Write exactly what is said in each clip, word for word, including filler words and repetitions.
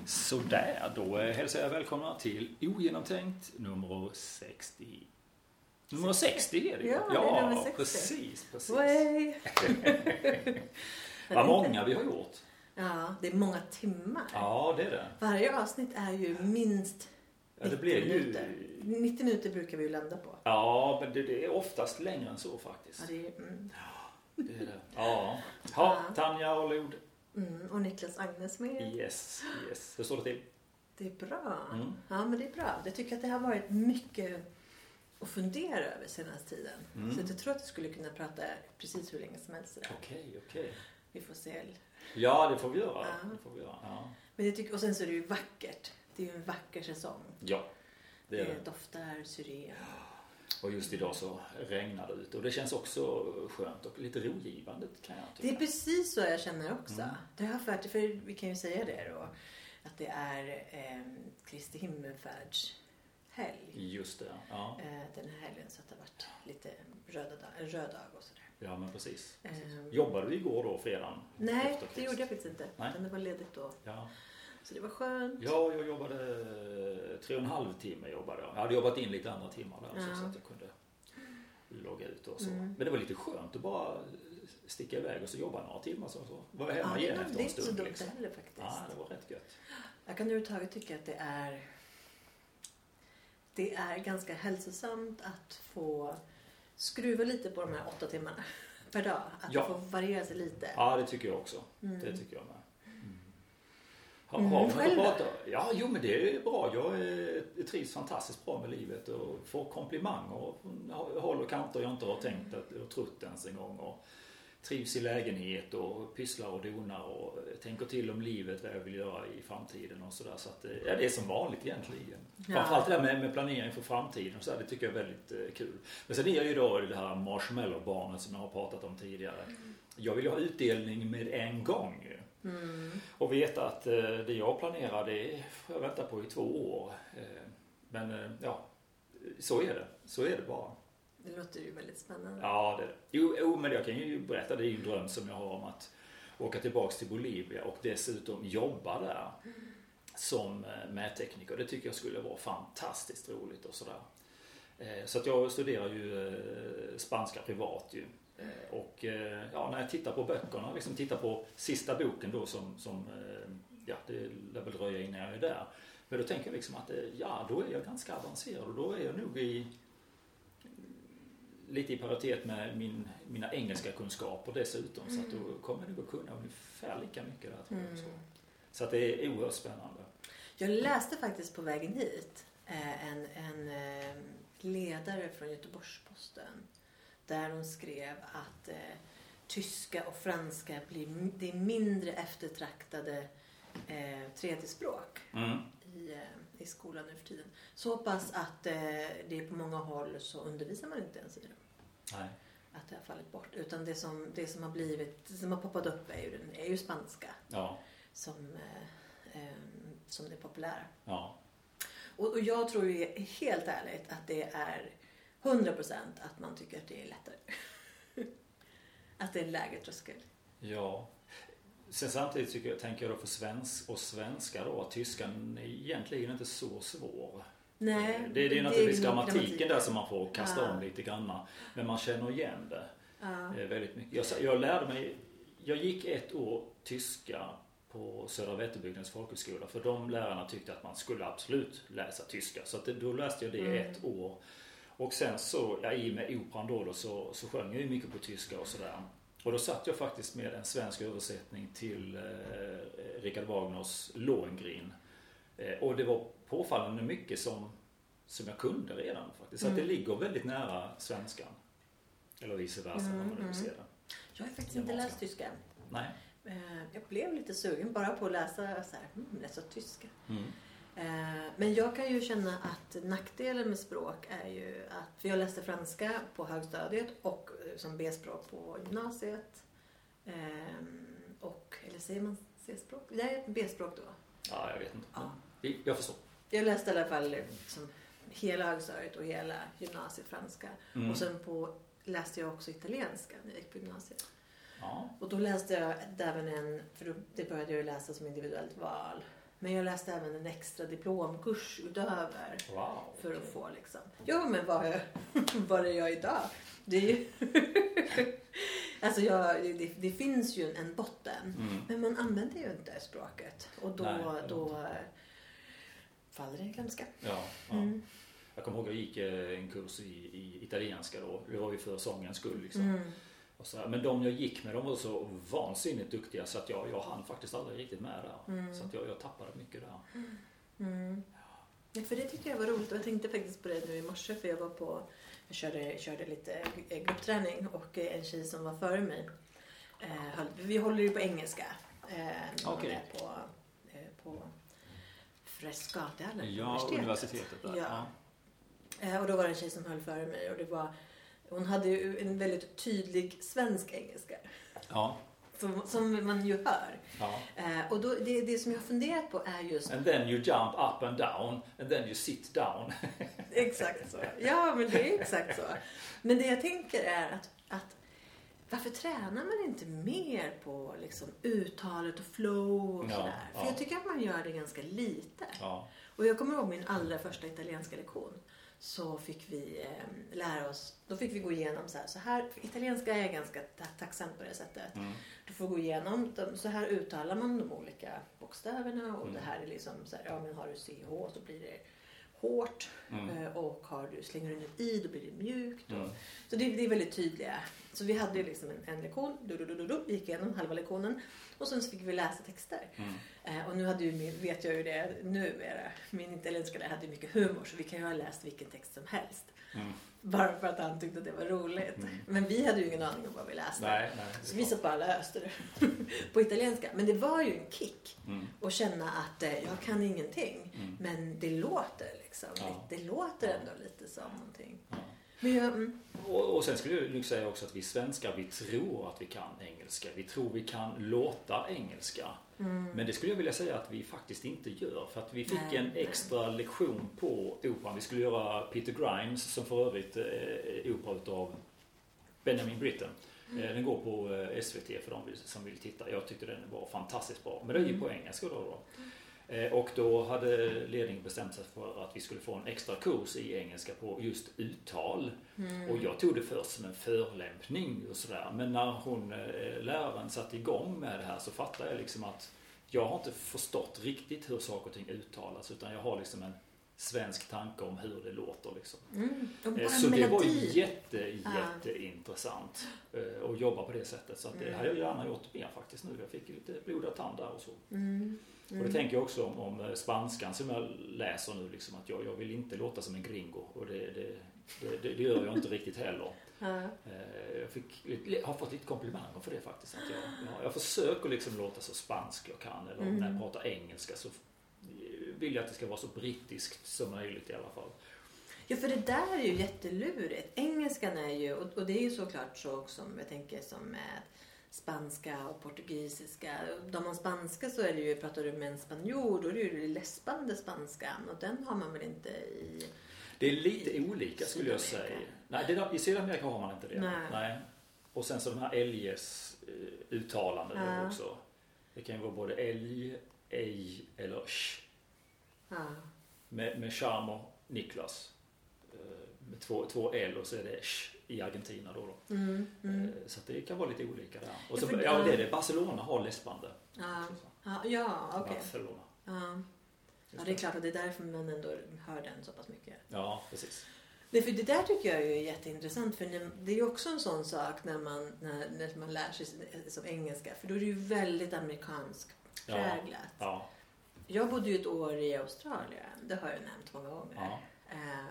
Sådär, då hälsar jag välkomna till Ogenomtänkt nummer sextio. Nummer sextio är det ju. Ja, ja det är nummer sextio. precis, precis. Vad många vi har gjort. Ja, det är många timmar. Ja, det är det. Varje avsnitt är ju minst Ja, det nittio blir ju... minuter. nittio minuter brukar vi ju landa på. Ja, men det, det är oftast längre än så faktiskt. Ja, det är, mm. Ja, det är det. Ja, ha, Tanja och Lod. Mm, och Niklas Agnes med. Yes, yes. Hur står det till? Det är bra. Mm. Ja, men det är bra. Jag tycker att det har varit mycket att fundera över senaste tiden. Mm. Så jag tror att jag skulle kunna prata precis hur länge som helst. Okej, okej. Okay. Vi får se. Ja, det får vi göra. Ja. Det får vi göra. Ja. Men jag tycker, och sen så är det ju vackert. Det är ju en vacker säsong. Ja, det är det. Det doftar syren. Och just idag så regnar det ut. Och det känns också skönt och lite rogivande kan jag tycka. Det är precis så jag känner också. Mm. Det har för, för vi kan ju säga det då. Att det är eh, Kristi himmelfärdshelg. Just det, ja. Eh, den här helgen, så att det har varit lite röda dag, en röd dag och sådär. Ja, men precis. precis. Um, Jobbade du igår då, fredagen? Nej, det gjorde jag faktiskt inte. Nej. Men det var ledigt då. Ja. Så det var skönt. Ja, jag jobbade tre och en halv timme jobbade jag. Jag hade jobbat in lite andra timmar där Ja. så att jag kunde logga ut och så. Mm. Men det var lite skönt att bara sticka iväg och så jobba några timmar så, så var jag hemma Ja, igen det, efter det är en inte så stund. dumt Liksom. heller faktiskt. Ja, det var rätt gött. Jag kan överhuvudtaget tycka att det är det är ganska hälsosamt att få skruva lite på de här åtta timmarna per dag. Att Ja. få variera sig lite. Ja, det tycker jag också. Mm. Det tycker jag med. Mm. Ha, Mm, har vi själv något att då? prata? Ja, jo men det är bra. Jag, är, jag trivs fantastiskt bra med livet och får komplimanger och håller kanter jag inte har tänkt att jag trott ens en gång. Och trivs i lägenhet och pysslar och donar och tänker till om livet, vad jag vill göra i framtiden och sådär. Så att, ja, det är som vanligt egentligen. Ja. Framförallt det där med, med planering för framtiden och så där, det tycker jag är väldigt eh, kul. Men sen är jag ju då det här marshmallow-barnet som jag har pratat om tidigare. Jag vill ju ha utdelning med en gång. Mm. Och veta att eh, det jag planerar, det får jag vänta på i två år. Eh, men eh, ja, så är det. Så är det bara. Det låter ju väldigt spännande. Ja, det är det. Jo, jo, men jag kan ju berätta, det är ju en dröm som jag har om att åka tillbaka till Bolivia och dessutom jobba där som mättekniker. Det tycker jag skulle vara fantastiskt roligt och sådär. Eh, så att jag studerar ju eh, spanska privat ju. Eh, och eh, ja, när jag tittar på böckerna, liksom tittar på sista boken då som, som eh, ja, det lär väl dröja innan jag är där. Men då tänker jag liksom att eh, ja, då är jag ganska avancerad och då är jag nog i lite i paritet med min, mina engelska kunskaper dessutom. Mm. Så att då kommer jag nog att kunna ungefär lika mycket där tror jag. Mm. Så. så att det är oerhört spännande. Jag läste faktiskt på vägen hit eh, en, en eh, ledare från Göteborgs-Posten. Där de skrev att eh, tyska och franska blir det är mindre eftertraktade eh, tredje språk mm. i, eh, i skolan nu för tiden. Så hoppas att eh, det är på många håll så undervisar man inte ens i dem. Nej. Att det har fallit bort. Utan det som, det som har blivit, det som har poppat upp är ju, är ju spanska. Ja. Som, eh, eh, som det är populära. Ja. Och, och jag tror ju helt ärligt att det är hundra procent att man tycker att det är lättare. Att det är en lägre tröskel. Ja. Sen samtidigt tycker jag, tänker jag då för svensk och svenska då att tyskan är egentligen inte så svår. Nej, det, det är ju naturligtvis grammatiken, grammatiken där som man får kasta ja. om lite grann. Men man känner igen det ja. väldigt mycket. Jag, jag lärde mig, jag gick ett år tyska på Södra Vätterbygdens folkhögskola. För de lärarna tyckte att man skulle absolut läsa tyska. Så att det, då läste jag det mm. ett år. Och sen så, ja, i med operan då, då så, så sjöng jag ju mycket på tyska och sådär. Och då satt jag faktiskt med en svensk översättning till eh, Richard Wagners Lohengrin. Eh, och det var påfallande mycket som, som jag kunde redan faktiskt. Så mm. att det ligger väldigt nära svenskan. Eller vice versa, mm, om man nu ser det. Jag har faktiskt inte läst tyska. Nej. Eh, jag blev lite sugen bara på att läsa så här, mm, läsa tyska. Mm. Eh, men jag kan ju känna att nackdelen med språk är ju att, för jag läste franska på högstadiet och som B-språk på gymnasiet. Eh, och, eller säger man C-språk? Nej, B-språk då. Ja, jag vet inte. Ja. Jag förstår. Jag läste i alla fall liksom hela högstadiet och hela gymnasiet franska. Mm. Och sen på, läste jag också italienska när jag gick på gymnasiet. Ja. Och då läste jag även en, för då, det började jag läsa som individuellt val. Men jag läste även en extra diplomkurs utöver. Wow, för okay. att få liksom. Jo, men vad är, vad är jag idag? Det är ju... alltså jag, det, det finns ju en botten. Mm. Men man använder ju inte språket. Och då, Nej, då faller det ganska. Ja, ja. Mm. Jag kommer ihåg att jag gick en kurs i, i italienska då. Det var ju för sångens skull liksom. Mm. Och så, men de jag gick med, de var så vansinnigt duktiga så att jag, jag hann faktiskt aldrig riktigt med där. Mm. Så att jag, jag tappade mycket där. Mm. Ja, för det tyckte jag var roligt och jag tänkte faktiskt på det nu i morse för jag var på, jag körde, körde lite gruppträning och en tjej som var före mig, eh, höll, vi håller ju på engelska eh, okay. på, eh, på Frescatihallen, ja, universitetet. universitetet där. Ja. Ja. Eh, och då var det en tjej som höll före mig och det var, hon hade ju en väldigt tydlig svensk engelska. Ja. Som, som man ju hör. Ja. Eh, och då, det, det som jag har funderat på är just... And then you jump up and down and then you sit down. Exakt så. Ja, men det är exakt så. Men det jag tänker är att, att varför tränar man inte mer på liksom, uttalet och flow och ja, sådär? För ja. jag tycker att man gör det ganska lite. Ja. Och jag kommer ihåg min allra första italienska lektion. Så fick vi eh, lära oss, då fick vi gå igenom så här, så här för italienska är ganska ta- tacksamt på det sättet. Mm. Du får gå igenom, de, så här uttalar man de olika bokstäverna och mm. det här är liksom så här, ja men har du C H så blir det hårt mm. eh, och har du, slänger du in ett I då blir det mjukt. Mm. Och, så det, det är väldigt tydliga. Så vi hade ju liksom en, en lektion, du, du, du, du, du, vi gick igenom halva lektionen och sen så fick vi läsa texter. Mm. Eh, och nu hade ju, vet jag ju det numera, min italienska lärare hade mycket humor så vi kan ju ha läst vilken text som helst. Mm. Bara för att han tyckte att det var roligt. Mm. Men vi hade ju ingen aning om vad vi läste. Nej, nej, så vi satt bara läste det på italienska. Men det var ju en kick mm. att känna att eh, jag kan ingenting. Mm. Men det låter liksom. Ja. Det låter ändå lite som någonting. Ja. Men jag, mm. och, och sen skulle jag säga också att vi svenskar, vi tror att vi kan engelska. Vi tror vi kan låta engelska. Mm. Men det skulle jag vilja säga att vi faktiskt inte gör. För att vi fick nej, en extra nej. lektion på operan. Vi skulle göra Peter Grimes, som för övrigt är opera utav Benjamin Britten. Mm. Den går på S V T för de som vill titta. Jag tyckte den var fantastiskt bra. Men det är ju på engelska då. då. Och då hade ledningen bestämt sig för att vi skulle få en extra kurs i engelska på just uttal. Mm. Och jag tog det först som en förlämpning och sådär. Men när hon, läraren satte igång med det här så fattade jag liksom att jag har inte förstått riktigt hur saker och ting uttalas. Utan jag har liksom en svensk tanke om hur det låter liksom. Mm. Så det var jätte, jätteintressant ah. att jobba på det sättet. Så att det mm. hade jag gärna gjort mer faktiskt nu. Jag fick lite blodad tand där och så. Mm. Mm. Och det tänker jag också om, om spanskan som jag läser nu liksom, att jag, jag vill inte låta som en gringo och det, det, det, det, det gör jag inte riktigt heller. Mm. Jag fick, har fått lite komplimanger för det faktiskt. Att jag, jag, jag försöker liksom låta så spansk jag kan eller mm. när jag pratar engelska så vill jag att det ska vara så brittiskt som möjligt i alla fall. Ja, för det där är ju jättelurigt. Engelskan är ju, och, och det är ju såklart så som jag tänker som med spanska och portugisiska. Då man spanska så är det ju, pratar du med en spanjor, då är det ju läspande spanskan och den har man väl inte i... Det är lite olika skulle jag säga. Nej, det där, i Sydamerika har man inte det. Nej. Nej. Och sen så de här älges uh, uttalanden ja. också. Det kan ju vara både älg, ej eller sh. Ja. Med, med Charmo, Niklas. Uh, med två, två L och så är det sh i Argentina då. då. Mm, mm. Så det kan vara lite olika där. Och så, ja, ja det är det. Barcelona har läspande. Ja, ja, ja okej. Okay. Barcelona. Ja. Ja, det är klart att det är därför man ändå hör den så pass mycket. Ja, precis. Det, för det där tycker jag är jätteintressant. För det är ju också en sån sak när man, när, när man lär sig som engelska. För då är det ju väldigt amerikansk präglat. Ja, ja. Jag bodde ju ett år i Australien. Det har jag nämnt många gånger. Ja. Eh,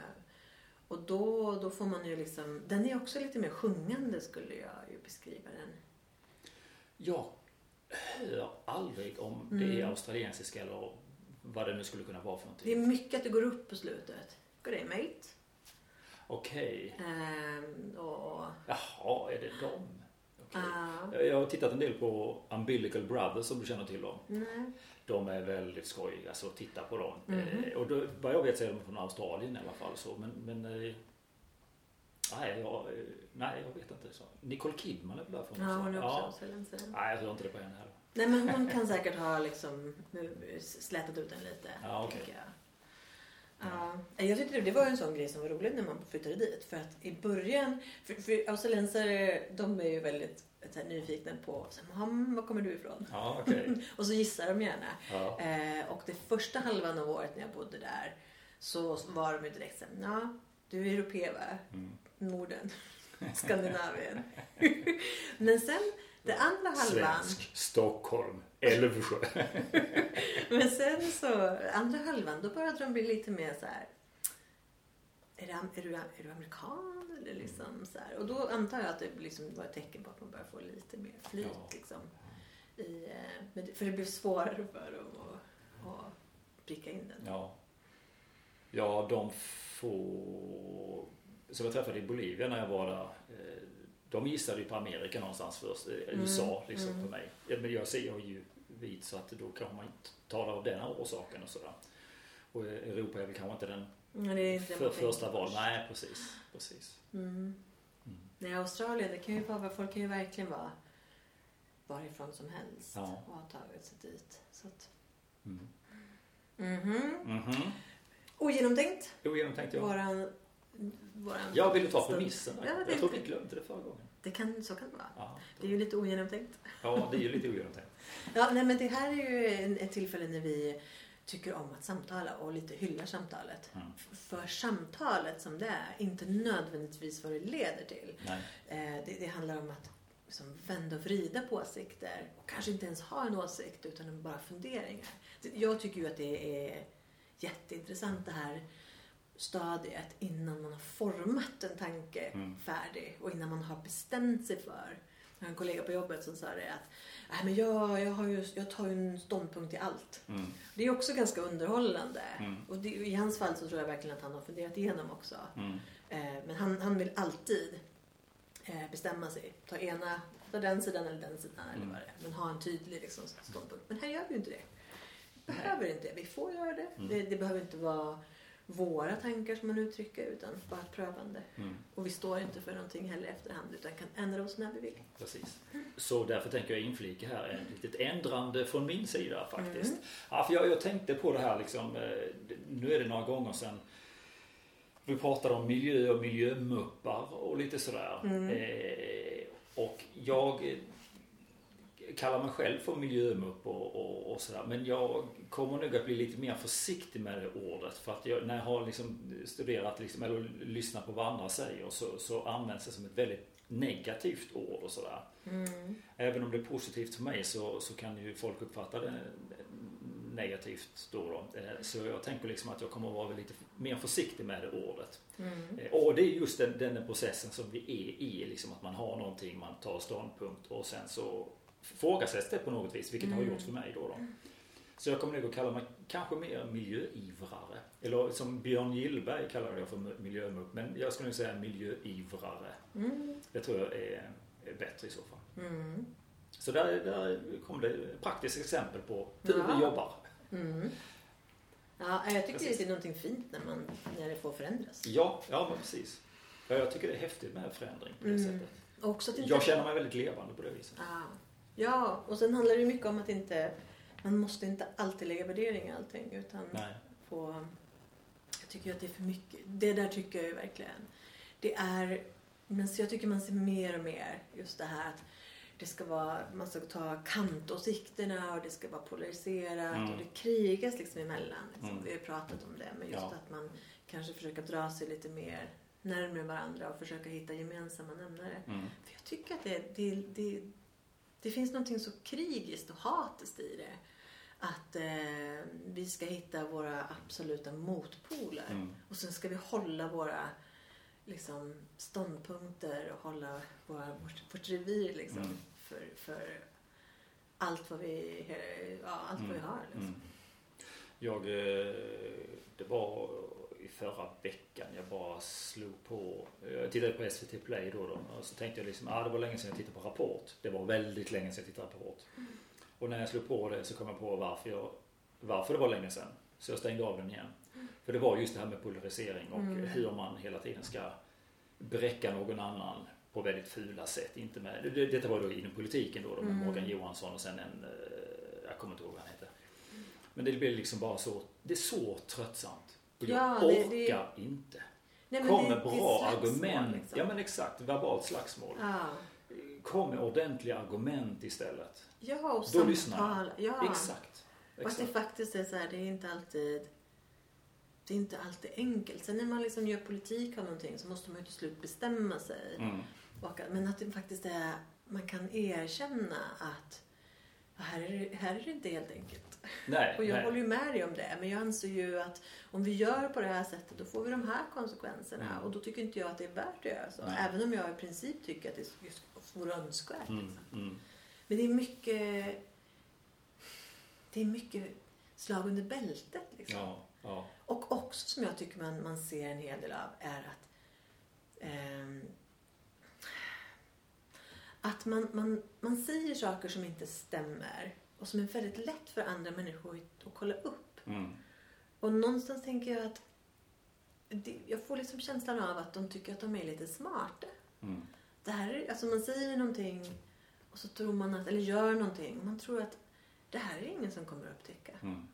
och då, då får man ju liksom... Den är också lite mer sjungande skulle jag ju beskriva den. Jag hör aldrig om mm. det är australiensiska eller vad det nu skulle kunna vara för någonting. Det är mycket att det går upp på slutet. Good day, mate. Okej. Okay. Um, och... Jaha, är det dem? Okay. Uh. Jag har tittat en del på Umbilical Brothers som du känner till dem. Mm. De är väldigt skojiga så titta på dem. Mm. Eh, och då, vad jag vet så är de från Australien i alla fall. Så. Men, men eh, nej, jag, nej, jag vet inte. Så. Nicole Kidman är väl där från ja, hon är också ja. Nej, jag hör inte det på henne heller. Nej, men hon kan säkert ha liksom slätat ut den lite. Ja, okej. Okay. Ja, jag tyckte det var en sån grej som var rolig när man flyttade dit. För att i början, för, för australiensare, de är ju väldigt här, nyfikna på, var kommer du ifrån? Ja, okay. Och så gissar de gärna. Ja. Eh, och det första halvan av året när jag bodde där så var de ju direkt såhär, ja, du är europé va? Mm. Norden, Skandinavien. Men sen, det andra halvan... Svensk, Stockholm, Älvsjö. Men sen så, andra halvan, då började de bli lite mer så här. Är, det, är, du, är du amerikan? Eller liksom så här. Och då antar jag att det liksom var ett tecken på att man börjar få lite mer flyt. Ja. Liksom, i, för det blev svårare för dem att, att pricka in den. Ja, ja de få som jag träffade i Bolivia när jag var där, de gissade ju på Amerika någonstans först, mm. U S A liksom mm. för mig. Men jag ser ju vit så att då kan man inte tala av den här orsaken och sådär. Och Europa är väl kanske inte den mm, det är inte för, första val. Nej, precis. precis. Mm. Mm. Nej, Australien, det kan ju vara, folk kan ju verkligen vara varifrån som helst ja. Och ha tagit sig dit. Så att... mm. Mm-hmm. Mm-hmm. Ogenomtänkt. Ogenomtänkt, ja. Våran, våran jag ville ta premissen. Ja, jag det tror vi glömde det förra gången. Det kan, så kan det vara. Ja, det är ju lite ogenomtänkt. Ja, det är ju lite ogenomtänkt. Ja, nej, men det här är ju ett tillfälle när vi tycker om att samtala och lite hyllar samtalet. Mm. För samtalet som det är, inte nödvändigtvis vad det leder till. Nej. Eh, det, det handlar om att liksom, vända och vrida på åsikter. Och kanske inte ens ha en åsikt utan bara funderingar. Jag tycker ju att det är jätteintressant det här stadiet innan man har format en tanke mm. färdig och innan man har bestämt sig för. Jag har en kollega på jobbet som sa det att Nej, men jag, jag, har ju, jag tar ju en ståndpunkt i allt. Mm. Det är också ganska underhållande. Mm. Och det, i hans fall så tror jag verkligen att han har funderat igenom också. Mm. Eh, men han, han vill alltid eh, bestämma sig. Ta ena, ta den sidan eller den sidan mm. eller vad det är. Men ha en tydlig liksom, ståndpunkt. Men här gör vi ju inte det. Vi behöver inte det. Vi får göra det. Mm. Det, det behöver inte vara våra tankar som man uttrycker utan bara ett prövande. Mm. Och vi står inte för någonting heller efterhand utan kan ändra oss när vi vill. Precis. Så därför tänker jag inflika här ett litet ändrande från min sida faktiskt. Mm. Ja, för jag, jag tänkte på det här liksom, nu är det några gånger sedan vi pratade om miljö och miljömuppar och lite sådär. Mm. Eh, och jag kallar mig själv för miljömupp och, och, och sådär. Men jag kommer nog att bli lite mer försiktig med det ordet. För att jag, när jag har liksom studerat liksom, eller lyssnat på vad andra säger så, så används det som ett väldigt negativt ord och sådär. Mm. Även om det är positivt för mig så, så kan ju folk uppfatta det negativt då, då. Så jag tänker liksom att jag kommer att vara lite mer försiktig med det ordet. Mm. Och det är just den, den processen som vi är i. Liksom att man har någonting, man tar ståndpunkt och sen så frågasätts det på något vis, vilket mm. har gjort för mig då, då. Så jag kommer nog att kalla mig kanske mer miljöivrare. Eller som Björn Gillberg kallar det för miljömupp. Men jag skulle nog säga miljöivrare. Mm. Det tror jag är, är bättre i så fall. Mm. Så där, där kom det ett praktiskt exempel på hur ja. vi jobbar. Mm. Ja, jag tycker precis. Det är någonting fint när, man, när det får förändras. Ja, ja men precis. Jag tycker det är häftigt med förändring på det mm. sättet. Också att inte... Jag känner mig väldigt levande på det viset. Ah. Ja, och sen handlar det mycket om att inte man måste inte alltid lägga värdering i allting utan Nej. På jag tycker att det är för mycket. Det där tycker jag ju verkligen. Det är men så jag tycker man ser mer och mer just det här att det ska vara man ska ta kantåsikterna och det ska vara polariserat mm. och det krigas liksom emellan. Liksom. Mm. Vi har pratat om det men just ja. Att man kanske försöker dra sig lite mer närmare varandra och försöka hitta gemensamma nämnare. Mm. För jag tycker att det det det Det finns någonting så krigiskt och hatiskt i det. Att eh, vi ska hitta våra absoluta motpoler. Mm. Och sen ska vi hålla våra liksom, ståndpunkter och hålla våra, vårt, vårt revir liksom, mm. för, för allt vad vi, ja, allt mm. vad vi har. Liksom. Mm. Jag, det var i förra veckan jag bara slog på, jag tittade på S V T Play då, då och så tänkte jag liksom, ah, det var länge sedan jag tittade på Rapport. Det var väldigt länge sedan jag tittade på Rapport. Mm. Och när jag slog på det så kom jag på varför, jag, varför det var länge sedan. Så jag stängde av den igen. Mm. För det var just det här med polarisering och mm. hur man hela tiden ska bräcka någon annan på väldigt fula sätt. Inte med, det, detta var då inom politiken då, då med mm. Morgan Johansson och sen en, jag kommer inte ihåg vad han heter. Men det blir liksom bara så, det är så tröttsamt. Och jag ja, orkar det, det... inte. Nej, Kom det, med bra argument. Liksom. Ja men exakt, verbalt slagsmål. Ja. Kom med ordentliga argument istället. Ja, och då samtal. Lyssnar ja. Exakt. Och att det faktiskt är så här, det är inte alltid det är inte alltid enkelt. Sen när man liksom gör politik av någonting så måste man ju till slut bestämma sig. Mm. Och, men att det faktiskt är, man kan erkänna att här är det, här är det inte helt enkelt. Nej, och jag nej. håller ju med dig om det. Men jag anser ju att om vi gör på det här sättet då får vi de här konsekvenserna. Mm. Och då tycker inte jag att det är värt att göra så. Nej. Även om jag i princip tycker att det vore önskvärt. Mm. Liksom. Mm. Men det är mycket det är mycket slag under bältet liksom. Ja, ja. Och också som jag tycker man, man ser en hel del av är att eh, att man, man, man säger saker som inte stämmer och som är väldigt lätt för andra människor att kolla upp. Mm. Och någonstans tänker jag att det, jag får liksom känslan av att de tycker att de är lite smarta. Mm. Det här är, alltså man säger någonting och så tror man att, eller gör någonting och man tror att det här är ingen som kommer att upptäcka. Mm.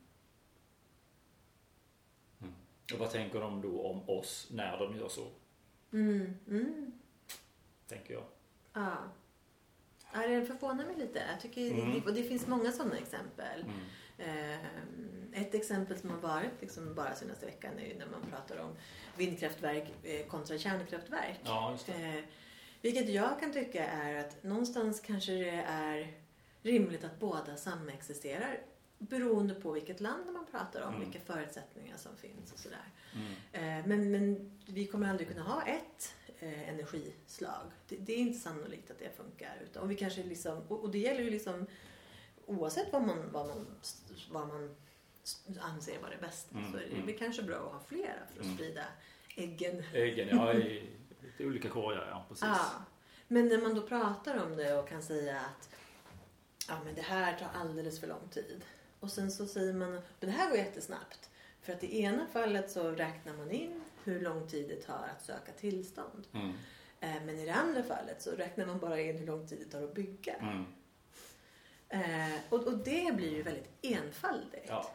Mm. Och vad tänker de då om oss när de gör så? Mm. Mm. Tänker jag. Ja. Ja, det förvånar mig lite. Jag tycker Mm. det, och det finns många sådana exempel. Mm. Eh, ett exempel som har varit liksom bara senaste veckan är ju när man pratar om vindkraftverk eh, kontra kärnkraftverk. Ja, just det. Eh, vilket jag kan tycka är att någonstans kanske det är rimligt att båda samexisterar beroende på vilket land man pratar om, Mm. vilka förutsättningar som finns och sådär. Mm. Eh, men, men vi kommer aldrig kunna ha ett eh, energislag. Det, det är inte sannolikt att det funkar. Utan, och, vi kanske liksom, och, och det gäller ju liksom oavsett vad man, vad man, vad man anser vara det bästa Mm. så är det, Mm. det kanske bra att ha flera för att Mm. sprida äggen. Äggen, ja, i lite olika korgar, ja, precis. Ja. Men när man då pratar om det och kan säga att ja, men det här tar alldeles för lång tid. Och sen så säger man men det här går jättesnabbt. För att i ena fallet så räknar man in hur lång tid det tar att söka tillstånd. Mm. Men i det andra fallet så räknar man bara in hur lång tid det tar att bygga. Mm. Eh, och, och det blir ju väldigt enfaldigt. Ja.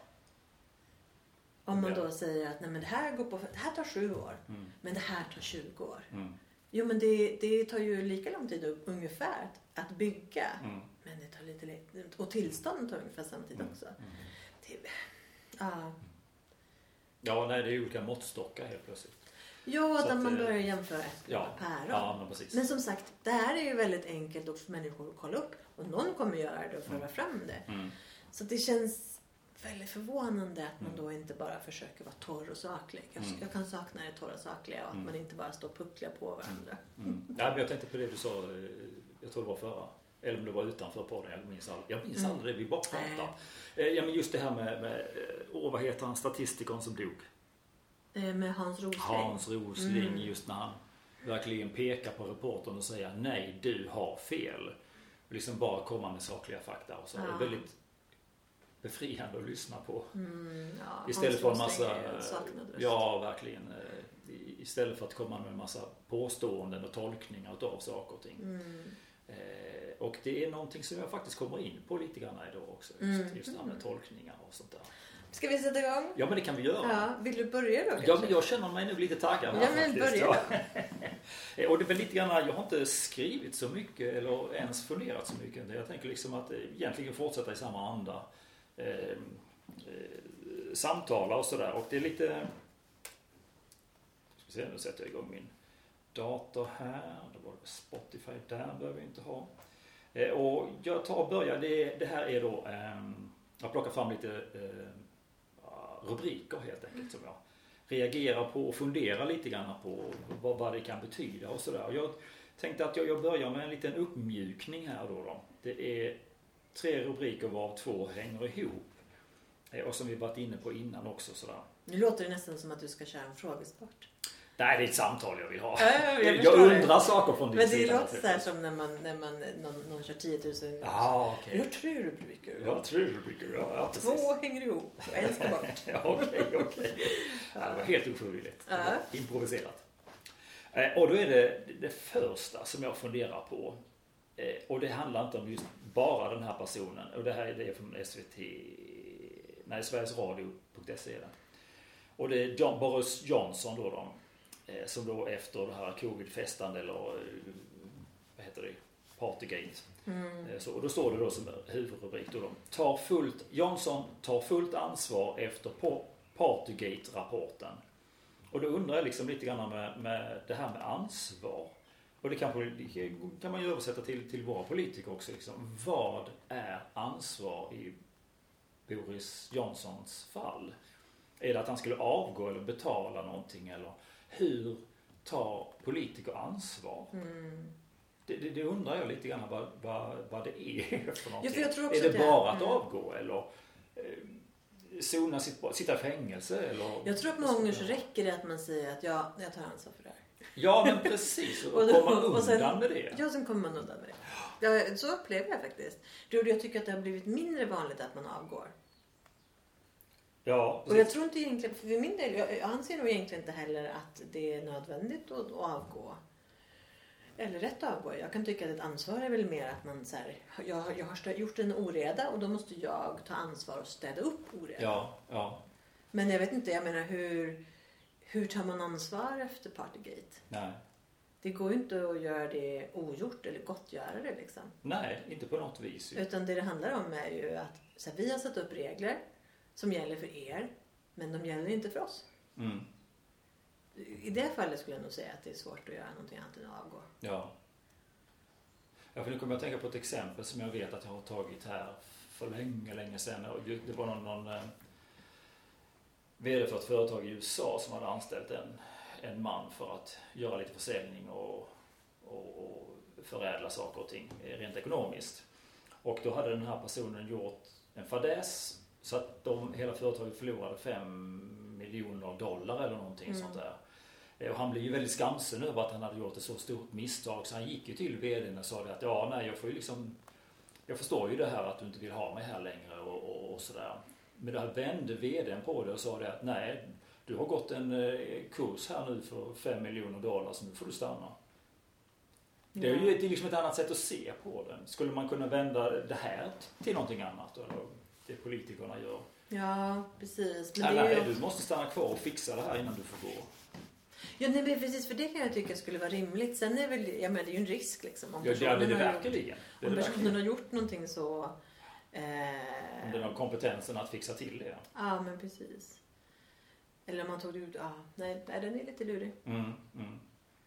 Om man Ja. då säger att nej, men det, här går på, det här tar sju år. Mm. Men det här tar tjugo år. Mm. Jo men det, det tar ju lika lång tid ungefär att bygga. Mm. Men det tar lite längre. Och tillståndet tar ungefär samma tid också. Mm. Det, ja. Ja, nej, det är olika måttstockar helt plötsligt. Ja, Så där att, man eh, börjar jämföra äpplen Ja, och päron. ja men precis. Men som sagt, det här är ju väldigt enkelt och för människor att kolla upp. Och någon kommer göra det och föra Mm. fram det. Mm. Så det känns väldigt förvånande att man Mm. då inte bara försöker vara torr och saklig. Jag, Mm. jag kan sakna det torra och sakliga och att Mm. man inte bara står och pucklar på varandra. Mm. Ja, men jag tänkte på det du sa, eh, jag tror det var förra, eller om det var utanför på det, jag minns aldrig, jag minns Mm. aldrig det, vi bara pratar. Eh, Ja, men just det här med, med eh, åh, vad heter han, statistikern som dog? Eh, Med Hans Rosling. Hans Rosling, Mm. just när han verkligen pekar på reportern och säger nej, du har fel. Och liksom bara komma med sakliga fakta och så. Ja. Det är väldigt befriande att lyssna på. Mm, ja, Istället Hans för en Rosling massa, är en saknad röst. ja verkligen, eh, i- istället för att komma med en massa påståenden och tolkningar av saker och ting. Mm. Eh, och det är någonting som jag faktiskt kommer in på lite grann idag också. Just, Mm. just det här med tolkningar och sånt där. Ska vi sätta igång? Ja, men det kan vi göra. Ja, vill du börja då? Ja, kanske? men jag känner mig nu lite taggad här Ja, men faktiskt. börja Ja. Och det är väl lite grann, jag har inte skrivit så mycket eller ens funderat så mycket. Jag tänker liksom att egentligen fortsätta i samma anda. Eh, eh, samtala och sådär. Och det är lite... Ska vi se, nu sätter jag igång min dator här. Då var det Spotify, där behöver vi inte ha. Eh, och jag tar och börjar. Det, det här är då... Eh, jag plockar fram lite... Eh, rubriker helt enkelt som jag reagerar på och funderar lite grann på vad, vad det kan betyda och sådär. Jag tänkte att jag, jag börjar med en liten uppmjukning här då, då. Det är tre rubriker varav två hänger ihop. Och som vi varit inne på innan också sådär. Nu låter det nästan som att du ska köra en frågesport. Nej, det är ett samtal jag vill ha. Ja, jag, jag undrar det. Saker från din Men det sida. låter så här som när man, när man någon, någon kör tio tusen. Ja, okej. Jag har tre rubriker. Ja, tre rubriker. Ja, ja, precis. Två hänger ihop. Och en ska bort. Ja, okej, okej. Ja, det var helt ofrivilligt. Ja. Improviserat. Eh, och då är det det första som jag funderar på. Eh, och det handlar inte om just bara den här personen. Och det här är det från S V T, nej, Sveriges Radio punkt se. Och det är John, Boris Johnson då, då eh, som då efter det här covid-festan eller eh, vad heter det? Partygate. Mm. Eh, så, och då står det då som huvudrubrik då, då tar fullt, Johnson tar fullt ansvar efter på Partygate-rapporten. Och då undrar jag liksom lite grann med, med det här med ansvar. Och det kanske kan man ju översätta till, till våra politiker också. Liksom. Vad är ansvar i Boris Johnsons fall? Är det att han skulle avgå eller betala någonting? Eller hur tar politiker ansvar? Mm. Det, det, det undrar jag lite grann vad, vad, vad det är för någonting. Ja, för jag är det, det bara att mm. avgå eller... Eh, Sona, sitta i fängelse eller... Jag tror att många gånger så räcker det att man säger att ja, jag tar ansvar för det här. Ja, men precis. Och då kommer man undan sen, med det. Ja, sen kommer man undan med det. Ja, så upplever jag faktiskt. Jag tycker att det har blivit mindre vanligt att man avgår. Ja, precis. Och jag tror inte egentligen, för min del, jag anser nog egentligen inte heller att det är nödvändigt att, att avgå. Eller rätt avgå. Jag kan tycka att ett ansvar är väl mer att man så här, jag, jag har gjort en oreda och då måste jag ta ansvar och städa upp oreda. Ja, ja. Men jag vet inte, jag menar hur, hur tar man ansvar efter Partygate? Nej. Det går ju inte att göra det ogjort eller gottgöra det liksom. Nej, inte på något vis. Utan det det handlar om är ju att så här, vi har satt upp regler som gäller för er, men de gäller inte för oss. Mm. I det fallet skulle jag nog säga att det är svårt att göra någonting annat än att avgå. Ja. Ja, för nu kommer jag att tänka på ett exempel som jag vet att jag har tagit här för länge, länge sedan. Det var någon, någon eh, vd för ett företag i U S A som hade anställt en, en man för att göra lite försäljning och, och, och förädla saker och ting rent ekonomiskt. Och då hade den här personen gjort en fadäs så att de, hela företaget förlorade fem miljoner dollar eller någonting mm. sånt där. Och han blev ju väldigt skamsen över att han hade gjort ett så stort misstag så han gick ju till vdn och sa det att ja, nej, jag får ju liksom jag förstår ju det här att du inte vill ha mig här längre och, och, och sådär. Men då vände vdn på det och sa det att nej, du har gått en eh, kurs här nu för fem miljoner dollar så nu får du stanna. Ja. Det är ju ett, liksom ett annat sätt att se på den. Skulle man kunna vända det här till någonting annat eller det politikerna gör? Ja, precis. Men nej, det är ju... nej, du måste stanna kvar och fixa det här innan du får gå. Ja, nej, men precis, för det kan jag tycka skulle vara rimligt. Sen är väl, jag menar, det är ju en risk liksom. Om ja, det är det verkligen. Gjort, om personen har gjort någonting så... Eh... Om den har kompetensen att fixa till det. Ja, men precis. Eller om man tog det ut, ja, nej, den är lite lurig. Mm, mm.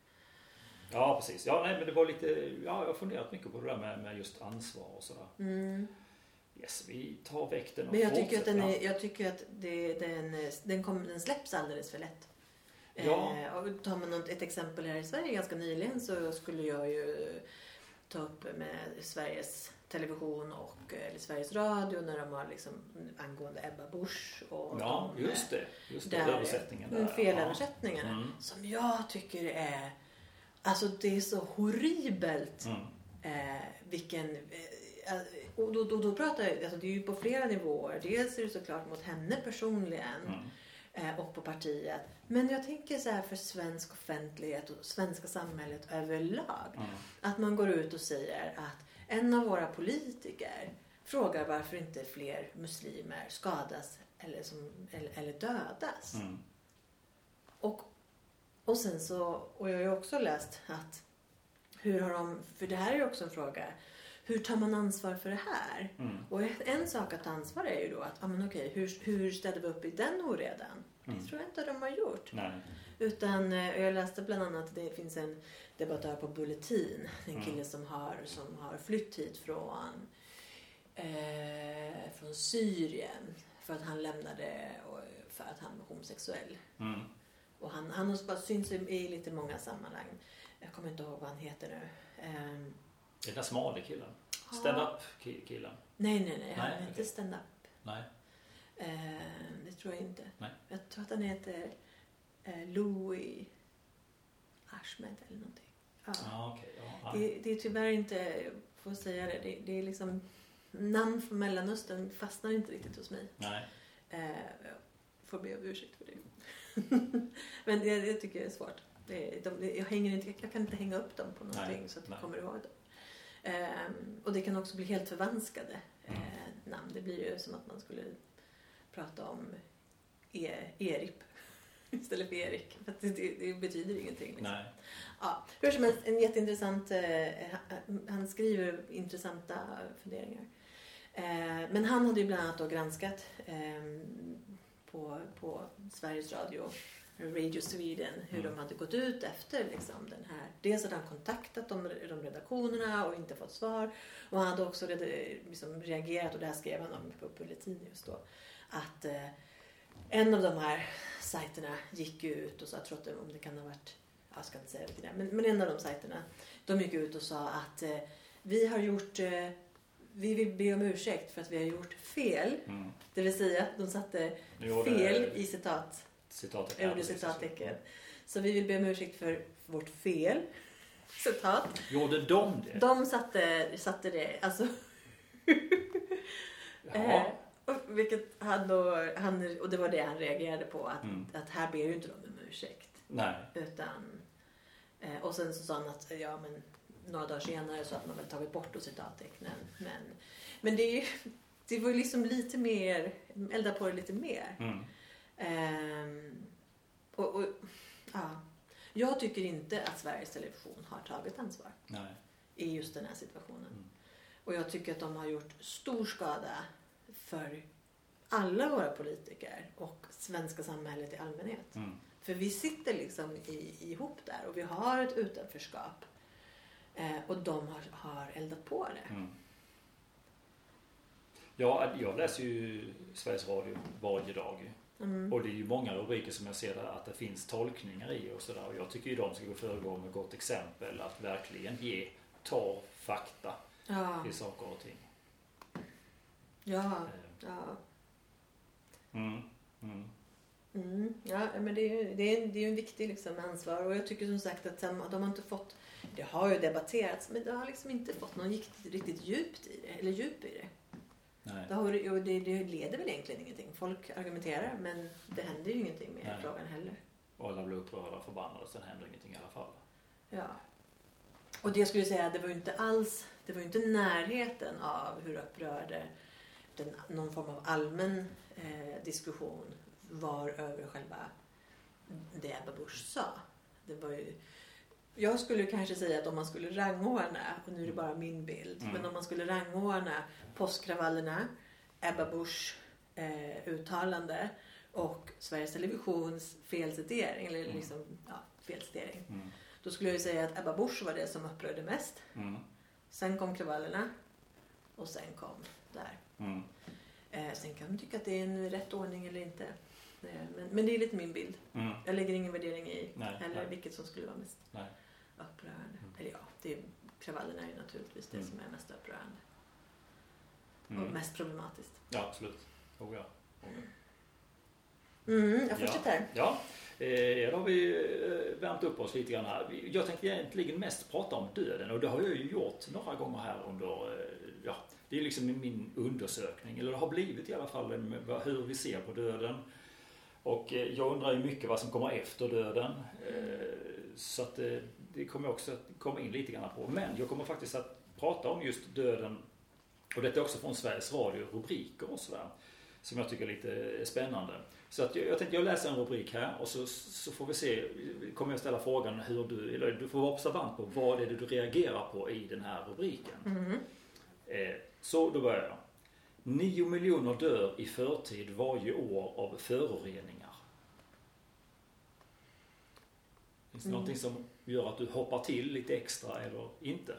Ja, precis. Ja, nej, men det var lite, ja, jag har funderat mycket på det där med, med just ansvar och sådär. Mm. Yes, vi tar väck den och men jag tycker att den är, jag tycker att det, den, den, kom, den släpps alldeles för lätt. Ja. Eh, och tar man något, ett exempel här i Sverige ganska nyligen så skulle jag ju ta upp med Sveriges Television och eller Sveriges Radio när de har liksom angående Ebba Busch och ja, de, just det, just det, där, översättningen där. Felöversättningarna mm. som jag tycker är alltså det är så horribelt mm. eh, vilken eh, och då, då, då pratar jag, alltså det är ju på flera nivåer. Dels är det såklart mot henne personligen mm. eh, och på partiet. Men jag tänker så här för svensk offentlighet och svenska samhället överlag. Mm. Att man går ut och säger att en av våra politiker frågar varför inte fler muslimer skadas eller, som, eller, eller dödas. Mm. Och, och sen så, och jag har ju också läst att hur har de, för det här är ju också en fråga, hur tar man ansvar för det här? Mm. Och en sak att ta ansvar är ju då att, ja men okej, hur, hur ställer vi upp i den oredan? Mm. Det tror jag inte de har gjort. Nej. Utan jag läste bland annat att det finns en debattör på Bulletin. En kille mm. som, har, som har flytt hit från, eh, från Syrien. För att han lämnade och för att han var homosexuell. Mm. Och han, han har bara synts i lite många sammanhang. Jag kommer inte ihåg vad han heter nu. Eh, det är den smala killen. Stand-up killen. Nej, nej, nej. Han nej, är inte stand-up. Nej. Eh, det tror jag inte. Nej. Jag tror att han heter eh, Louis Ahmed eller någonting. Ja. Ah, okay. Ja, det, det är tyvärr inte, får säga det, det, det är liksom namn från Mellanöstern fastnar inte riktigt hos mig. Nej. Eh, jag får be om ursäkt för det. Men det, det tycker jag är svårt. Det, de, jag, hänger inte, jag kan inte hänga upp dem på någonting nej, så att jag kommer ihåg dem. Um, och det kan också bli helt förvanskade mm. eh, namn. Det blir ju som att man skulle prata om e, Erip istället för Erik. För att det, det, det betyder ingenting. Liksom. Nej. Ja, hur som helst, en jätteintressant... Eh, han skriver intressanta funderingar. Eh, men han hade ju bland annat då granskat eh, på, på Sveriges Radio, Radio Sweden, hur mm. de hade gått ut efter liksom, den här. Dels hade han kontaktat de, de redaktionerna och inte fått svar. Och han hade också liksom, reagerat, och det här skrev han om på Bulletin just då. Att eh, en av de här sajterna gick ut och sa, jag tror att det, om det kan ha varit, jag ska inte säga det, men, men en av de sajterna, de gick ut och sa att eh, vi har gjort... Eh, vi vill be om ursäkt för att vi har gjort fel. Mm. Det vill säga att de satte fel i citat. Citattecken. citattecken. Så vi vill be om ursäkt för vårt fel. Citat. Gjorde de det? De satte, satte det. Alltså. eh, och, vilket han då, han, och det var det han reagerade på. Att, mm. att här ber ju inte de om ursäkt. Nej. Utan, eh, och sen så sa han att ja men... några dagar senare så att man väl tagit bort och citattecknen. Men, men det, är ju, det var ju liksom lite mer, elda på det lite mer. Mm. Ehm, och, och, ja. Jag tycker inte att Sveriges Television har tagit ansvar. Nej. I just den här situationen. Mm. Och jag tycker att de har gjort stor skada för alla våra politiker och svenska samhället i allmänhet. Mm. För vi sitter liksom i, ihop där och vi har ett utanförskap. Eh, och de har, har eldat på det. Mm. Ja, jag läser ju Sveriges Radio varje dag. Mm. Och det är ju många rubriker som jag ser där att det finns tolkningar i och sådär. Och jag tycker ju de ska gå föregå med gott exempel. Att verkligen ge torr fakta ja. i saker och ting. Ja, eh. ja. Mm. Mm. Mm. Ja, men det är ju det är, det är ju en viktig liksom, ansvar. Och jag tycker som sagt att de har inte fått... Det har ju debatterats, men det har liksom inte fått någon riktigt, riktigt djupt i det, eller djup i det. Nej. Det, har, det, det leder väl egentligen ingenting. Folk argumenterar, men det händer ju ingenting med Nej. frågan heller. Och alla blir upprörda och förbannade, sen händer ingenting i alla fall. Ja. Och det jag skulle säga, det var ju inte alls, det var ju inte närheten av hur upprörde den, någon form av allmän eh, diskussion var över själva det Ebba Busch sa. Det var ju... Jag skulle kanske säga att om man skulle rangordna, och nu är det bara min bild, mm. men om man skulle rangordna påskkravallerna, Ebba Busch eh, uttalande och Sveriges Televisions felcitering, eller mm. liksom, ja, felcitering. Mm. Då skulle jag säga att Ebba Busch var det som upprörde mest. Mm. Sen kom kravallerna och sen kom där. Mm. Eh, sen kan man tycka att det är en rätt ordning eller inte. Men, men det är lite min bild. Mm. Jag lägger ingen värdering i nej, eller nej. vilket som skulle vara mest nej. upprörande. Mm. Eller ja, det är, kravallerna är ju naturligtvis det mm. som är mest upprörande. Mm. Och mest problematiskt. Ja, absolut. Oh, ja. Oh, ja. Mm, jag fortsätter. Ja, ja. Eh, då har vi eh, värmt upp oss lite grann här. Jag tänkte egentligen mest prata om döden. Och det har jag ju gjort några gånger här under... Eh, ja, det är liksom min undersökning. Eller det har blivit i alla fall hur vi ser på döden. Och jag undrar ju mycket vad som kommer efter döden. Så att det kommer jag också komma in lite grann på. Men jag kommer faktiskt att prata om just döden. Och detta är också från Sveriges Radio rubriker och sådär. Som jag tycker är lite spännande. Så att jag, jag tänkte jag läser en rubrik här. Och så, så får vi se. Kommer jag ställa frågan hur du... Eller du får vara observant på vad är det du reagerar på i den här rubriken. Mm. Så då börjar jag. Nio miljoner dör i förtid varje år av föroreningar. Finns det mm. någonting som gör att du hoppar till lite extra eller inte?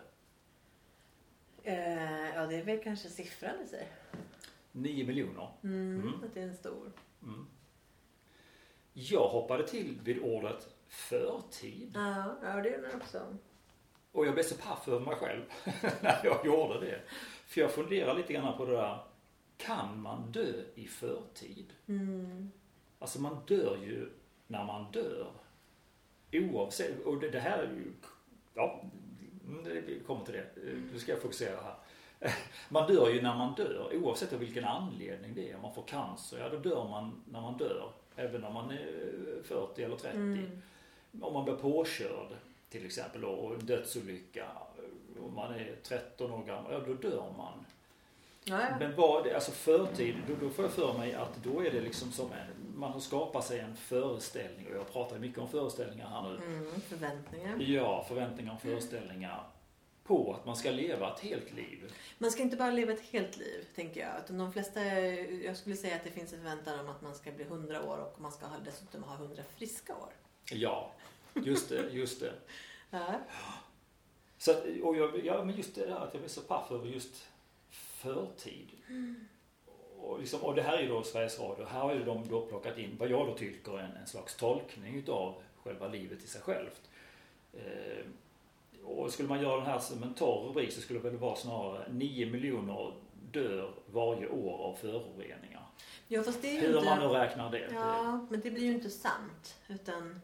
Uh, ja, det är väl kanske siffran i sig. Nio miljoner. Mm, mm. Att det är en stor. Mm. Jag hoppade till vid ordet förtid. Ja, ja det är det också. Och jag blev så paff över mig själv när jag gjorde det. För jag funderar lite grann på det där. Kan man dö i förtid? Mm. Alltså man dör ju när man dör. Oavsett, och det, det här är ju, ja, vi kommer till det. Nu ska jag fokusera här. Man dör ju när man dör, oavsett av vilken anledning det är. Om man får cancer, ja då dör man när man dör. Även om man är fyrtio eller trettio. Mm. om man blir påkörd till exempel då, och en dödsolycka, om man är tretton år gammal, ja då dör man. Ja. Men vad det, alltså förtid, då, då får jag för mig att då är det liksom som en, man har skapat sig en föreställning, och jag pratar mycket om föreställningar här nu. Mm, förväntningar. Ja, förväntningar om föreställningar på att man ska leva ett helt liv. Man ska inte bara leva ett helt liv, tänker jag. Utan de flesta, jag skulle säga att det finns en förväntan om att man ska bli hundra år och man ska ha, dessutom ha hundra friska år. Ja, just det, just det. Ja. Så att, och jag, ja, men just det där att jag blir så paff över just förtid. Mm. Och, liksom, och det här är ju då Sveriges Radio. Här har ju de då plockat in vad jag då tycker är en, en slags tolkning utav själva livet i sig självt. Eh, och skulle man göra den här som en torr rubrik så skulle det väl vara snarare nio miljoner dör varje år av föroreningar. Ja, fast det är ju hur inte... man nu räknar det. Ja, men det blir ju inte sant. Utan...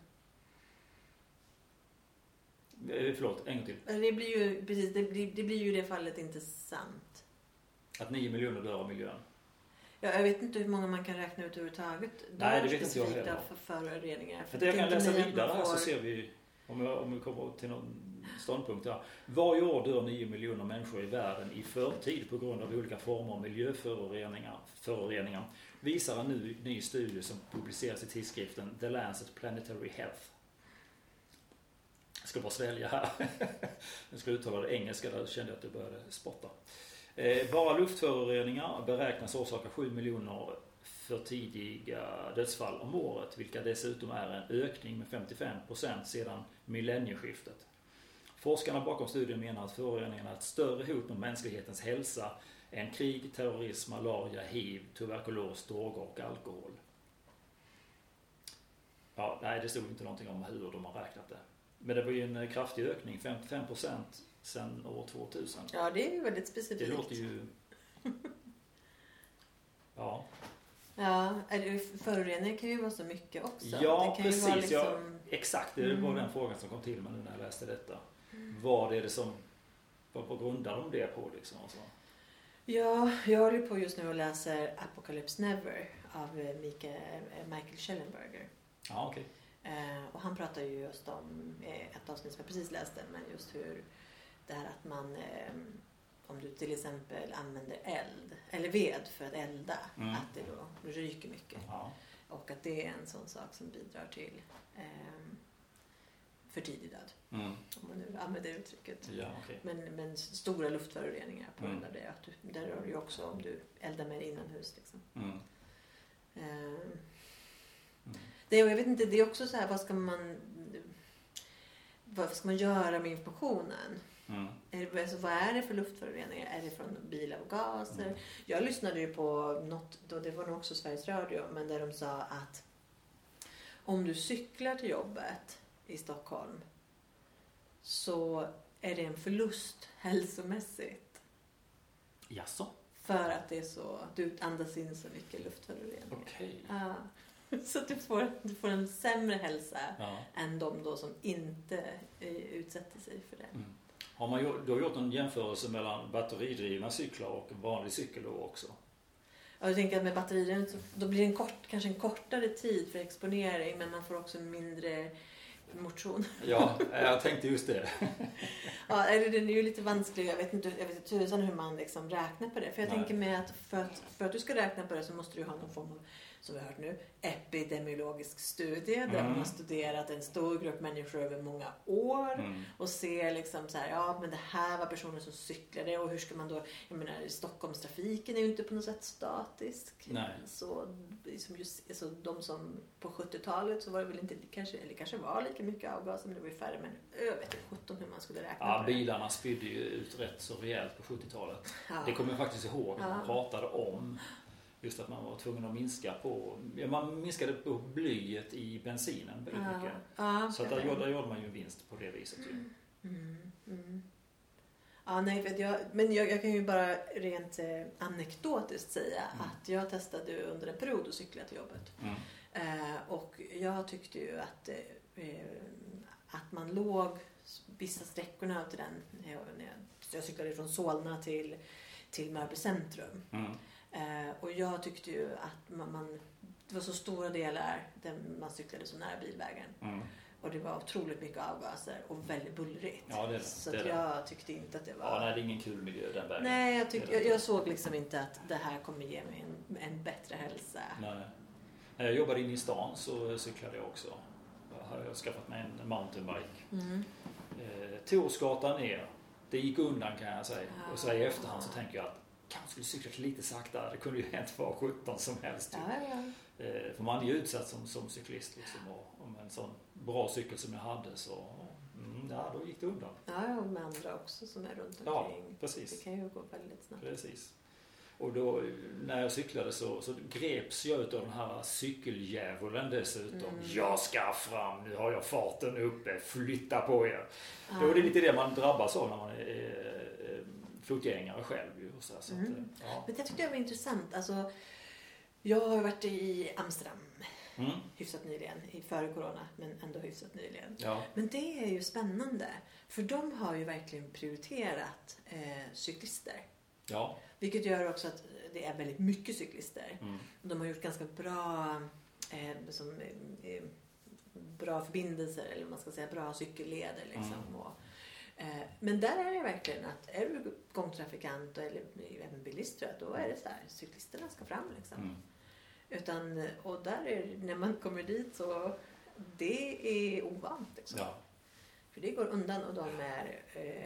Förlåt, en gång till. Det blir ju, precis, det blir, det blir ju i det fallet inte sant. Att nio miljoner dör av miljön. Ja, jag vet inte hur många man kan räkna ut överhuvudtaget. Nej, det vet inte jag heller. För föroreningar. För det jag kan läsa vidare här får... så ser vi, om, jag, om vi kommer till någon ståndpunkt här. Varje år dör nio miljoner människor i världen i förtid på grund av olika former av miljöföroreningar. Föroreningar, visar en ny, ny studie som publiceras i tidskriften The Lancet Planetary Health. Jag ska bara svälja här. Jag ska uttala det engelska, där kände jag att det började spotta. Eh, bara luftföroreningar beräknas orsaka sju miljoner för tidiga dödsfall om året, vilka dessutom är en ökning med femtiofem procent sedan millennieskiftet. Forskarna bakom studien menar att föroreningarna är ett större hot mot mänsklighetens hälsa än krig, terrorism, malaria, hiv, tuberkulos, droger och alkohol. Ja, nej, det stod inte någonting om hur de har räknat det. Men det var ju en kraftig ökning, femtiofem procent sedan år tvåtusen. Ja, det är ju väldigt specifikt. Det låter ju... Ja. Ja, föroreningar kan ju vara så mycket också. Ja, det kan precis. Ju vara liksom... ja, exakt, det mm. var den frågan som kom till mig nu när jag läste detta. Mm. Vad är det som... Vad, vad grundar de det på liksom? Och så? Ja, jag håller på just nu och läser Apocalypse Never av Michael, Michael Schellenberger. Ja, okej. Okay. Eh, och han pratar ju just om eh, ett avsnitt som jag precis läste, men just hur det här att man eh, om du till exempel använder eld eller ved för att elda, mm. att det då ryker mycket. Ja. Och att det är en sån sak som bidrar till eh, för tidig död. Mm. Om man nu använder uttrycket. Ja, okay. men, men stora luftföroreningar på grund mm. av det. Att du, där rör det ju också om du eldar med inomhus. Liksom. Mm. Eh, Mm. Det, jag vet inte, det är också så här, vad ska man vad ska man göra med informationen? Mm. Är, alltså, vad är det för luftföroreningar? Är det från bilavgaser? Mm. Jag lyssnade ju på något, då det var nog också Sveriges Radio, men där de sa att om du cyklar till jobbet i Stockholm så är det en förlust hälsomässigt. Jaså? För att det är så, du andas in så mycket luftföroreningar. Okej. Ja. Så att du får, du får en sämre hälsa ja. än de då som inte eh, utsätter sig för det. Mm. Har man gjort, du har gjort en jämförelse mellan batteridrivna cyklar och en vanlig cykel då också? Ja, jag tänker att med batteridrivna då blir det en kort, kanske en kortare tid för exponering, men man får också mindre motion. Ja, jag tänkte just det. Ja, det är ju lite vanskligt. Jag vet inte, jag vet inte tusan hur man liksom räknar på det. För jag Nej. tänker mig att för, att för att du ska räkna på det så måste du ha någon form av, som vi har hört nu, epidemiologisk studie där mm. man har studerat en stor grupp människor över många år mm. och ser liksom så här, ja men det här var personer som cyklade och hur ska man då, jag menar Stockholmstrafiken är ju inte på något sätt statisk. Nej. Så liksom just, alltså, de som på sjuttiotalet så var det väl inte kanske, eller kanske var lika mycket avgaser, men det var ju färre, men jag vet inte sjutton hur man skulle räkna ja, på det. bilarna spydde ju ut rätt så rejält på sjuttiotalet. Ja. Det kommer jag faktiskt ihåg när man ja. pratade om just att man var tvungen att minska på, man minskade på blyet i bensinen väldigt ja. mycket. Ja, så att där, där gjorde man ju en vinst på det viset. Ju. Mm. Mm. Ja, nej, vet jag, men jag, jag kan ju bara rent eh, anekdotiskt säga mm. att jag testade under en period att cykla till jobbet. Mm. Eh, och jag tyckte ju att, eh, att man låg vissa sträckorna till den, när jag, när jag, jag cyklade från Solna till, till Mörby centrum. Mm. Eh, och jag tyckte ju att man, man, det var så stora delar där man cyklade så nära bilvägen. Mm. Och det var otroligt mycket avgaser och väldigt bullrigt. Ja, det är det. Så det är att jag det. tyckte inte att det var... Ja, nej, det är ingen kul miljö den vägen. Nej, jag, tyckte, jag, jag såg liksom inte att det här kommer ge mig en, en bättre hälsa. Nej. När jag jobbade inne i stan så cyklade jag också. Jag hade skaffat mig en mountainbike. Mm. Eh, Torsgatan ner. Det gick undan kan jag säga. Ja. Och så i efterhand så tänker jag att kanske skulle cykla lite saktare. Det kunde ju hänt var sjutton som helst. Ja, ja. Eh, för man är ju utsatt som, som cyklist. Liksom, och om en sån bra cykel som jag hade så mm, ja, då gick det undan. Ja, och med andra också som är runt Ja, omkring. precis. Det kan ju gå väldigt snabbt. Precis. Och då när jag cyklade så, så greps jag ut av den här cykeldjävulen dessutom. Mm. Jag ska fram, nu har jag farten uppe, flytta på er. Ja. Och det är lite det man drabbas av när man är eh, fotgängare själv. Ju, och så här, så Mm. att, ja. Men jag tyckte det var intressant. Alltså, jag har varit i Amsterdam Mm. hyfsat nyligen, i före corona, men ändå hyfsat nyligen. Ja. Men det är ju spännande, för de har ju verkligen prioriterat eh, cyklister. Ja. Vilket gör också att det är väldigt mycket cyklister. Mm. De har gjort ganska bra, eh, som, eh, bra förbindelser, eller man ska säga bra cykelleder. Liksom. Mm. Och, eh, men där är det verkligen att är du gångtrafikant eller även bilist, tror jag, då är det så här, cyklisterna ska fram. Liksom. Mm. Utan, och där är, när man kommer dit så det är ovant. Liksom. Ja. För det går undan och de är... Eh,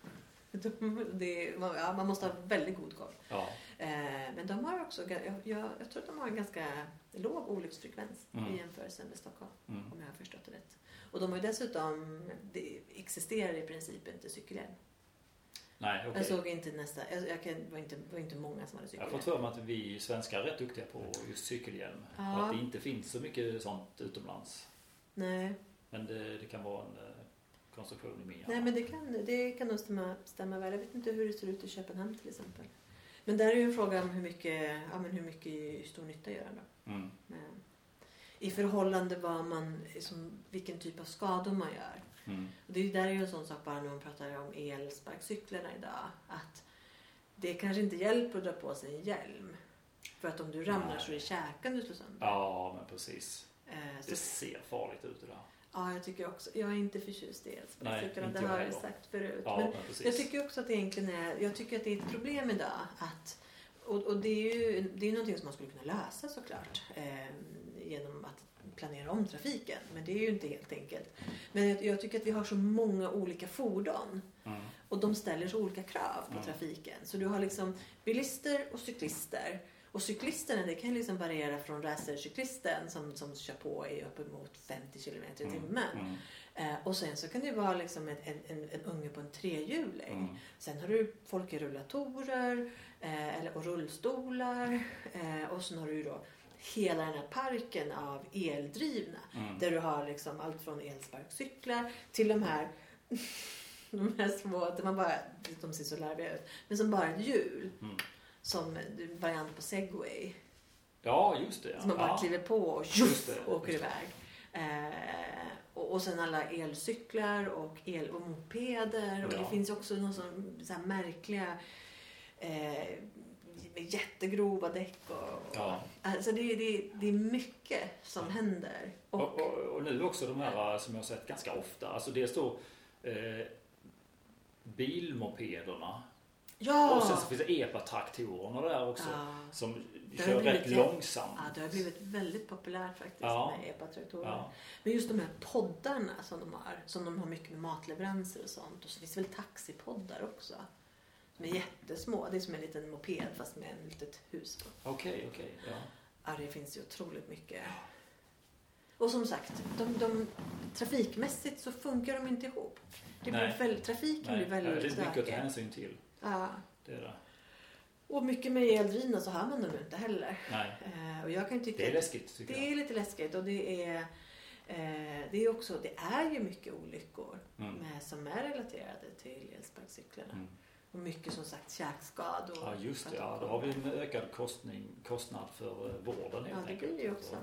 de, det, ja, man måste ha väldigt god koll. Ja. Eh, men de har också... Jag, jag, jag tror att de har en ganska låg olycksfrekvens Mm. i jämförelse med Stockholm. Mm. Om jag har förstått det rätt. Och de har ju dessutom... Det existerar i princip inte cykelhjälm. Nej, okej. Jag såg inte nästa... Jag, jag kan, det, var inte, det var inte många som hade Jag cykelhjälm. har fått för mig att vi svenskar är rätt duktiga på just cykelhjälm. Ja. Och att det inte finns så mycket sånt utomlands. Nej. Men det, det kan vara en eh, konstruktion i min hjärna. Nej, men det kan, det kan nog stämma, stämma väl. Jag vet inte hur det ser ut i Köpenhamn till exempel. Men där är ju en fråga om hur mycket, ja, men hur mycket stor nytta gör den då. Mm. Men, i förhållande vad man, som, vilken typ av skador man gör. Mm. Och det är, där är ju en sån sak bara när man pratar om elsparkcyklarna idag. Att det kanske inte hjälper att dra på sig en hjälm. För att om du ramlar Nej. så är det käkan du slår sönder. Ja, men precis. Eh, Det så, ser farligt ut det där. ja, jag tycker också. Jag är inte förtjust i Nej, elsparkcyklarna. inte Det jag har jag heller. sagt förut. Ja, Men men precis. jag tycker också att det egentligen är, jag tycker att det är ett problem idag att, och, och det är ju det är någonting som man skulle kunna lösa såklart eh, genom att planera om trafiken, men det är ju inte helt enkelt. Men jag, jag tycker att vi har så många olika fordon Mm. och de ställer så olika krav på Mm. trafiken. Så du har liksom bilister och cyklister. Och cyklisterna, det kan liksom variera från racercyklisten som, som kör på i uppemot femtio kilometer i timmen. Mm. Eh, och sen så kan det vara liksom en, en, en, en unge på en trehjuling. Mm. Sen har du folk i rullatorer eh, eller, och rullstolar. Eh, och sen har du då hela den här parken av eldrivna. Mm. Där du har liksom allt från elsparkcyklar till de här, de här små, där man bara, de ser så larviga ut, men som bara ett hjul. Mm. Som variant på Segway. Ja, just det. Ja. Som man bara ja. kliver på och Just det, åker just det. iväg. Eh, och, och sen alla elcyklar och el och mopeder. Och Ja. det finns också någon sån, så här märkliga eh, jättegrova däck. Och, Ja. Alltså det, är- det, är- det är mycket som händer. Och, Och, och, och nu också de här som jag har sett ganska ofta. Alltså det står eh, bilmopederna. ja! Och sen så finns det epatraktorerna där också. Ja. Som Det har kör blivit rätt jätte- långsamt. Ja, det har blivit väldigt populärt faktiskt Ja. med epatraktorer. Ja. Men just de här poddarna som de har, som de har mycket med matleveranser och sånt. Och så finns det väl taxipoddar också. Som är jättesmå. Det är som en liten moped fast med en litet hus på. Okej, okej. Ja. Ja, det finns ju otroligt mycket. Och som sagt, de, de, trafikmässigt så funkar de inte ihop. Det blir Nej. väl, trafiken Nej, blir väldigt det är mycket att ta stökig. hänsyn till. Ja. Det är det. Och mycket med eldrivna så har man dem inte heller. Nej, Eh, och jag kan tycka det är att läskigt tycker det jag. är lite läskigt och det är eh, det är också, det är ju mycket olyckor Mm. med, som är relaterade till elsparkcyklarna. Mm. Och mycket som sagt käkskador. Ja, just för det. att Ja, de då har vi kommer. en ökad kostning, kostnad för eh, vården helt Ja, det enkelt. blir det ju också.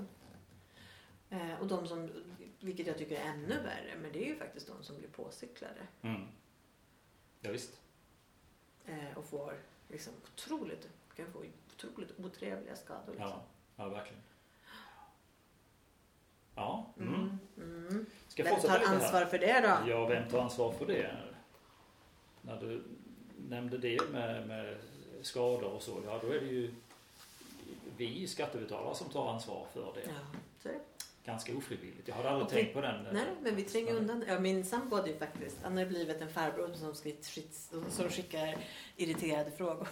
Eh, och de som, vilket jag tycker är ännu värre, men det är ju faktiskt de som blir påcyklade. Mm. Ja, visst. Eh, och får liksom otroligt, kan få otroligt otrevliga skador. Liksom. Ja, ja, verkligen. Ja. Mm. Mm. Mm. Ska vem tar ansvar för det då? Ja, vem tar ansvar för det? När du nämnde det med, med skador och så, ja då är det ju vi skattebetalare som tar ansvar för det. Ja, så är det. Ganska ofrivilligt. Jag hade aldrig och tänkt vi, på den. Nej, men vi tränger undan. Ja, min sambo hade ju faktiskt, han har blivit en farbror som, som skickar irriterade frågor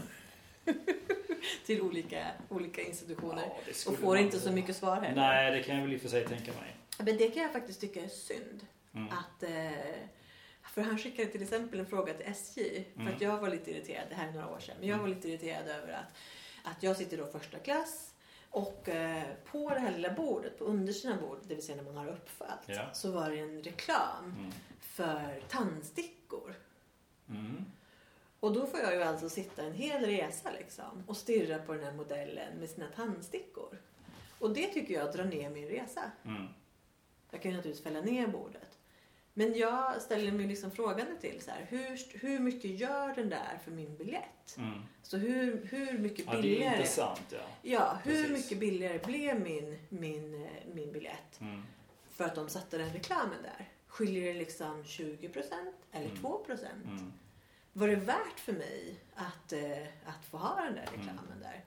till olika, olika institutioner. Ja, och får inte så mycket svar heller. Nej, det kan jag väl i och för sig tänka mig. Men det kan jag faktiskt tycka är synd. Mm. Att, eh, för han skickade till exempel en fråga till S J. För Mm. att jag var lite irriterad, det här är några år sedan. Men jag var lite irriterad över att, att jag sitter då första klass. Och eh, på det här lilla bordet, på undersidan av bordet, det vill säga när man har uppfallt, ja. så var det en reklam mm. för tandstickor. Mm. Och då får jag ju alltså sitta en hel resa liksom och stirra på den här modellen med sina tandstickor. Och det tycker jag drar ner min resa. Mm. Jag kan ju naturligtvis fälla ner bordet. Men jag ställer mig liksom frågande till så här, hur, hur mycket gör den där för min biljett? Mm. Så hur, hur mycket Ja, billigare... det är intressant, ja. Ja, hur Precis. mycket billigare blev min, min, min biljett? Mm. För att de satte den reklamen där. Skiljer det liksom tjugo procent eller Mm. två procent? Mm. Var det värt för mig att, eh, att få ha den där reklamen Mm. där?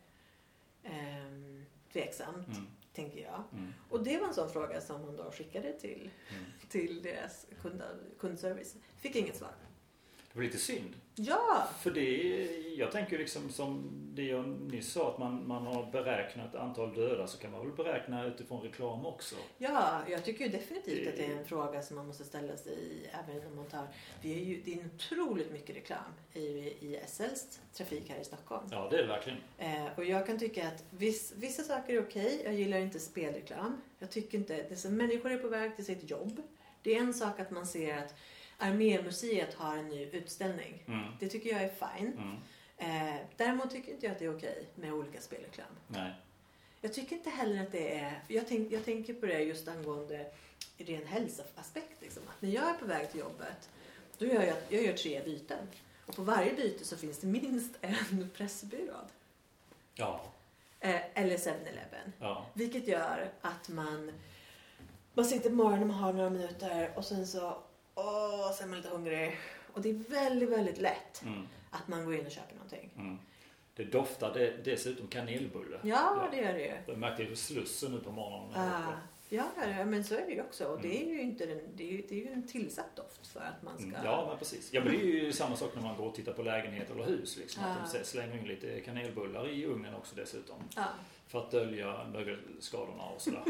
Ehm, tveksamt, Mm. tänker jag. Mm. Och det var en sån fråga som hon då skickade till, Mm. till deras kund, kundservice. Fick inget svar. Det var lite synd. Ja! För det, jag tänker liksom som det jag nyss sa, att man, man har beräknat antal döda, så kan man väl beräkna utifrån reklam också. Ja, jag tycker ju definitivt Det- att det är en fråga som man måste ställa sig i, även om man tar... Vi är ju, det är otroligt mycket reklam i, i S L:s trafik här i Stockholm. Ja, det är det verkligen. Eh, och jag kan tycka att viss, vissa saker är okej. Jag gillar inte spelreklam. Jag tycker inte... Det är så, människor är på väg till sitt jobb. Det är en sak att man ser att Armémuseet har en ny utställning. Mm. Det tycker jag är fine. Mm. Eh, däremot tycker inte jag att det är okej med olika spelreklam. Nej. Jag tycker inte heller att det är... Jag, tänk, jag tänker på det just angående ren hälsoaspekt. Liksom. Att när jag är på väg till jobbet, då gör jag, jag gör tre byten. Och på varje byte så finns det minst en Pressbyrån. Ja. Eh, eller seven eleven. Ja. Vilket gör att man... Man sitter på morgonen, man har några minuter och sen så... Åh, så är man lite hungrig. Och det är väldigt, väldigt lätt Mm. att man går in och köper någonting. Mm. Det doftar det, dessutom kanelbulle. Ja, det gör det ju. Jag märkte ju Slussen nu på morgonen. när jag Ah, var ja, ja, men så är det ju också. Och det är Mm. ju inte den, det är ju, det är ju en tillsatt doft för att man ska... Mm. Ja, men precis. Ja, men det är ju samma sak när man går och tittar på lägenhet eller hus. Liksom, Ah. Att de slänger in lite kanelbullar i ugnen också dessutom. Ja. För att dölja mögelskadorna och sådär.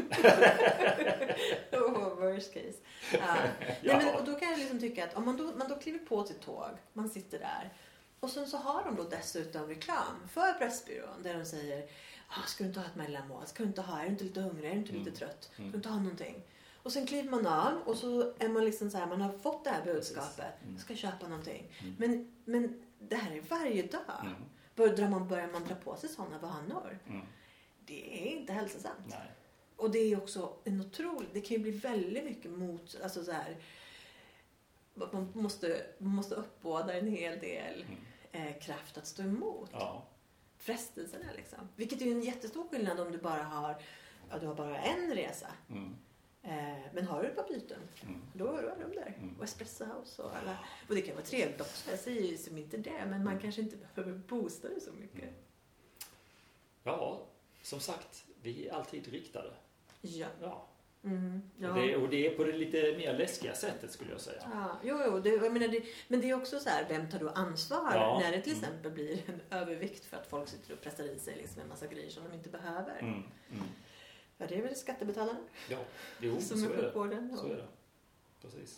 Oh, worst case. Ja. Nej, men, och då kan jag liksom tycka att om man då, man då kliver på sitt tåg, man sitter där. Och sen så har de då dessutom reklam för Pressbyrån där de säger ah, ska du inte ha ett mellanmål? Ska du inte ha? Är du inte lite hungrig? Är du inte Mm. lite trött? Ska Mm. du inte ha någonting? Och sen kliver man av och så är man liksom så här, man har fått det här budskapet. Mm. Ska köpa någonting. Mm. Men, men det här är varje dag. Mm. Börjar man, börjar man dra på sig sådana vanor? Mm. Det är inte hälsosamt. Nej. Och det är också en otrolig, det kan ju bli väldigt mycket mot, alltså så här, man måste, man måste uppbåda en hel del Mm. eh, kraft att stå emot Ja. frestelserna liksom. Vilket är ju en jättestor skillnad om du bara har, ja, du har bara en resa. Mm. Eh, men har du ett par byten, Mm. då, då är de där. Mm. Och Espresso House och alla. Och det kan vara trevligt också, jag säger ju som inte det, men man kanske inte behöver boosta det så mycket. Mm. Ja, som sagt, vi är alltid riktade. Ja. Ja. Mm, ja. Och, det, och det är på det lite mer läskiga sättet skulle jag säga. Ja, jo, jo det, jag menar det, men det är också så här, vem tar då ansvar Ja. när det till Mm. exempel blir en övervikt för att folk sitter och pressar i sig liksom en massa grejer som de inte behöver. Mm. Mm. Ja, det är väl skattebetalarna Ja, jo, som så är är det. sjukvården. Så är det. Precis.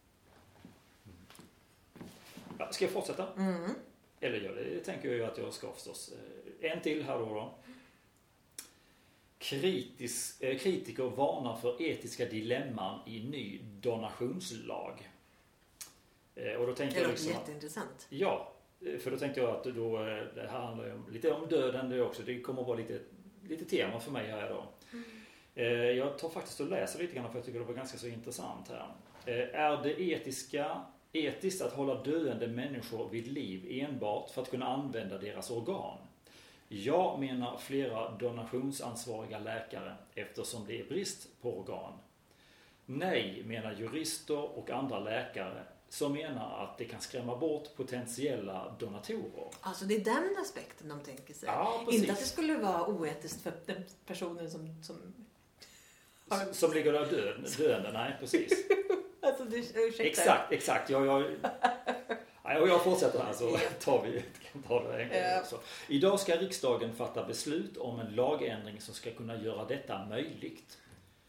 Ja, ska jag fortsätta? Mm. Eller gör det, tänker jag ju att jag ska förstås. Eh, En till här då. då. Kritis, eh, kritiker varnar för etiska dilemman i ny donationslag. Eh, och då tänkte Det jag låter liksom att, jätteintressant. ja, eh, för då tänkte jag att då, eh, det här handlar ju om, lite om döden det också. Det kommer att vara lite, lite tema för mig här idag. Eh, jag tar faktiskt och läser lite grann för jag tycker det var ganska så intressant här. Eh, är det etiska, etiskt att hålla döende människor vid liv enbart för att kunna använda deras organ? Jag menar flera donationsansvariga läkare eftersom det är brist på organ. Nej, menar jurister och andra läkare som menar att det kan skrämma bort potentiella donatorer. Alltså det är den aspekten de tänker sig. Ja, inte att det skulle vara oetiskt för den personen som... Som, har... som ligger där död, döende, nej precis. Alltså det, ursäkta. Exakt, exakt. Jag, jag, jag, jag fortsätter här så tar vi kan ta det en gång. Ja. Så. Idag ska riksdagen fatta beslut om en lagändring som ska kunna göra detta möjligt.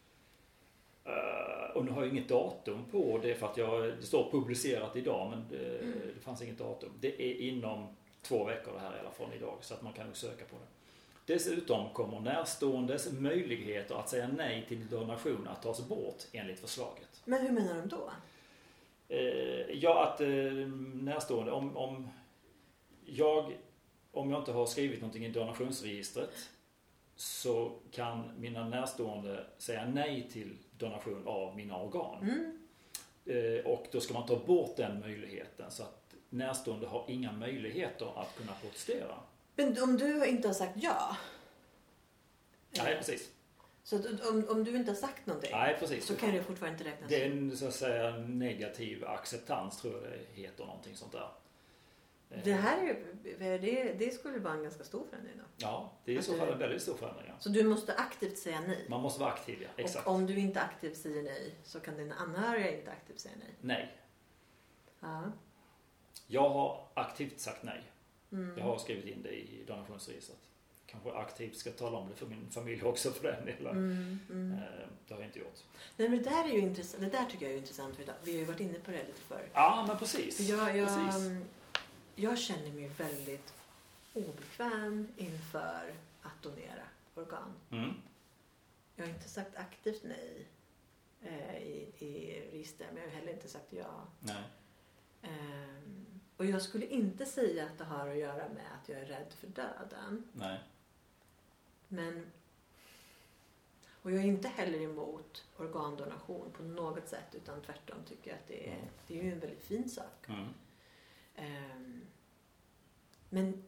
Uh, och nu har jag inget datum på det för att jag, det står publicerat idag men det, mm. det fanns inget datum. Det är inom två veckor det här i alla fall idag så att man kan nog söka på det. Dessutom kommer närståendes möjligheter att säga nej till donation att tas bort enligt förslaget. Men hur menar de då? Uh, ja att uh, närstående, om, om, jag, om jag inte har skrivit någonting i donationsregistret så kan mina närstående säga nej till donation av mina organ. Mm. Eh, och då ska man ta bort den möjligheten så att närstående har inga möjligheter att kunna protestera. Men om du inte har sagt ja? Nej, precis. Så att om, om du inte har sagt någonting nej, precis. så kan det fortfarande inte räknas. Det är en så att säga negativ acceptans tror jag det heter någonting sånt där. Det här är, det, det skulle vara en ganska stor förändring då. Ja, det är i så fall en väldigt stor förändring. Ja. Så du måste aktivt säga nej? Man måste vara aktiv, ja. Exakt. Och om du inte aktivt säger nej så kan din anhöriga inte aktivt säga nej? Nej. Ja. Jag har aktivt sagt nej. Mm. Jag har skrivit in det i donationsregistret. Kanske aktivt ska tala om det för min familj också för den delen. Mm, mm. Det har jag inte gjort. Nej, men det där är ju intressant. Det där tycker jag är intressant. Vi har ju varit inne på det lite förr. Ja, men precis. För jag, jag, precis. jag känner mig väldigt obekväm inför att donera organ. Mm. Jag har inte sagt aktivt nej eh, i, i register, men jag har heller inte sagt ja. Nej. Um, och jag skulle inte säga att det har att göra med att jag är rädd för döden. Nej. Men, och jag är inte heller emot organdonation på något sätt, utan tvärtom tycker jag att det är, mm. det är ju en väldigt fin sak. Mm. Um, men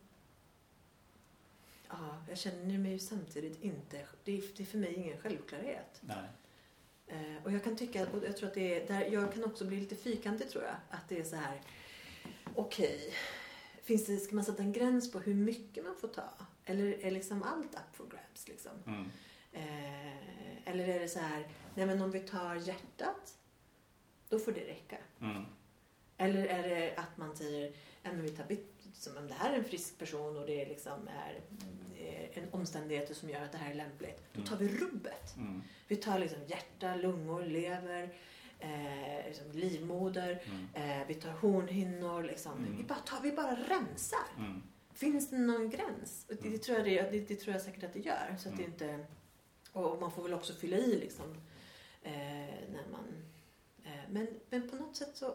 ja, jag känner mig ju samtidigt inte, det är, det är för mig ingen självklarhet. Nej. Uh, och jag kan tycka, och jag tror att det är, där, jag kan också bli lite fyrkantig tror jag, att det är så här. Okej, okay. Finns det, ska man sätta en gräns på hur mycket man får ta? Eller är liksom allt up for grabs? Liksom? Mm. Eh, eller är det så här, nej men om vi tar hjärtat, då får det räcka. Mm. Eller är det att man säger, ja, men vi tar, som om det här är en frisk person och det liksom är en omständighet som gör att det här är lämpligt. Då tar vi rubbet. Mm. Vi tar liksom hjärta, lungor, lever, Eh, liksom livmoder, mm. eh, vi tar hornhinnor liksom. mm. vi, bara tar, vi bara rensar mm. finns det någon gräns? Och det, det, tror jag det, det, det tror jag säkert att det gör så att mm. det inte, och man får väl också fylla i liksom, eh, när man eh, men, men på något sätt så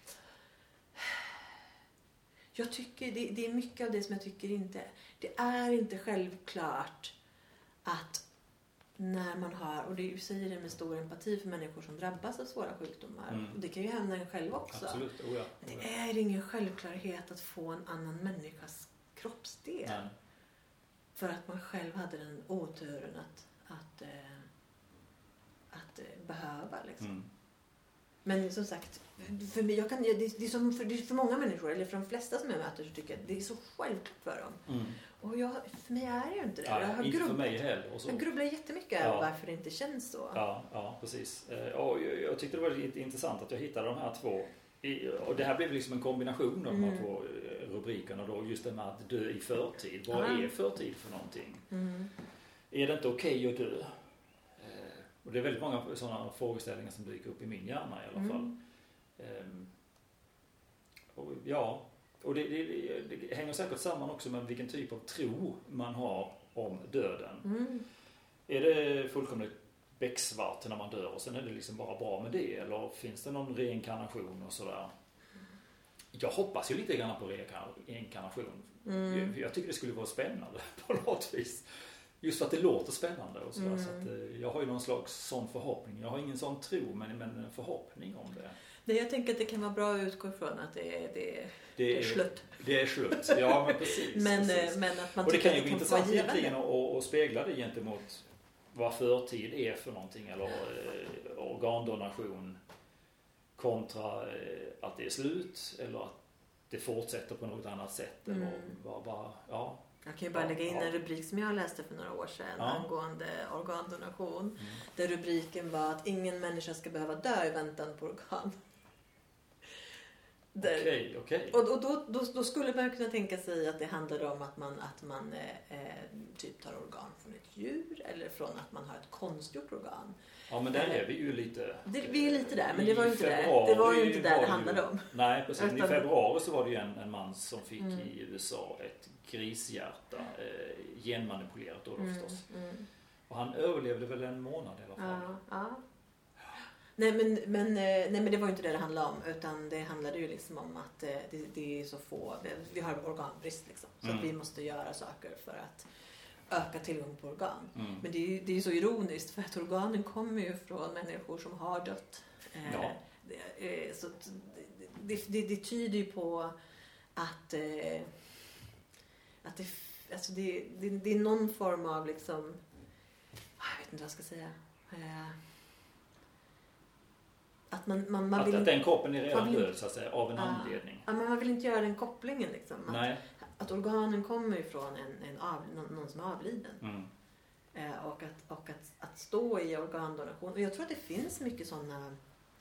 jag tycker det, det är mycket av det som jag tycker inte det är inte självklart att när man har, och det säger det med stor empati för människor som drabbas av svåra sjukdomar. Mm. Och det kan ju hända en själv också. Absolut, oh ja. Det är ingen självklarhet att få en annan människas kroppsdel. Nej. För att man själv hade den oturen att, att, eh, att eh, behöva. Liksom. Mm. Men som sagt, för mig, jag kan, det, det, är som för, det är för många människor, eller för de flesta som jag möter, så tycker jag det är så självklart för dem. Mm. Och jag, för mig är det ju inte det. Ja, jag har inte grubb, för mig heller. Och så. Jag grubblar jättemycket över ja. varför det inte känns så. Ja, ja precis. Och jag, jag tyckte det var lite intressant att jag hittade de här två. Och det här blev liksom en kombination av mm. de här två rubrikerna då. Just det med att dö i förtid. Vad mm. är förtid för någonting? Mm. Är det inte okej okay att dö? Och det är väldigt många sådana frågeställningar som dyker upp i min hjärna i alla fall. Mm. Och ja, och det, det, det hänger säkert samman också med vilken typ av tro man har om döden. Mm. Är det fullkomligt becksvart när man dör och sen är det liksom bara bra med det? Eller finns det någon reinkarnation och sådär? Jag hoppas ju lite grann på reinkarnation. Mm. Jag, jag tycker det skulle vara spännande på något vis. Just för att det låter spännande och så, mm. så att, jag har ju någon slags sån förhoppning. Jag har ingen sån tro, men, men en förhoppning om det. Nej, jag tänker att det kan vara bra att utgå från att det är, det är, det är, det är slut. Det är slut, ja men precis. men, precis. men att man och det kan ju bli intressant egentligen att, att spegla det gentemot vad förtid är för någonting eller eh, organdonation kontra eh, att det är slut eller att det fortsätter på något annat sätt. Mm. Eller bara, bara, ja. Jag kan ju bara ja, lägga in ja. en rubrik som jag läste för några år sedan Ja. angående organdonation. Mm. Där rubriken var att ingen människa ska behöva dö i väntan på organ. Där, Okej, okej. och och då, då, då skulle man kunna tänka sig att det handlar om att man, att man eh, typ tar organ från ett djur eller från att man har ett konstgjort organ. Ja, men där är vi ju lite... Det, vi är lite där, men det var ju inte februari, där. Det var ju inte där var det handlade om. Nej, precis. Utan, I februari så var det ju en, en man som fick Mm. i U S A ett grishjärta eh, genmanipulerat då, då mm, förstås. mm. Och han överlevde väl en månad i alla fall. Ja, ja. Nej men, men, eh, nej men det var ju inte det det handlade om, utan det handlade ju liksom om att eh, det, det är så få, vi har organbrist liksom, så Mm. att vi måste göra saker för att öka tillgång på organ. Mm. Men det är ju det är ju så ironiskt för att organen kommer ju från människor som har dött. Eh, Ja. det, eh, så att det, det, det tyder ju på att, eh, att det, alltså det, det, det är någon form av liksom, jag vet inte vad jag ska säga. Eh, Att, man, man, man Att, vill, att den kroppen är redan man vill- död så att säga, av en Ja. anledning. ja, men man vill inte göra den kopplingen liksom. Att, Nej. att organen kommer ifrån en, en av, någon, någon som är avliden. Mm. Eh, och att, och att, att stå i organdonation. Och jag tror att det finns mycket sådana...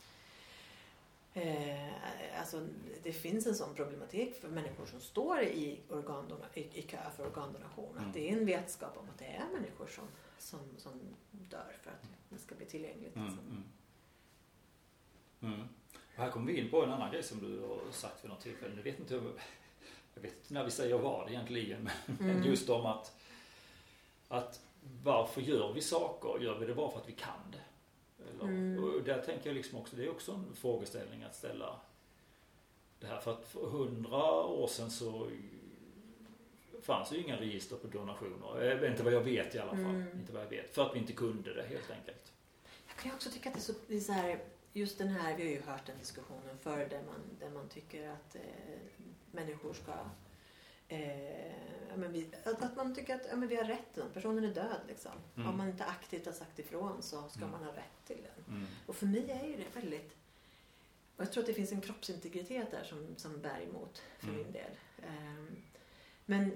Eh, alltså det finns en sån problematik för människor som står i, organdona, i, i kö för organdonation. Mm. Att det är en vetskap om att det är människor som, som, som dör för att det ska bli tillgängligt. Mm. Liksom. Mm. Mm. Och här kommer vi in på en annan grej som du har sagt vid något tillfälle. Jag vet inte, jag vet inte när vi säger vad egentligen, men Mm. just om att, att varför gör vi saker? Gör vi det bara för att vi kan det? Eller, Mm. och där tänker jag liksom också, det är också en frågeställning att ställa det här. För att för hundra år sedan så fanns ju inga register på donationer. Eh, Inte vad jag vet i alla fall. Mm. Inte vad jag vet. För att vi inte kunde det helt enkelt. Jag kan ju också tycka att det är så, det är så här, just den här, vi har ju hört den diskussionen förr där man, där man tycker att eh, människor ska, eh, ja, men vi, att, att man tycker att ja, men vi har rätten, personen är död liksom. Mm. Om man inte aktivt har sagt ifrån så ska Mm. man ha rätt till den. Mm. Och för mig är ju det väldigt, och jag tror att det finns en kroppsintegritet där som, som bär emot för Mm. min del. Um, men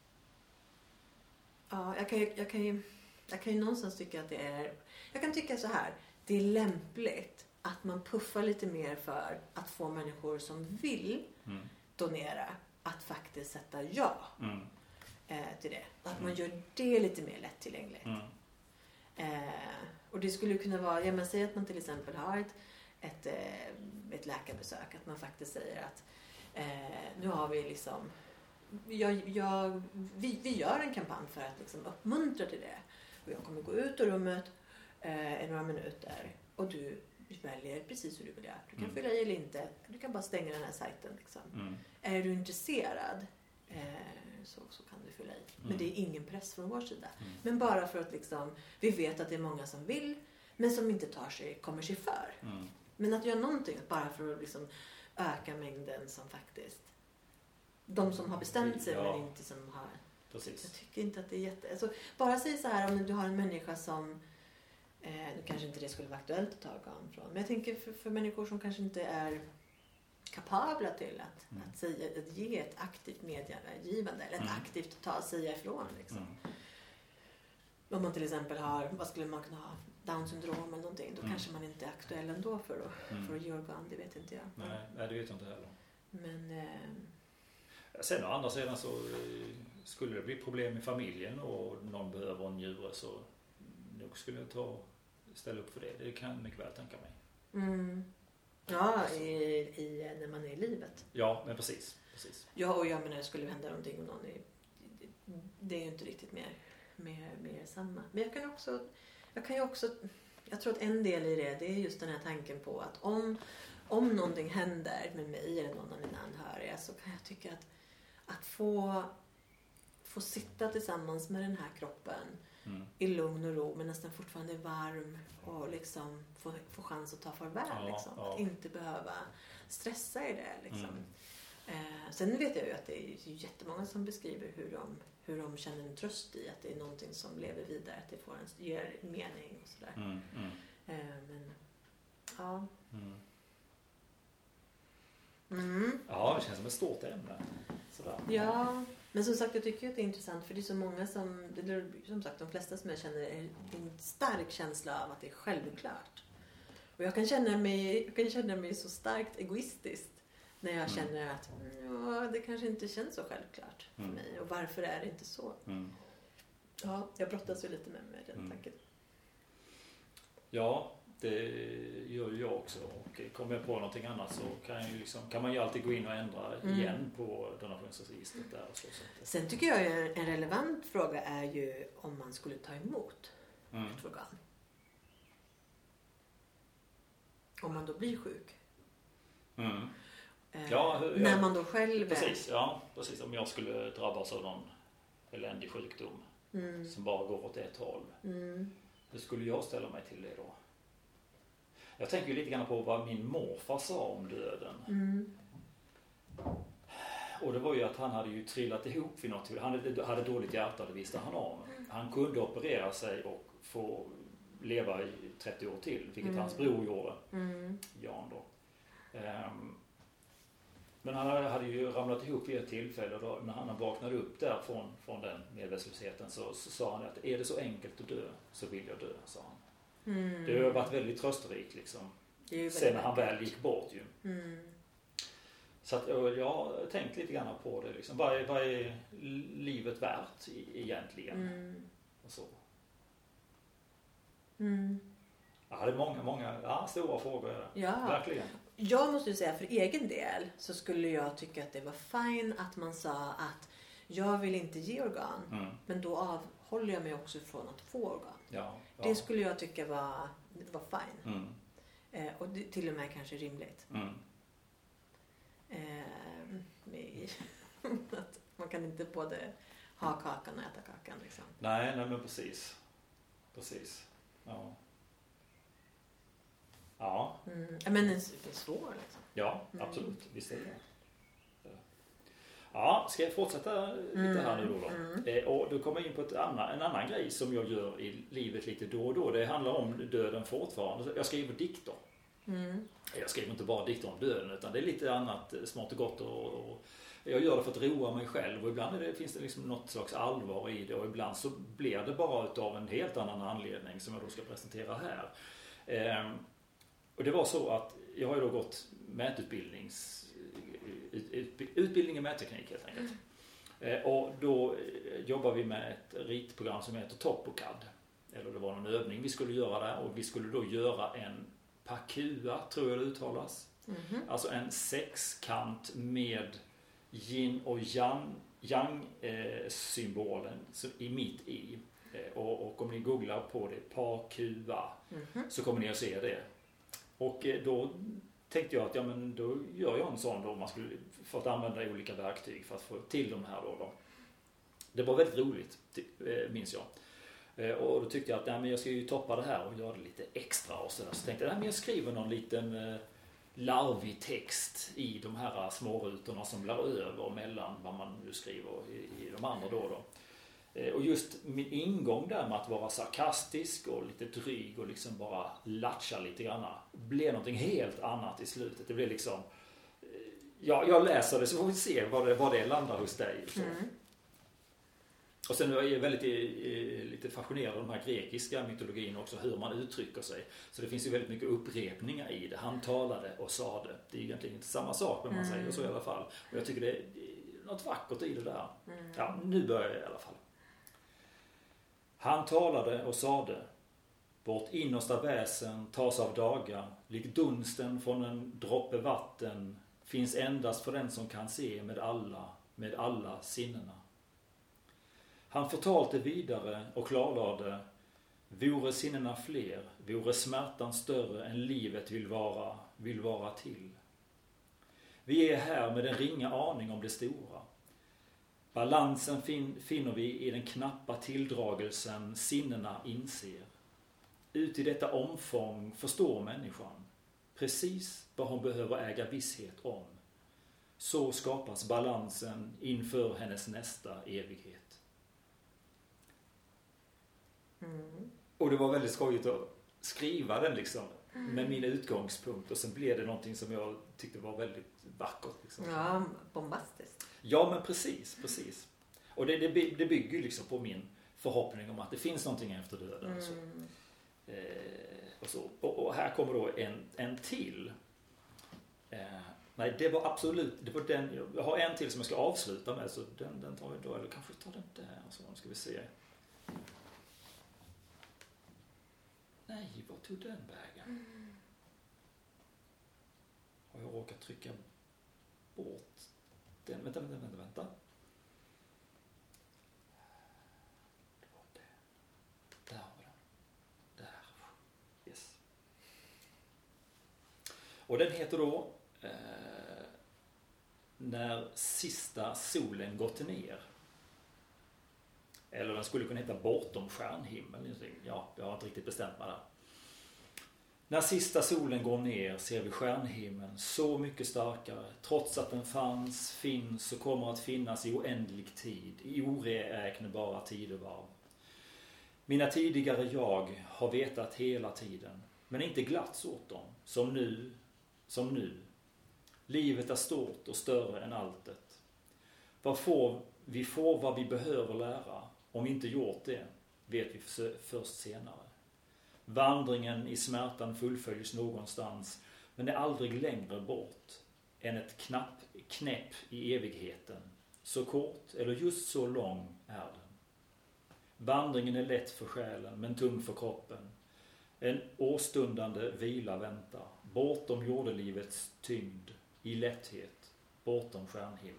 ja, jag kan ju, jag kan ju, jag kan ju någonstans tycka att det är, jag kan tycka så här, det är lämpligt att man puffar lite mer för att få människor som vill Mm. donera att faktiskt sätta ja Mm. eh, till det. Att Mm. man gör det lite mer lättillgängligt. Mm. Eh, och det skulle kunna vara, ja men säg att man till exempel har ett, ett, eh, ett läkarbesök, att man faktiskt säger att eh, nu har vi liksom, jag, jag, vi, vi gör en kampanj för att liksom uppmuntra till det. Och jag kommer gå ut ur rummet eh, i några minuter och du väljer precis hur du vill göra. Du kan Mm. fylla i eller inte, du kan bara stänga den här sajten liksom. Mm. Är du intresserad eh, så, så kan du fylla i. Men Mm. det är ingen press från vår sida. Mm. Men bara för att liksom, vi vet att det är många som vill men som inte tar sig, kommer sig för. Mm. Men att göra någonting bara för att liksom öka mängden som faktiskt, de som har bestämt sig Ja. men inte som har, jag Precis. tycker inte att det är jätte, alltså, bara säg så här om du har en människa som eh, nu kanske inte det skulle vara aktuellt att ta organ från, men jag tänker för, för människor som kanske inte är kapabla till att, Mm. att, säga, att ge ett aktivt medgivande eller ett Mm. aktivt ta, säga ifrån liksom. Mm. Om man till exempel har, vad skulle man kunna ha, Down syndrom eller någonting, då Mm. kanske man inte är aktuell ändå för att, Mm. för att ge organ, det vet inte jag. Nej, nej, det vet jag inte heller. Men eh, Sen å andra sidan så eh, skulle det bli problem i familjen och någon behöver en njure så nog skulle jag ta ställa upp för det. Det kan jag mycket väl tänka mig. mm, ja, i, i, när man är i livet. Ja, men precis. precis. Ja, och jag menar, det skulle hända någonting om någon är, det är ju inte riktigt mer, mer, mer samma. Men jag kan också, jag kan ju också, jag tror att en del i det, det är just den här tanken på att om, om någonting händer med mig eller någon av mina anhöriga så kan jag tycka att, att få, få sitta tillsammans med den här kroppen Mm. i lugn och ro men nästan fortfarande är varm och liksom få, få chans att ta farväl. Ja, liksom. ja. Att inte behöva stressa i det. Liksom. Mm. Eh, sen vet jag ju att det är jättemånga som beskriver hur de, hur de känner en tröst i att det är någonting som lever vidare, att det får en, ger mening och sådär. Mm, mm. Eh, men, ja. Mm. Mm. Ja, det känns som ett stort ämne. Sådär. Ja, men som sagt jag tycker att det är intressant för det är så många som, det är, som sagt de flesta som jag känner är en stark känsla av att det är självklart. Och jag kan känna mig, jag kan känna mig så starkt egoistiskt när jag Mm. känner att ja, det kanske inte känns så självklart för Mm. mig. Och varför är det inte så? Mm. Ja, jag brottas ju lite med, med den Mm. tanken. Ja, det gör jag också. Och kommer jag på någonting annat så kan, jag ju liksom, kan man ju alltid gå in och ändra Mm. igen på donationsregistret där. Och så, så. Sen tycker jag ju en relevant fråga är ju om man skulle ta emot Mm. ett organ. Om man då blir sjuk. Mm. Eh, Ja, hur- när ja. man då själv Precis, ja, precis. Om jag skulle drabbas av någon eländig sjukdom Mm. som bara går åt ett håll. Mm. Hur skulle jag ställa mig till det då? Jag tänker ju lite grann på vad min morfar sa om döden. Mm. Och det var ju att han hade ju trillat ihop vid något. Han hade dåligt hjärta, det visste han om. Han kunde operera sig och få leva i trettio år till, vilket Mm. hans bror gjorde, Mm. Jan då. Um, men han hade ju ramlat ihop vid ett tillfälle och då, när han vaknade upp där från, från den medvetslösheten så, så sa han att är det så enkelt att dö så vill jag dö, sa han. Mm. Det har varit väldigt trösterikt liksom. Det är ju Sen väldigt när han vackert. väl gick bort ju. Mm. Så att jag, jag har tänkt lite grann på det liksom. Vad är, vad är livet värt i, egentligen? Mm. Och så. Mm. Ja, det är många, många ja, stora frågor är det. Ja. Verkligen. Jag måste ju säga för egen del så skulle jag tycka att det var fine att man sa att jag vill inte ge organ. Mm. Men då avhåller jag mig också från att få organ. Ja, ja. Det skulle jag tycka var, det var fine. Mm. Eh, och det, till och med kanske rimligt. Mm. Eh, med, att man kan inte både ha kakan och äta kakan liksom. Nej, nej men precis. Precis. Ja. Ja, Mm. Ja, men en svår liksom. ja Mm. absolut. Visst är det. Ja, ska jag fortsätta lite här nu då? då? Mm. Eh, och då kommer jag in på ett annan, en annan grej som jag gör i livet lite då och då. Det handlar om döden fortfarande. Jag skriver dikter. Mm. Jag skriver inte bara dikter om döden utan det är lite annat smått och gott. Och, och jag gör det för att roa mig själv och ibland är det, finns det liksom något slags allvar i det och ibland så blir det bara utav en helt annan anledning som jag då ska presentera här. Eh, och det var så att jag har ju då gått mätutbildnings utbildning i mätteknik helt enkelt. Mm. Och då jobbar vi med ett ritprogram som heter Topocad. Eller det var någon övning vi skulle göra där och vi skulle då göra en pakua, tror jag det uttalas. Mm-hmm. Alltså en sexkant med yin och yang, yang eh, symbolen i mitt i. Och, och om ni googlar på det, pakua, mm-hmm. så kommer ni att se det. Och då tänkte jag att ja, men då gör jag en sån då man skulle få att använda olika verktyg för att få till de här då. då. Det var väldigt roligt, minns jag. Och då tyckte jag att nej, men jag ska ju toppa det här och göra det lite extra och så där. Så tänkte jag att jag skriver någon liten larvig text i de här smårutorna som blir över mellan vad man nu skriver i, i de andra då då. Och just min ingång där med att vara sarkastisk och lite dryg och liksom bara latcha lite grann blev någonting helt annat i slutet. Det blev liksom, ja, jag läser det så får vi se vad det, vad det landar hos dig. Så. Mm. Och sen är jag väldigt lite fascinerad av de här grekiska mytologin också, hur man uttrycker sig. Så det finns ju väldigt mycket upprepningar i det. Han talade och sa det. Det är egentligen inte samma sak, men man säger så i alla fall. Och jag tycker det är något vackert i det där. Mm. Ja, nu börjar jag i alla fall. Han talade och sade, vårt innersta väsen tas av dagar, lik dunsten från en droppe vatten, finns endast för den som kan se med alla, med alla sinnena. Han förtalte vidare och klarlade, vore sinnena fler, vore smärtan större än livet vill vara, vill vara till. Vi är här med en ringa aning om det stora. Balansen fin- finner vi i den knappa tilldragelsen sinnena inser. Ut i detta omfång förstår människan precis vad hon behöver äga visshet om. Så skapas balansen inför hennes nästa evighet. Mm. Och det var väldigt skojigt att skriva den liksom med min utgångspunkt, och sen blev det någonting som jag tyckte var väldigt vackert. Liksom. Ja, bombastiskt. Ja, men precis, precis. Och det, det, det bygger liksom på min förhoppning om att det finns någonting efter döden. Mm. Så. Eh, och, så. Och, och här kommer då en, en till. Eh, nej, det var absolut, det var den, jag har en till som jag ska avsluta med, så den, den tar vi då, eller kanske tar den där, så ska vi se. Nej, vad tog den vägen? Mm. Har jag råkat trycka bort den? Vänta, vänta, vänta, vänta. Det var det. Där har vi den. Där. Yes. Och den heter då eh, När sista solen gått ner. Eller den skulle kunna heta Bortom stjärnhimmel. Ja, jag har inte riktigt bestämt mig där. När sista solen går ner ser vi stjärnhimmeln så mycket starkare. Trots att den fanns, finns och kommer att finnas i oändlig tid. I oräknebara tidevarv. Mina tidigare jag har vetat hela tiden. Men inte glatts åt dem. Som nu, som nu. Livet är stort och större än alltet. Vad får, vi får vad vi behöver lära. Om vi inte gjort det, vet vi först senare. Vandringen i smärtan fullföljs någonstans, men är aldrig längre bort än ett knapp, knäpp i evigheten. Så kort eller just så lång är den. Vandringen är lätt för själen, men tung för kroppen. En årstundande vila väntar, bortom jordelivets tyngd, i lätthet, bortom stjärnhimmeln.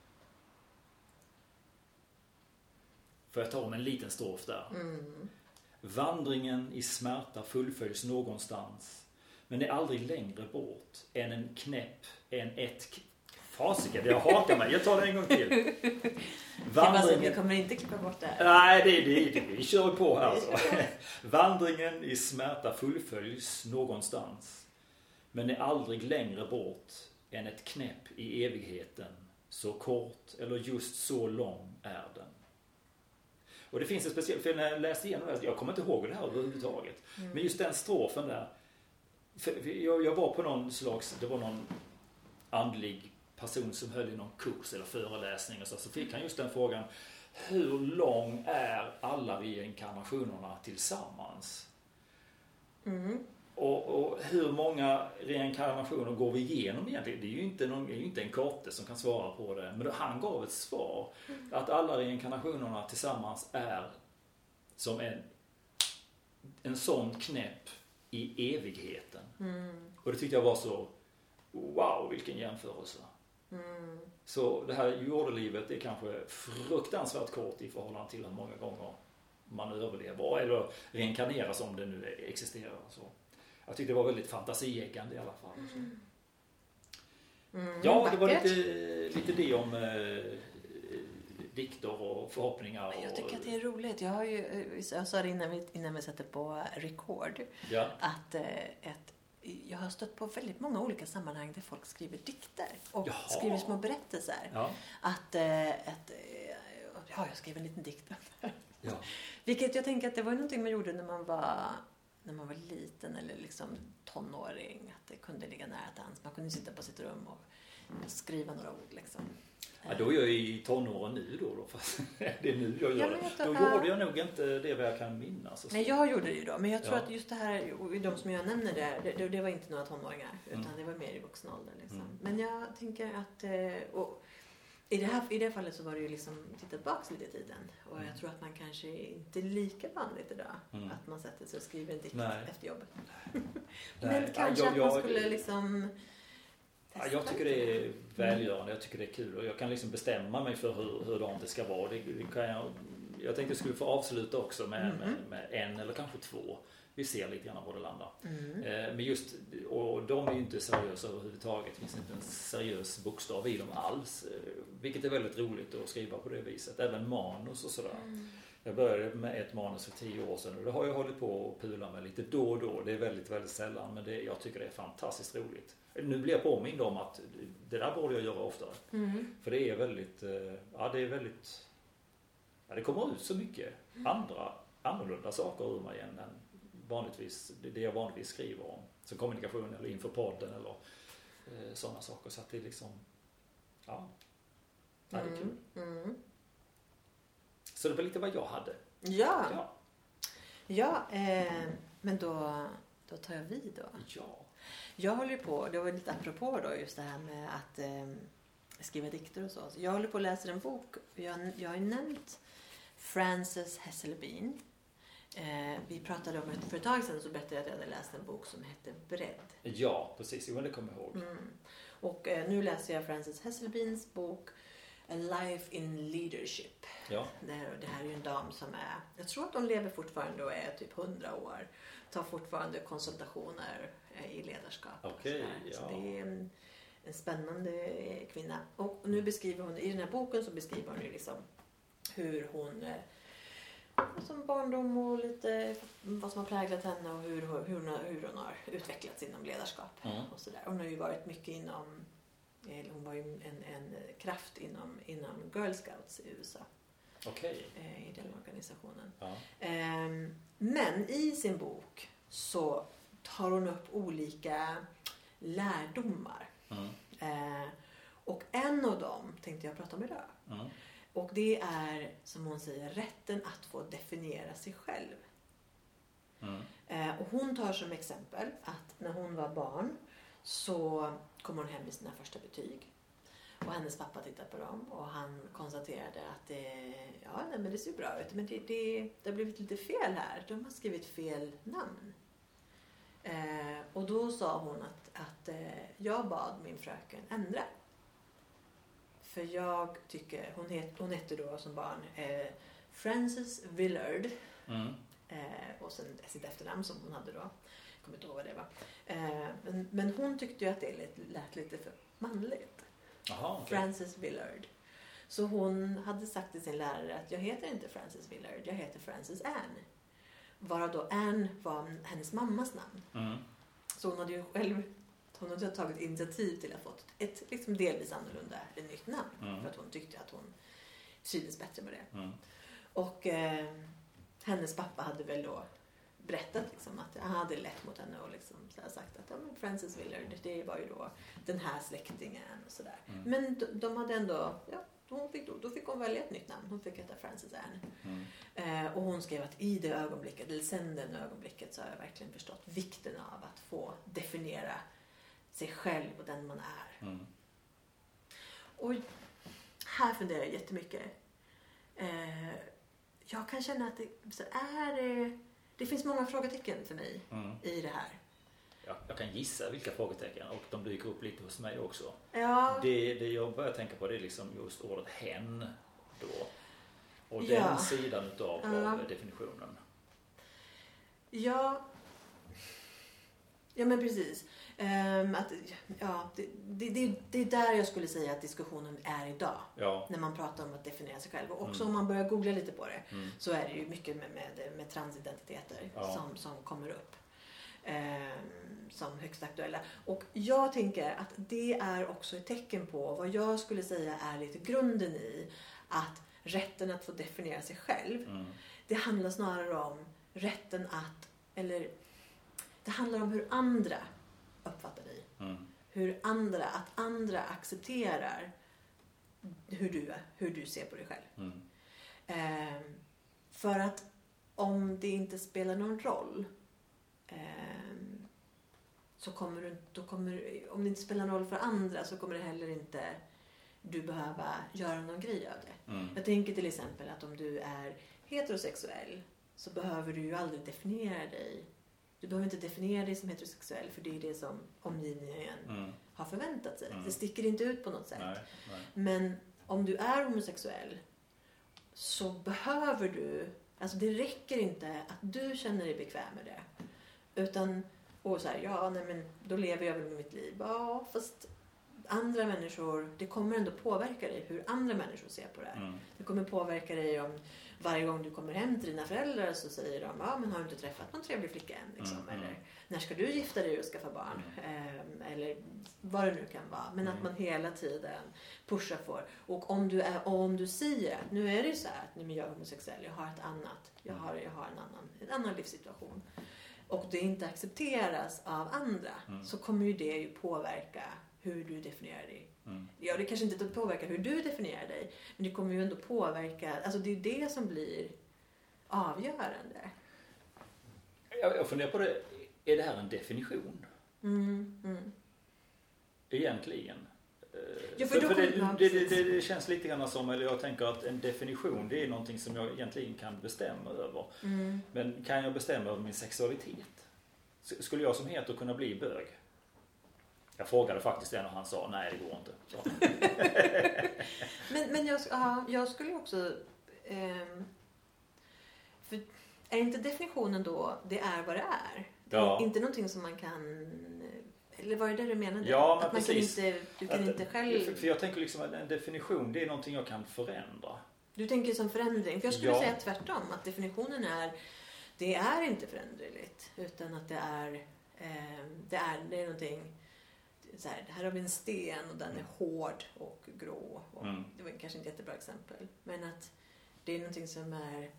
Får jag ta om en liten strof där? Mm. Vandringen i smärta fullföljs någonstans, men är aldrig längre bort än en knäpp, än ett... Fasiken, jag hakar mig. Jag tar det en gång till. Vandringen... Jag kommer inte klippa bort det här. Nej, det är det, det. Vi kör på här. Alltså. Vandringen i smärta fullföljs någonstans, men är aldrig längre bort än ett knäpp i evigheten. Så kort eller just så lång är den. Och det finns en speciell, för när jag läste igenom det, jag kommer inte ihåg det här överhuvudtaget. Mm. Men just den strofen där, för jag, jag var på någon slags, det var någon andlig person som höll i någon kurs eller föreläsning och så, så fick han just den frågan: hur lång är alla reinkarnationerna tillsammans? Mm. Och, och hur många reinkarnationer går vi igenom egentligen? Det är ju inte, någon, det är ju inte en korte som kan svara på det. Men då, han gav ett svar. Mm. Att alla reinkarnationerna tillsammans är som en, en sån knäpp i evigheten. Mm. Och det tyckte jag var så, wow, vilken jämförelse. Mm. Så det här jordelivet är kanske fruktansvärt kort i förhållande till hur många gånger man överlever. Eller reinkarneras om det nu existerar. Så. Jag tyckte det var väldigt fantasieggande i alla fall. Mm. Mm, ja, det var lite, lite det om eh, dikter och förhoppningar. Jag tycker och, att det är roligt. Jag har ju, jag sa det innan vi, innan vi sätter på record, ja. att eh, ett, jag har stött på väldigt många olika sammanhang där folk skriver dikter och Jaha. skriver små berättelser. Ja. Att eh, ett, ja, jag skrev en liten dikt. Ja. Vilket jag tänker att det var någonting man gjorde när man var när man var liten eller liksom tonåring, att det kunde ligga nära till hands. Man kunde sitta på sitt rum och skriva några ord liksom. Ja, då är jag i tonåren nu då, då fast det är nu jag gör ja, det. Då äh... gjorde jag nog inte det vad jag kan minnas. Nej, jag gjorde det ju då, men jag tror ja. att just det här, de som jag nämner där, det, det var inte några tonåringar, utan mm. det var mer i vuxen ålder liksom. Mm. Men jag tänker att, och i det här i det fallet så var det ju liksom tittat tillbaka lite i tiden, och jag tror att man kanske inte är lika vanligt idag mm. att man sätter sig och skriver en dikt Nej. efter jobbet. Men Nej. kanske ja, jag, att man skulle liksom ja, jag tycker det är välgörande, jag tycker det är kul och jag kan liksom bestämma mig för hur, hur det ska vara. Det, det kan jag, jag tänkte jag skulle få avsluta också med, mm. med, med en eller kanske två. Vi ser lite grann var det landar. Mm. Eh, men just, och de är ju inte seriösa överhuvudtaget. Det finns inte en seriös bokstav i dem alls. Eh, vilket är väldigt roligt att skriva på det viset. Även manus och sådär. Mm. Jag började med ett manus för tio år sedan och det har jag hållit på och pula med lite då och då. Det är väldigt, väldigt sällan, men det, jag tycker det är fantastiskt roligt. Nu blir jag påmind om att det där borde jag göra oftare. Mm. För det är väldigt, ja det är väldigt, ja, det kommer ut så mycket andra, annorlunda saker ur mig än vanligtvis, det jag vanligtvis skriver om. Som kommunikation eller inför podden eller eh, sådana saker. Så att det är liksom, ja, ja det är kul. Mm. Mm. Så det var lite vad jag hade. Ja, Ja, ja eh, men då, då tar jag vid då. ja. Jag håller ju på, det var lite apropå då just det här med att eh, skriva dikter och så. så. Jag håller på att läsa en bok. Jag, jag har ju nämnt Frances Hesselbein. Eh, vi pratade om för ett tag sedan så berättade jag att jag hade läst en bok som hette Bredd. Ja, precis. Jo, men det kommer jag ihåg. Mm. Och eh, nu läser jag Frances Hesselbeins bok A Life in Leadership. Ja. Det här, det här är ju en dam som är, jag tror att hon lever fortfarande och är typ hundra år. Tar fortfarande konsultationer eh, i ledarskap. Okej, och så, ja. så det är en, en spännande eh, kvinna. Och nu beskriver hon, i den här boken så beskriver hon ju liksom hur hon eh, som barndom och lite vad som har präglat henne och hur, hur, hon, har, hur hon har utvecklats inom ledarskap. Mm. Och så där. Hon har ju varit mycket inom, hon var ju en, en kraft inom, inom Girl Scouts i U S A. Okej. I den organisationen. Ja. Men i sin bok så tar hon upp olika lärdomar. Mm. Och en av dem tänkte jag prata om idag. Mm. Och det är, som hon säger, rätten att få definiera sig själv. Mm. Eh, och hon tar som exempel att när hon var barn så kom hon hem med sina första betyg. Och hennes pappa tittade på dem och han konstaterade att det, ja, nej, men det ser bra ut. Men det, det, det har blivit lite fel här. De har skrivit fel namn. Eh, och då sa hon att, att eh, jag bad min fröken ändra. För jag tycker, hon, het, hon hette då som barn eh, Frances Willard. Mm. Eh, och sen sitt efternamn som hon hade då. Jag kommer inte ihåg vad det var. Eh, men, men hon tyckte ju att det lät, lät lite för manligt. Aha, okay. Frances Willard. Så hon hade sagt till sin lärare att jag heter inte Frances Willard, jag heter Frances Anne. Varav då Anne var hennes mammas namn. Mm. Så hon hade ju själv hon hade tagit initiativ till att få ett liksom delvis annorlunda, ett nytt namn. Mm. För att hon tyckte att hon trivdes bättre med det. Mm. Och eh, hennes pappa hade väl då berättat liksom att han hade lätt mot henne och liksom så här sagt att ja, men Frances Willard, det var ju då den här släktingen och sådär. Mm. Men de, de hade ändå, ja, hon fick, då, då fick hon välja ett nytt namn. Hon fick heta Frances Anne. Mm. Eh, och hon skrev att i det ögonblicket, eller sen den ögonblicket så har jag verkligen förstått vikten av att få definiera sig själv och den man är. Mm. Och här funderar jag jättemycket. Eh, jag kan känna att det, så är det, det finns många frågetecken för mig Mm. i det här. Ja, jag kan gissa vilka frågetecken och de dyker upp lite hos mig också. Ja. Det, det jag börjar tänka på det är liksom just ordet hen då. Och Ja. den sidan utav Ja. av definitionen. Ja. Ja, men precis. Um, att, ja, det, det, det, det är där jag skulle säga att diskussionen är idag. Ja. När man pratar om att definiera sig själv. Och också Mm. om man börjar googla lite på det. Mm. Så är det ju mycket med, med, med transidentiteter Ja. som, som kommer upp. Um, som högst aktuella. Och jag tänker att det är också ett tecken på vad jag skulle säga är lite grunden i att rätten att få definiera sig själv. Mm. Det handlar snarare om rätten att, eller det handlar om hur andra uppfattar dig. Mm. Hur andra, att andra accepterar hur du är, hur du ser på dig själv. Mm. Ehm, för att om det inte spelar någon roll ehm, så kommer du, då kommer, om det inte spelar någon roll för andra så kommer det heller inte du behöva göra någon grej av det. Mm. Jag tänker till exempel att om du är heterosexuell så behöver du ju aldrig definiera dig. Du behöver inte definiera dig som heterosexuell för det är det som omgivningen Mm. har förväntat sig. Mm. Det sticker inte ut på något sätt. Nej, nej. Men om du är homosexuell så behöver du, alltså det räcker inte att du känner dig bekväm med det. Utan, och så här, ja nej men då lever jag väl med mitt liv. Ja fast andra människor, det kommer ändå påverka dig hur andra människor ser på det här. Mm. Det kommer påverka dig om varje gång du kommer hem till dina föräldrar så säger de, ja men har du inte träffat någon trevlig flicka än? Liksom. Mm. Eller när ska du gifta dig och skaffa barn? Mm. Eh, eller vad det nu kan vara. Men Mm. att man hela tiden pushar för. Och om du, är, och om du säger att nu är det så här att nu är jag homosexuell, jag har ett annat, jag har, jag har en, annan, en annan livssituation. Och det inte accepteras av andra Mm. så kommer ju det ju påverka hur du definierar dig. Mm. Ja, det kanske inte påverkar hur du definierar dig. Men det kommer ju ändå påverka, alltså det är det som blir avgörande. Jag, jag funderar på det, är det här en definition? Mm, mm. Egentligen. Ja, för för då för kommer- det, ja, det, det, precis. det, det känns lite grann som, eller jag tänker att en definition det är någonting som jag egentligen kan bestämma över. Mm. Men kan jag bestämma över min sexualitet? S- Skulle jag som heter kunna bli bög? Jag frågade faktiskt den och han sa nej det går inte. Så. Men, men jag, ja, jag skulle ju också... ehm, för är inte definitionen då, det är vad det är? Ja. Inte någonting som man kan... Eller var det det du menade? Ja, men att man precis. kan inte, du kan Att- inte själv... För, för jag tänker liksom att en definition det är någonting jag kan förändra. Du tänker som förändring. För jag skulle Ja. säga tvärtom. Att definitionen är, det är inte föränderligt. Utan att det är, eh, det är, det är någonting, så här, här har vi en sten och den är hård och grå. Och Mm. Det var kanske inte ett jättebra exempel. Men att det är någonting som är,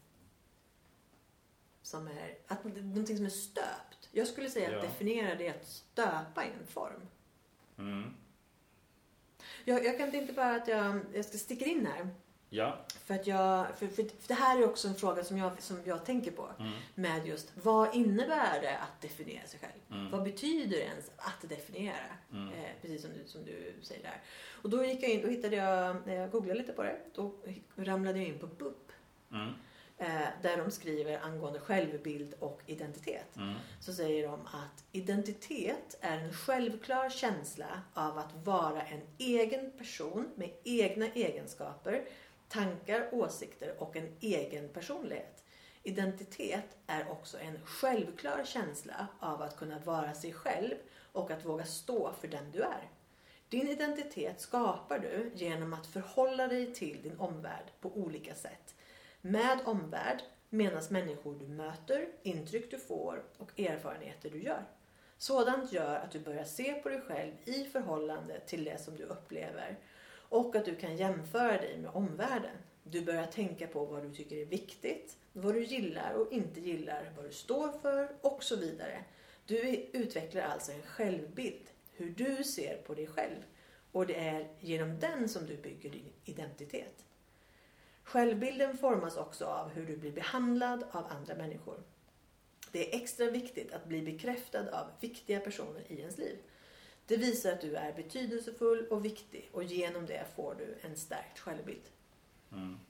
som är, att det är någonting som är stöpt. Jag skulle säga Ja. att definiera det är att stöpa i en form. Mm. Jag, jag kan inte bara att jag, jag ska sticka in här. Ja. För att jag, för, för, för det här är också en fråga som jag, som jag tänker på. Mm. Med just, vad innebär det att definiera sig själv? Mm. Vad betyder det ens att definiera? Mm. Eh, precis som du, som du säger där. Och då gick jag in, då hittade jag, när jag googlade lite på det, då ramlade jag in på B U P. Mm. Eh, där de skriver angående självbild och identitet. Mm. Så säger de att identitet är en självklar känsla av att vara en egen person med egna egenskaper, tankar, åsikter och en egen personlighet. Identitet är också en självklar känsla av att kunna vara sig själv och att våga stå för den du är. Din identitet skapar du genom att förhålla dig till din omvärld på olika sätt. Med omvärld menas människor du möter, intryck du får och erfarenheter du gör. Sådant gör att du börjar se på dig själv i förhållande till det som du upplever och att du kan jämföra dig med omvärlden. Du börjar tänka på vad du tycker är viktigt, vad du gillar och inte gillar, vad du står för och så vidare. Du utvecklar alltså en självbild, hur du ser på dig själv, och det är genom den som du bygger din identitet. Självbilden formas också av hur du blir behandlad av andra människor. Det är extra viktigt att bli bekräftad av viktiga personer i ens liv. Det visar att du är betydelsefull och viktig och genom det får du en stärkt självbild. Mm.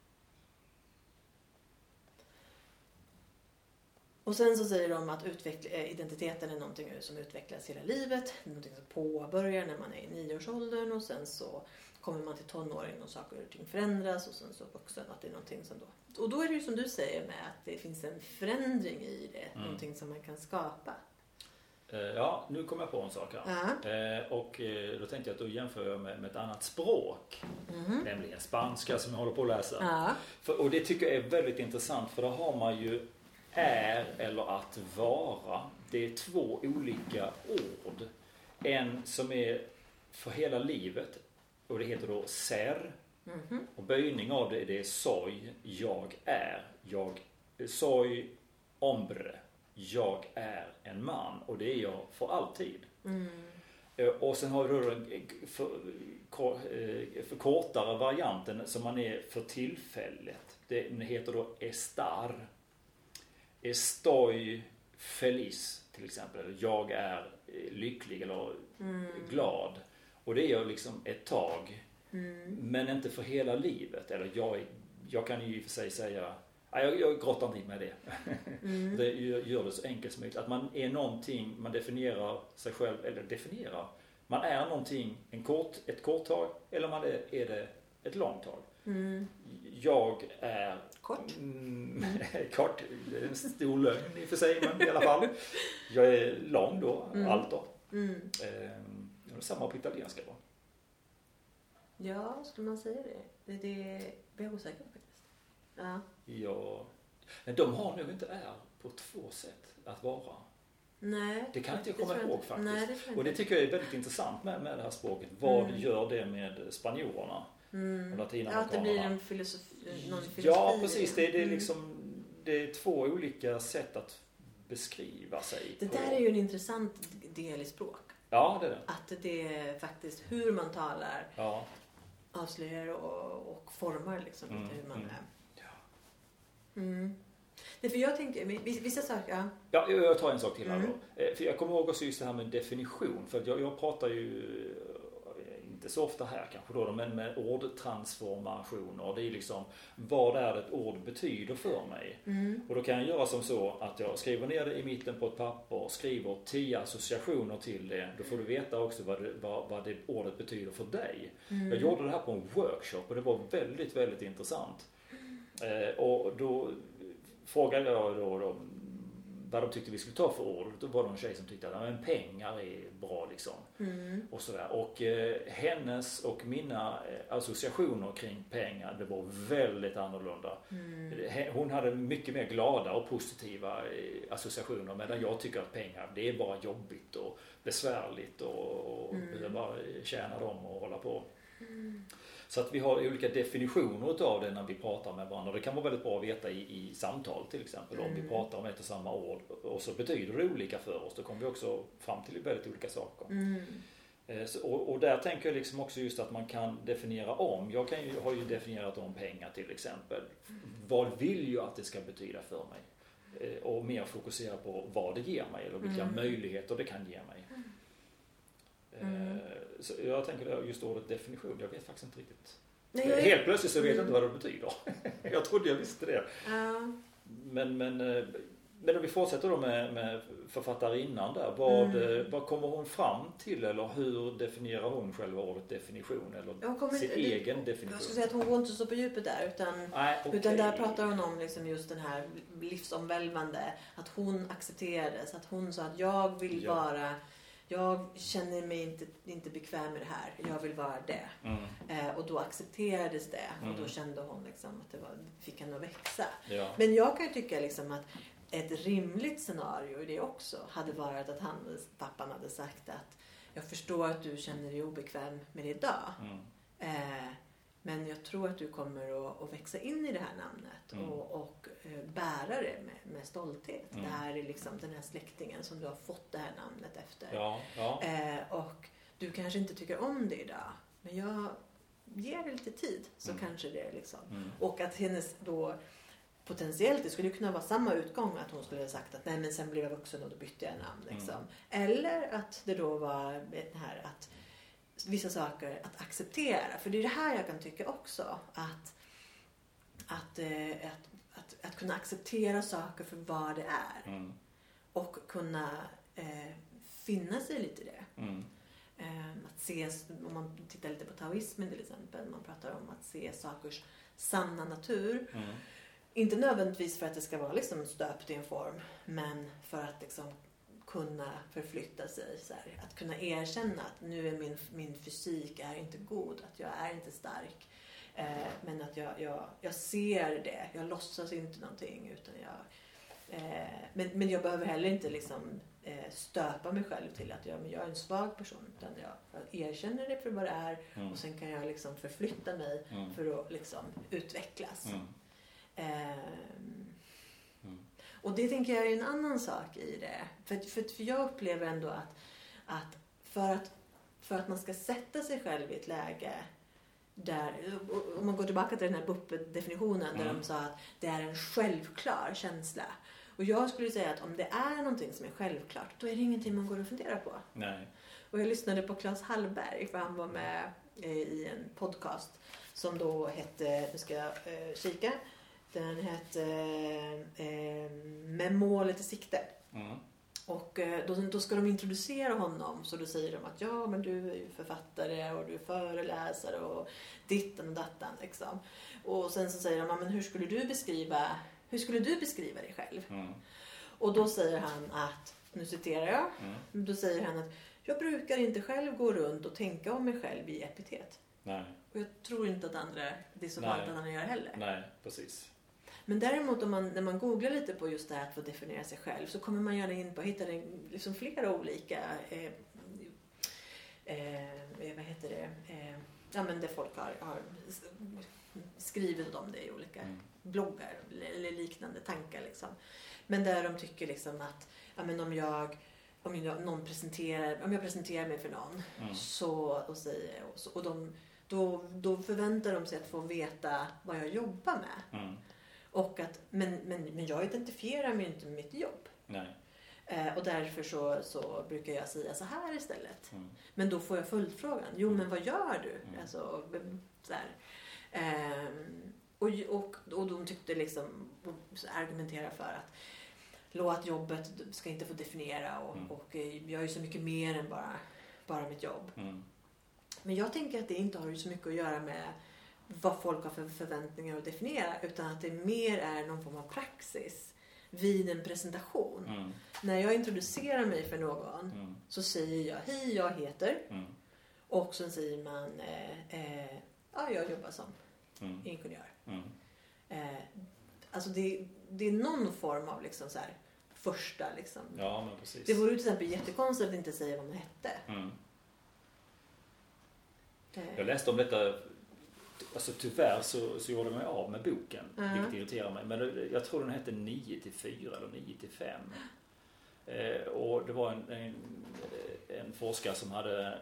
Och sen så säger de att utveckla, identiteten är någonting som utvecklas hela livet. Någonting som påbörjar när man är i nioårsåldern och sen så kommer man till tonåren och saker och ting förändras och sen så vuxen att det är någonting som då... Och då är det ju som du säger med att det finns en förändring i det. Mm. Någonting som man kan skapa. Eh, Ja, nu kommer jag på en sak här. Ja. Eh, och eh, då tänkte jag att då jämför jag med, med ett annat språk. Mhm. Nämligen spanska som jag håller på att läsa. Ja. För, och det tycker jag är väldigt intressant för då har man ju är eller att vara. Det är två olika ord. En som är för hela livet och det heter då ser. Mhm. Och böjning av det, det är soy, jag är. Jag, soy, hombre. Jag är en man och det är jag för alltid. Mm. Eh, Och sen har vi då den för, kor- eh, för kortare varianten som man är för tillfället. Det heter då estar. Estoy feliz till exempel. Eller jag är eh, lycklig eller Mm. glad. Och det är jag liksom ett tag. Mm. Men inte för hela livet. Eller jag, jag kan ju i och för sig säga... Nej, jag, jag grottar inte in med det. Mm. Det gör gör det så enkelt som möjligt. Att man är någonting, man definierar sig själv, eller definierar. Man är någonting en kort, ett kort tag, eller man är, är det ett långt tag. Mm. Jag är... Kort. Mm, kort, det är en stor lögn i och för sig, men i alla fall. Jag är lång då, Mm. alto. Mm. Ehm, det är samma på italienska va? Ja, skulle man säga det? Det, det blir jag osäker på faktiskt. Ja. Ja. Men de har nog inte är på två sätt att vara. Nej. Det kan inte jag komma ihåg faktiskt. Nej, det och det tycker jag är väldigt intressant med, med det här språket. Vad mm. gör det med spanjorerna? Mm. Och ja, att det blir en filosofi, någon filosofi. Ja, precis. Det, det, är liksom, det är två olika sätt att beskriva sig. Det på. där är ju en intressant del i språk. Ja, det är det. Att det är faktiskt hur man talar ja. avslöjar och, och formar liksom mm. hur man mm. är. Ja. Mm. Nej, för jag tänkte, vissa saker, ja. Ja, jag tar en sak till här mm. då. För jag kommer ihåg också just det här med definition. För jag, jag pratar ju inte så ofta här kanske då, men med ordtransformationer. Det är liksom, vad är det ett ord betyder för mig? Mm. Och då kan jag göra som så att jag skriver ner det i mitten på ett papper, skriver tio associationer till det. Då får du veta också vad det, vad, vad det ordet betyder för dig. Mm. Jag gjorde det här på en workshop och det var väldigt, väldigt intressant. Eh, och då frågade jag då, då vad de tyckte vi skulle ta för ord. Då var det en tjej som tyckte att men pengar är bra liksom. Mm. Och sådär. Och eh, hennes och mina eh, associationer kring pengar, det var väldigt annorlunda. Mm. Hon hade mycket mer glada och positiva eh, associationer, medan jag tycker att pengar, det är bara jobbigt och besvärligt och, och mm. bara tjäna dem och hålla på. Mm. Så att vi har olika definitioner av det när vi pratar med varandra. Det kan vara väldigt bra att veta i, i samtal till exempel. Mm. Om vi pratar om ett och samma ord och så betyder det olika för oss. Då kommer vi också fram till väldigt olika saker. Mm. Eh, så, och, och där tänker jag liksom också just att man kan definiera om. Jag kan ju, har ju definierat om pengar till exempel. Mm. Vad vill jag att det ska betyda för mig? Eh, och mer fokusera på vad det ger mig eller vilka mm. möjligheter det kan ge mig. Mm. Så jag tänker just ordet definition, jag vet faktiskt inte riktigt. Nej, jag... Helt plötsligt så vet jag inte vad det betyder. Jag trodde jag visste det. Uh. Men, men, men om vi fortsätter då med, med författarinnan där. Vad, mm. vad kommer hon fram till eller hur definierar hon själva ordet definition eller sin inte, egen det, definition? Jag skulle säga att hon går inte så på djupet där utan, Nej, okay. utan där pratar hon om liksom just den här livsomvälvande, att hon accepterades, att hon sa att jag vill ja. vara jag känner mig inte, inte bekväm med det här. Jag vill vara det. Mm. Eh, och då accepterades det. Mm. Och då kände hon liksom att det var, fick henne att växa. Ja. Men jag kan ju tycka liksom att ett rimligt scenario i det också hade varit att han, pappan hade sagt att jag förstår att du känner dig obekväm med det idag. Mm. Eh, men jag tror att du kommer att, att växa in i det här namnet mm. och, och uh, bära det med, med stolthet. Mm. Det här är liksom den här släktingen som du har fått det här namnet efter. Ja, ja. Eh, och du kanske inte tycker om det idag, men jag ger det lite tid så mm. kanske det är liksom. Mm. Och att hennes då potentiellt, det skulle kunna vara samma utgång att hon skulle ha sagt att nej men sen blev jag vuxen och då bytte jag namn liksom. Mm. Eller att det då var det här att vissa saker att acceptera. För det är det här jag kan tycka också. Att, att, eh, att, att, att kunna acceptera saker för vad det är. Mm. Och kunna eh, finna sig lite i det. Mm. Eh, att se, om man tittar lite på taoismen till exempel. Man pratar om att se sakers sanna natur. Mm. Inte nödvändigtvis för att det ska vara liksom stöpt i en form. Men för att liksom kunna förflytta sig. Så här, att kunna erkänna att nu är min, min fysik är inte god. Att jag är inte stark. Eh, men att jag, jag, jag ser det. Jag låtsas inte någonting. Utan jag, eh, men, men jag behöver heller inte liksom, eh, stöpa mig själv till att jag, men jag är en svag person. Utan jag, jag erkänner det för vad det är. Mm. Och sen kan jag liksom förflytta mig mm. för att liksom, utvecklas. Mm. Eh, Och det tänker jag är en annan sak i det. För, för, för jag upplever ändå att, att, för att för att man ska sätta sig själv i ett läge där, om man går tillbaka till den här B U P-definitionen mm. där de sa att det är en självklar känsla. Och jag skulle säga att om det är någonting som är självklart, då är det ingenting man går och funderar på. Nej. Och jag lyssnade på Claes Hallberg, för han var med i en podcast som då hette, nu ska jag eh, kika, den hette eh, Med målet i sikte. Mm. Och eh, då, då ska de introducera honom. Så då säger de att ja, men du är ju författare och du är föreläsare och ditten och dattan liksom. Och sen så säger de, men hur skulle du beskriva hur skulle du beskriva dig själv? Mm. Och då säger han att, nu citerar jag, mm. då säger han att jag brukar inte själv gå runt och tänka om mig själv i epitet. Nej. Och jag tror inte att andra, det är så vanligt att andra gör heller. Nej, precis. Men däremot om man, när man googlar lite på just det här att få definiera sig själv, så kommer man gärna in på att hitta liksom flera olika eh, eh, vad heter det eh, ja, men det folk har, har skrivit om det i olika mm. bloggar eller liknande tankar liksom. Men där de tycker liksom att ja, men om jag om jag, någon presenterar om jag presenterar mig för någon mm. så och säger och, så, och de då, då förväntar de sig att få veta vad jag jobbar med. Mm. Och att, men, men, men jag identifierar mig inte med mitt jobb. Nej. Eh, och därför så, så brukar jag säga så här istället. Mm. Men då får jag följdfrågan. Jo, men vad gör du? Mm. Alltså, så här. Eh, och, och, och de tyckte liksom, argumentera för att låt jobbet ska inte få definiera. Och, mm. och jag är så mycket mer än bara, bara mitt jobb. Mm. Men jag tänker att det inte har så mycket att göra med vad folk har för förväntningar att definiera, utan att det mer är någon form av praxis vid en presentation. Mm. När jag introducerar mig för någon mm. så säger jag hej, jag heter mm. och sen säger man eh, eh, ja, jag jobbar som mm. ingenjör. Mm. Eh, alltså det, det är någon form av liksom så här första liksom. Ja, men precis. Det vore till exempel jättekonstigt att inte säga vad man hette. Mm. Jag läste om detta, alltså tyvärr så, så gjorde jag mig av med boken, uh-huh. vilket irriterar mig. Men jag tror den hette nio till fyra eller nio till fem. Eh, och det var en, en, en forskare som hade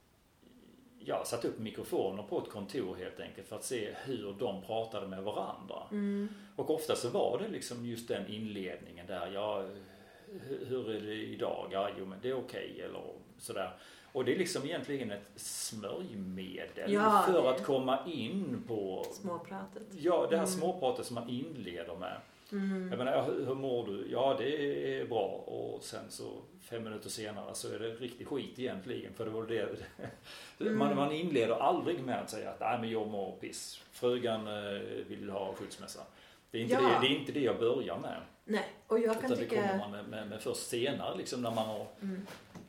ja, satt upp mikrofoner på ett kontor helt enkelt för att se hur de pratade med varandra. Mm. Och ofta så var det liksom just den inledningen där, ja, hur är det idag? Ja, jo men det är okej, okay, eller sådär. Och det är liksom egentligen ett smörjmedel ja, för att komma in på småpratet. Ja, det här mm. småpratet som man inleder med. Mm. Jag menar, hur, hur mår du? Ja, det är bra. Och sen så fem minuter senare så är det riktigt skit egentligen. För det var det. Mm. Man, man inleder aldrig med att säga att nej, men jag mår piss. Frugan vill ha skilsmässa. Det är inte, ja. det, det är inte det jag börjar med. Nej, och jag kan Utan tycka... det kommer man med, med, med först senare liksom när man har mm.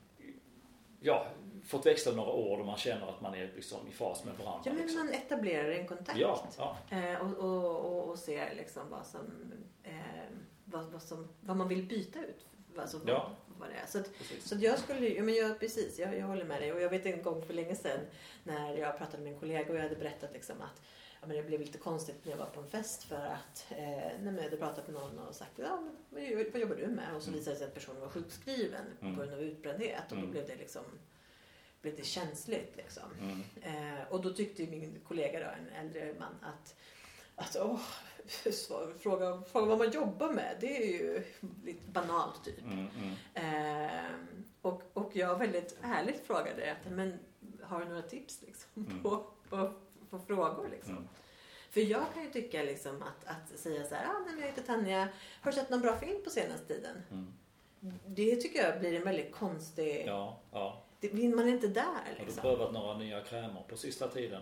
ja, fått växla några år och man känner att man är liksom i fas med varandra. Ja, men liksom. Man etablerar en kontakt. Ja, ja. Eh, och, och, och, och ser liksom vad som, eh, vad, vad som vad man vill byta ut. Alltså vad, ja. vad det är. Så, att, så att jag skulle, ja men jag, precis, jag, jag håller med dig. Och jag vet en gång för länge sedan när jag pratade med en kollega och jag hade berättat liksom att ja, men det blev lite konstigt när jag var på en fest för att eh, när jag hade pratat med någon och sagt ja, vad, vad jobbar du med? Och så visade det sig att personen var sjukskriven mm. på grund av utbrändhet och då mm. blev det liksom blev det känsligt liksom. Mm. Eh, och då tyckte min kollega då, en äldre man att att åh, fråga, fråga vad man jobbar med, det är ju lite banalt typ. Mm, mm. Eh, och, och jag väldigt ärligt frågade att men har du några tips liksom mm. på, på, på frågor liksom. Mm. För jag kan ju tycka liksom att, att säga så här, ah, men jag heter Tanja, har du sett någon bra film på senaste tiden? Mm. Det tycker jag blir en väldigt konstig... Ja, ja. Det blir man inte där liksom. Har du prövat några nya krämer på sista tiden?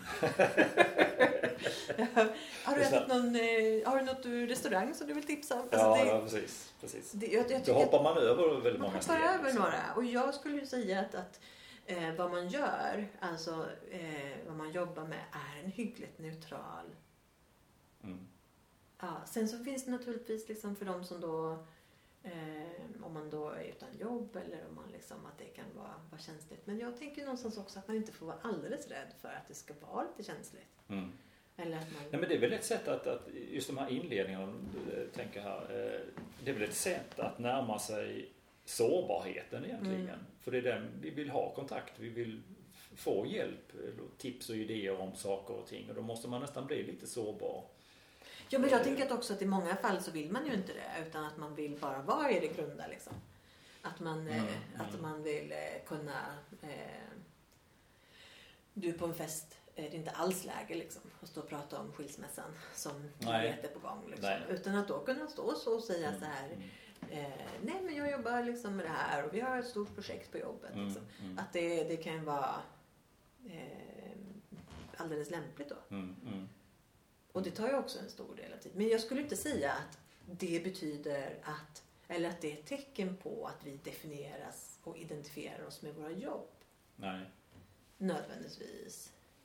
ja. Har du ätit någon, eh, har du något ur restaurang som du vill tipsa om? Alltså ja, det, ja, precis. precis. Det, jag, jag Då hoppar man över väldigt man många steg. Man hoppar över liksom. några. Och jag skulle ju säga att, att eh, vad man gör, alltså eh, vad man jobbar med är en hyggligt neutral. Mm. Ja, sen så finns det naturligtvis liksom för de som då Eh, om man då är utan jobb eller om man liksom att det kan vara, vara känsligt. Men jag tänker någonstans också att man inte får vara alldeles rädd för att det ska vara lite känsligt. Mm. Eller att man... Nej, men det är väl ett sätt att, att just de här inledningarna du tänker här, eh, det är väl ett sätt att närma sig sårbarheten egentligen. Mm. För det är den vi vill ha kontakt, vi vill få hjälp, tips och idéer om saker och ting och då måste man nästan bli lite sårbar. Ja, men jag tänker att också att i många fall så vill man ju inte det utan att man vill bara vara i det grunda liksom. Att man, mm, eh, att mm. man vill eh, kunna eh, du på en fest är det inte alls läge liksom att stå och prata om skilsmässan som du vet är på gång liksom. Utan att då kunna stå så och säga mm, så här eh, nej men jag jobbar liksom med det här och vi har ett stort projekt på jobbet mm, liksom. mm. Att det, det kan vara eh, alldeles lämpligt då. Mm, mm. Och det tar ju också en stor del av tiden. Men jag skulle inte säga att det betyder att, eller att det är ett tecken på att vi definieras och identifierar oss med våra jobb. Nej. Nödvändigtvis.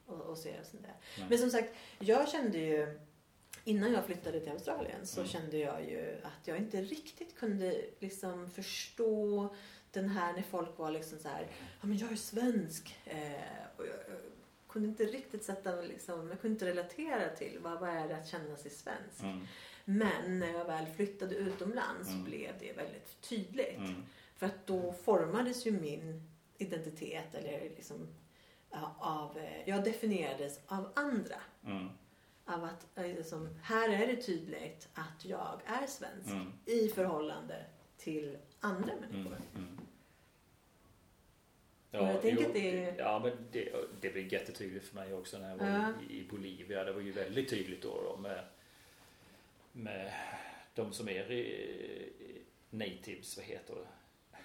och, och se sånt där. Nej. Men som sagt, jag kände ju innan jag flyttade till Australien så Mm. kände jag ju att jag inte riktigt kunde liksom förstå den här när folk var liksom så här, ja men jag är svensk eh, och jag, jag kunde inte riktigt sätta liksom, jag kunde inte relatera till vad, vad är det att känna sig svensk. Mm. Men när jag väl flyttade utomlands Mm. blev det väldigt tydligt. Mm. För att då formades ju min identitet eller liksom ja, av, jag definierades av andra. Mm. Av att liksom, här är det tydligt att jag är svensk Mm. i förhållande till andra människor. Mm. Mm. Och jag tänker jo, att det är- ja, men det, det blev jättetydligt för mig också när jag var Ja. i, i Bolivia. Det var ju väldigt tydligt då, då med, med de som är i, natives, vad heter det?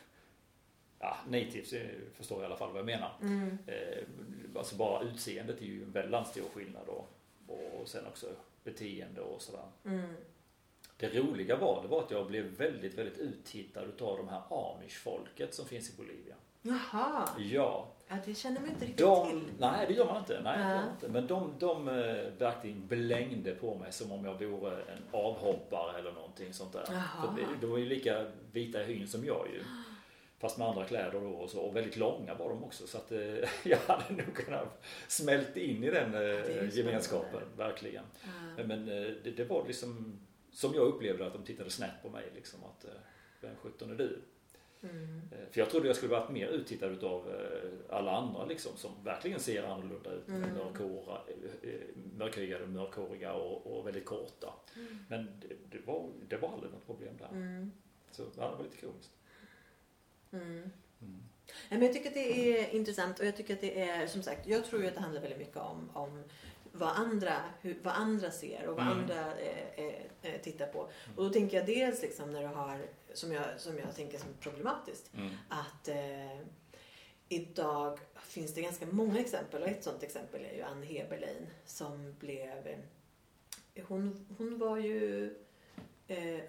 Ja, natives eh, förstår jag i alla fall vad jag menar. Mm. Eh, alltså bara utseendet är ju en väldigt stor skillnad då. Och sen också beteende och sådär. Mm. Det roliga var, det var att jag blev väldigt, väldigt uttittad utav de här amish-folket som finns i Bolivia. Jaha, Ja, ja, det känner man inte riktigt de, till. nej det gör man inte, nej, det gör Ja. man inte. Men de, de eh, verkligen blängde på mig som om jag vore en avhoppare eller någonting sånt där. Jaha. För det- de var ju lika vita i hyn som jag ju. Fast med andra kläder då och så. Och väldigt långa var de också. Så att eh, jag hade nog kunnat smält in i den det är eh, ju gemenskapen, spännande. verkligen. Ja. Men eh, det, det var liksom, som jag upplevde att de tittade snett på mig liksom. Att, eh, vem sjutton är du? Mm. Eh, För jag trodde jag skulle varit mer uttittad utav eh, alla andra liksom. Som verkligen ser annorlunda ut. Mm. Mörkhåra, eh, eh, mörkhyade, mörkhåriga och, och väldigt korta. Mm. Men det, det, var, det var aldrig något problem där. Mm. Så ja, det var lite komiskt. Mm. Mm. Ja, men jag tycker att det är intressant och jag tycker att det är, som sagt, jag tror ju att det handlar väldigt mycket om, om vad, andra, hur, vad andra ser och vad Mm. andra eh, eh, tittar på. Och då tänker jag dels liksom när du har, som jag, som jag tänker som problematiskt, Mm. att eh, idag finns det ganska många exempel och ett sådant exempel är ju Ann Heberlein som blev, eh, hon, hon var ju eh,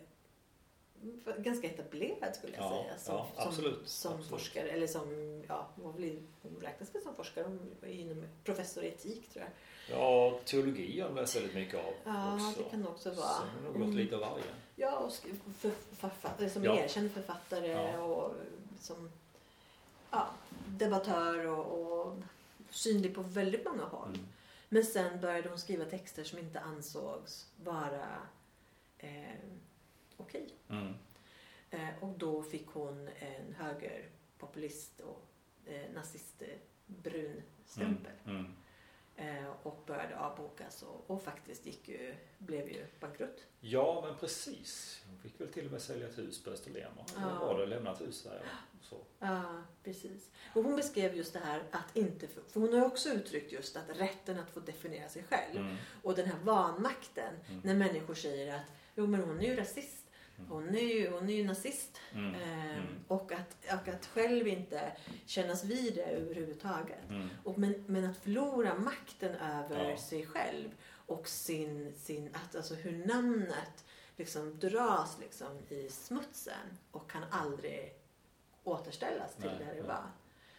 ganska etablerad skulle jag Ja, säga som, ja, absolut, som, som absolut. forskare eller som, ja hon, var väl, hon räknas väl som forskare, hon var inom professor i etik tror jag. Ja, teologi har jag läst väldigt mycket av Ja, också. det kan det också vara. Så det har nog gått lite av varje. Ja, och sk- för, författare, som Ja. erkänd författare Ja. och som ja, debattör och, och synlig på väldigt många håll. Mm. Men sen började hon skriva texter som inte ansågs vara eh, okej. Mm. Eh, och då fick hon en högerpopulist och eh, nazist eh, brun stämpel. Mm. Mm. Eh, och började avbokas och, och faktiskt gick ju, blev ju bankrutt. Ja, men precis. Hon fick väl till och med sälja ett hus på Österlen. Och Ja. var det lämnat hus där. Så. Ja, precis. Och hon beskrev just det här att inte, för, för hon har också uttryckt just att rätten att få definiera sig själv. Mm. Och den här vanmakten Mm. när människor säger att jo men hon är ju rasist. Hon är ju, hon är ju nazist. Mm. Ehm, Mm. och, att, och att själv inte kännas vid det överhuvudtaget. Mm. Och men, men att förlora makten över Ja. sig själv och sin, sin att, alltså hur namnet liksom dras liksom i smutsen och kan aldrig återställas till Nej, där det nej. var.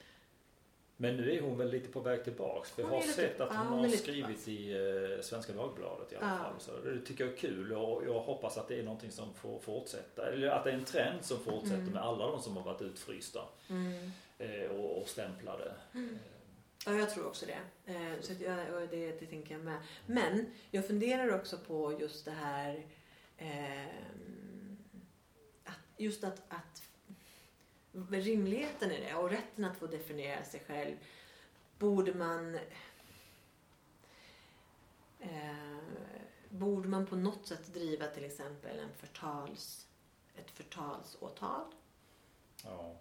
Men nu är hon väl lite på väg tillbaks. För jag Hon har är lite- sett att ja, hon hon är har lite skrivit i eh, Svenska Dagbladet i alla Ja. fall. Så det tycker jag är kul och jag hoppas att det är någonting som får fortsätta. Eller att det är en trend som fortsätter Mm. med alla de som har varit utfrysta Mm. eh, och, och stämplade. Mm. Ja, jag tror också det. Eh, så att jag, och det, det tänker jag med. Men jag funderar också på just det här eh, att, just att, att rimligheten i det och rätten att få definiera sig själv borde man eh, borde man på något sätt driva till exempel en förtals, ett förtalsåtal. Ja.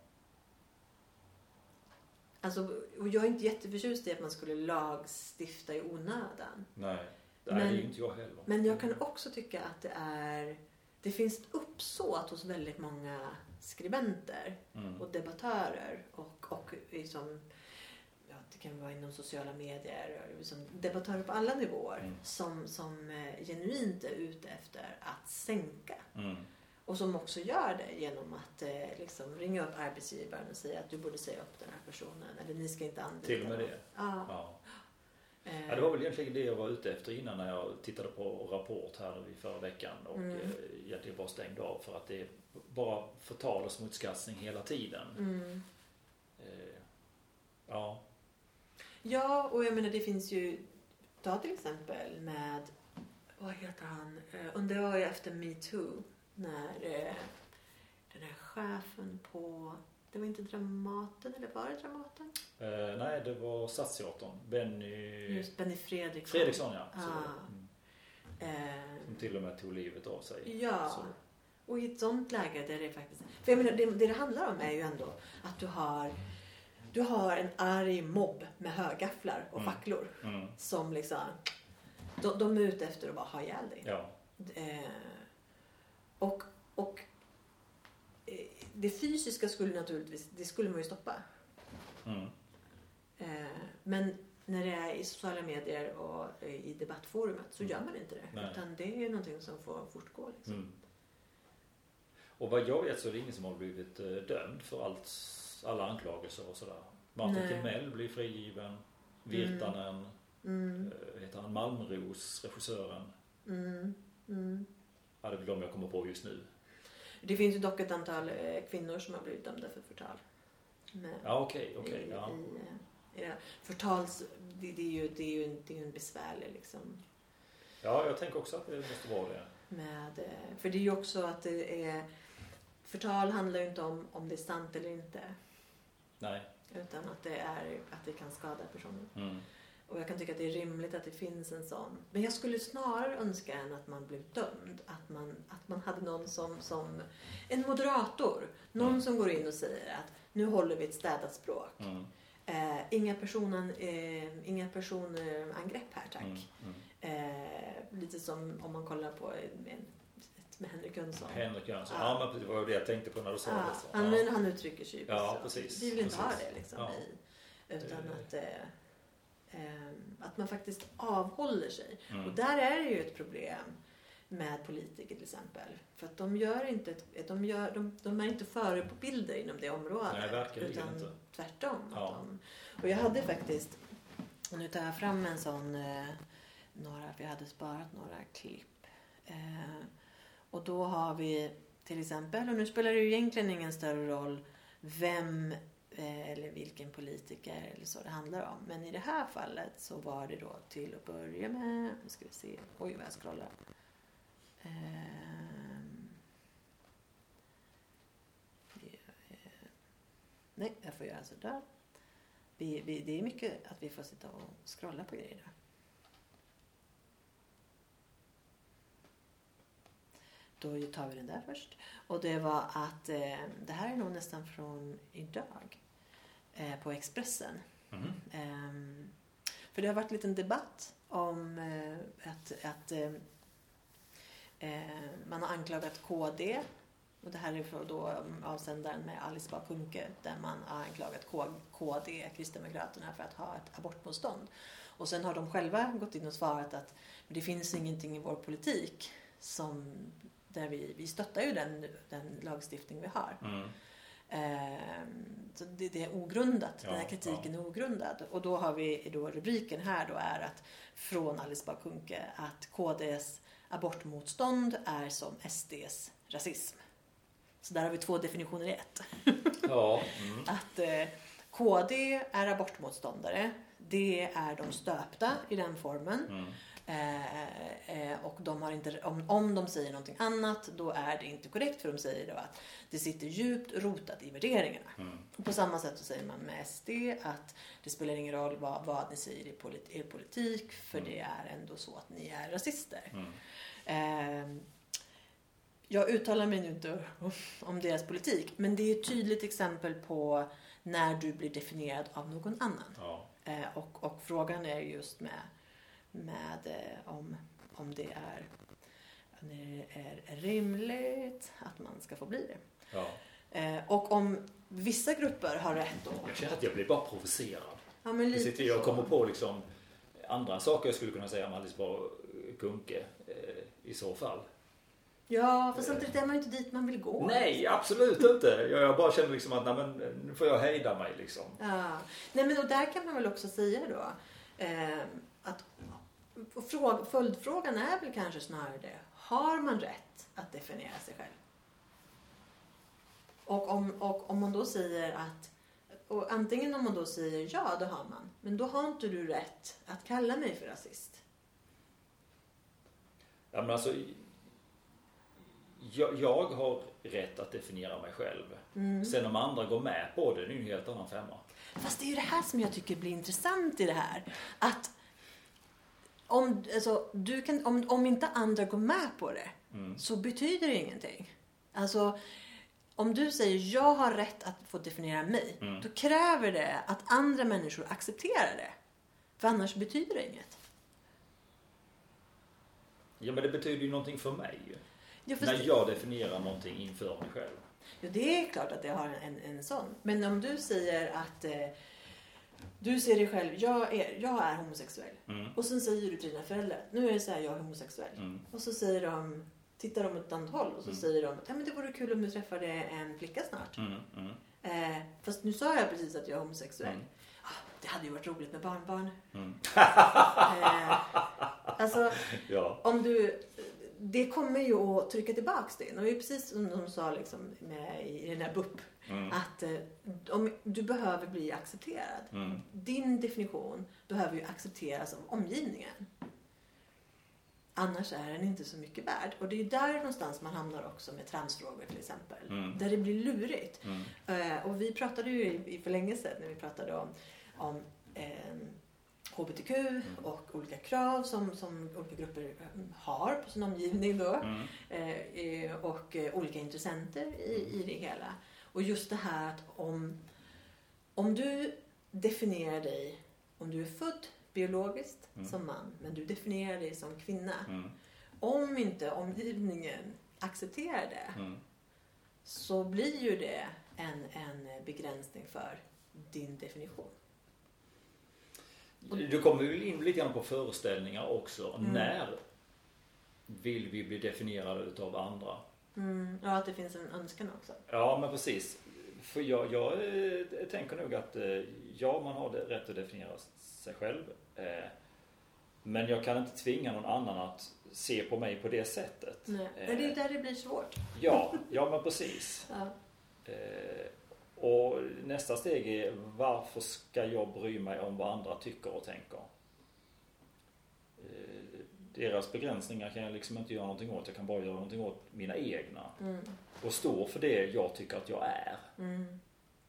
Alltså, och jag är inte jätteförtjust i att man skulle lagstifta i onödan. Nej, det Men- är ju inte jag heller. Men jag kan också tycka att det är det finns ett uppsåt hos väldigt många skribenter Mm. och debattörer och, och liksom, ja, det kan vara inom sociala medier och liksom debattörer på alla nivåer Mm. som, som eh, genuint är ute efter att sänka. Mm. Och som också gör det genom att eh, liksom ringa upp arbetsgivaren och säga att du borde säga upp den här personen eller ni ska inte använda Till och med dem. det. Ja. Ja. Eh, Ja, det var väl egentligen det jag var ute efter innan när jag tittade på Rapport här i förra veckan och mm. eh, egentligen bara stängde av för att det är bara förtal och smutskastning hela tiden. Mm. Eh, ja. Ja, och jag menar det finns ju, ta till exempel med, vad heter han, och det var ju efter Me Too när eh, den här chefen på, det var inte Dramaten, eller var det Dramaten? Eh, nej, det var Stadsteatern. Benny... Just Benny Fredriksson. Fredriksson, ja. Ah. Så, mm. eh, Som till och med tog livet av sig. Ja, så. Och i ett sånt läge där det faktiskt, för jag menar, det, det det handlar om är ju ändå att du har du har en arg mobb med högafflar och mm. facklor Mm. som liksom de, de är ute efter att bara ha ihjäl dig. Ja. Eh, och och eh, det fysiska skulle naturligtvis, det skulle man ju stoppa. Mm. Eh, men när det är i sociala medier och i debattforumet så gör man inte det. Nej. Utan det är någonting som får fortgå. Liksom. Mm. Och vad jag vet så är det ingen som har blivit dömd för allt, alla anklagelser och sådär. Martin Timell blir frigiven. Virtanen. Mm. Heter han Malmros, regissören. Mm. Mm. Ja, det är väl de jag kommer på just nu. Det finns ju dock ett antal kvinnor som har blivit dömda för förtal. Men ja, okej. Okay, okay, ja. I, i, förtals, det, det, är ju, det, är ju en, det är ju en besvärlig liksom. Ja, jag tänker också att det måste vara det. Med, för det är ju också att det är, förtal handlar ju inte om om det är sant eller inte. Nej. Utan att det är att det kan skada personen. Mm. Och jag kan tycka att det är rimligt att det finns en sån. Men jag skulle snarare önska än att man blev dömd. Att man, att man hade någon som, som en moderator. Någon mm. som går in och säger att nu håller vi ett städat språk. Mm. Eh, inga personen, eh, inga personangrepp här, tack. Mm. Mm. Eh, lite som om man kollar på en, med Henrik Jönsson. Henrik Jönsson, ja, ja men det var det jag tänkte på när du sa ja. det. Så. Ja, men han uttrycker sig ju ja, så. Precis. Vi vill inte precis. ha det liksom. Ja. I, utan det... att, eh, eh, att man faktiskt avhåller sig. Mm. Och där är det ju ett problem med politiker till exempel. För att de gör inte, ett, de, gör, de, de är inte förebilder inom det området. Nej, verkligen utan inte. Tvärtom. Ja. Att de, och jag hade faktiskt, och nu tar jag fram en sån, eh, några, för jag hade sparat några klipp. Eh, och då har vi till exempel, och nu spelar det ju egentligen ingen större roll vem eh, eller vilken politiker eller så det handlar om. Men i det här fallet så var det då till att börja med, nu ska vi se, oj vad jag scrollar. Eh, nej, jag får göra så där. Vi, vi, det är mycket att vi får sitta och scrolla på grejer. Då tar vi den där först. Och det var att, eh, det här är nog nästan från idag. Eh, på Expressen. Mm. Eh, för det har varit en liten debatt om eh, att, att eh, man har anklagat K D. Och det här är för då avsändaren med Alice Bah Kuhnke. Där man har anklagat K D, Kristdemokraterna, för att ha ett abortmotstånd. Och sen har de själva gått in och svarat att det finns ingenting i vår politik som... Där vi, vi stöttar ju den, den lagstiftning vi har. Mm. Eh, så det, det är ogrundat. Ja, den här kritiken ja. är ogrundad. Och då har vi då rubriken här då är att från Alice Bah Kuhnke att K D:s abortmotstånd är som S D:s rasism. Så där har vi två definitioner i ett. Ja. Mm. Att eh, K D är abortmotståndare. Det är de stöpta i den formen. Mm. Eh, eh, och de har inte, om, om de säger någonting annat, då är det inte korrekt, för de säger då att det sitter djupt rotat i värderingarna. Mm. Och på samma sätt så säger man med S D att det spelar ingen roll vad, vad ni säger i polit, er politik, för mm. det är ändå så att ni är rasister. Mm. Eh, jag uttalar mig nu inte om, om deras politik, men det är ett tydligt exempel på när du blir definierad av någon annan. Ja. Eh, och, och frågan är just med med eh, om, om det är, om det är rimligt att man ska få bli det. Ja. Eh, och om vissa grupper har rätt då. Jag känner att jag blir bara provocerad. Ja, men lite sitter, jag kommer på liksom andra saker jag skulle kunna säga om Alice Bah Kuhnke eh, i så fall. Ja, för samtidigt är man ju inte dit man vill gå. Nej, absolut inte. Jag, jag bara känner liksom att nej, men, nu får jag hejda mig liksom. Ja. Nej, men och där kan man väl också säga då. Eh, att, och fråga, följdfrågan är väl kanske snarare det. Har man rätt att definiera sig själv? Och om, och om man då säger att, och antingen om man då säger ja, det har man. Men då har inte du rätt att kalla mig för rasist. Ja, men alltså, jag, jag har rätt att definiera mig själv. Mm. Sen om andra går med på det, det är ju en helt annan femma. Fast det är ju det här som jag tycker blir intressant i det här. Att om, alltså, du kan, om, om inte andra går med på det, mm. så betyder det ingenting. Alltså, om du säger jag har rätt att få definiera mig, mm. då kräver det att andra människor accepterar det. För annars betyder det inget. Ja, men det betyder ju någonting för mig. Ja, när jag definierar någonting inför mig själv. Ja, det är klart att det har en, en sån. Men om du säger att eh, du ser dig själv, jag är, jag är homosexuell. Mm. Och sen säger du till dina föräldrar, nu är det så här, jag är homosexuell. Mm. Och så säger de, tittar de åt ett annat håll och så mm. säger de att ja, men det vore kul om du träffade en flicka snart. Mm. Mm. Eh, fast nu sa jag precis att jag är homosexuell. Mm. Ah, det hade ju varit roligt med barnbarn. Mm. eh, alltså, ja. om du... Det kommer ju att trycka tillbaks det. Och det är precis som de sa liksom med i den här B U P. Mm. Att eh, om, du behöver bli accepterad. Mm. Din definition behöver ju accepteras av omgivningen. Annars är den inte så mycket värd. Och det är där någonstans man hamnar också med transfrågor till exempel. Mm. Där det blir lurigt. Mm. Eh, och vi pratade ju i, i för länge sedan när vi pratade om, om eh, H B T Q mm. och olika krav som, som olika grupper har på sin omgivning då. Mm. Eh, och eh, olika intressenter i, i det hela. Och just det här att om, om du definierar dig, om du är född biologiskt mm. som man, men du definierar dig som kvinna. Mm. Om inte omgivningen accepterar det mm. så blir ju det en, en begränsning för din definition. Du kommer ju in lite grann på föreställningar också. Mm. När vill vi bli definierade utav andra? Mm. Ja, att det finns en önskan också. Ja, men precis. För jag, jag eh, tänker nog att eh, ja, man har rätt att definiera sig själv. Eh, men jag kan inte tvinga någon annan att se på mig på det sättet. Nej, eh, det är där det blir svårt. Ja, ja men precis. Ja. Eh, Och nästa steg är, varför ska jag bry mig om vad andra tycker och tänker? Deras begränsningar kan jag liksom inte göra någonting åt. Jag kan bara göra någonting åt mina egna. Mm. Och stå för det jag tycker att jag är. Mm.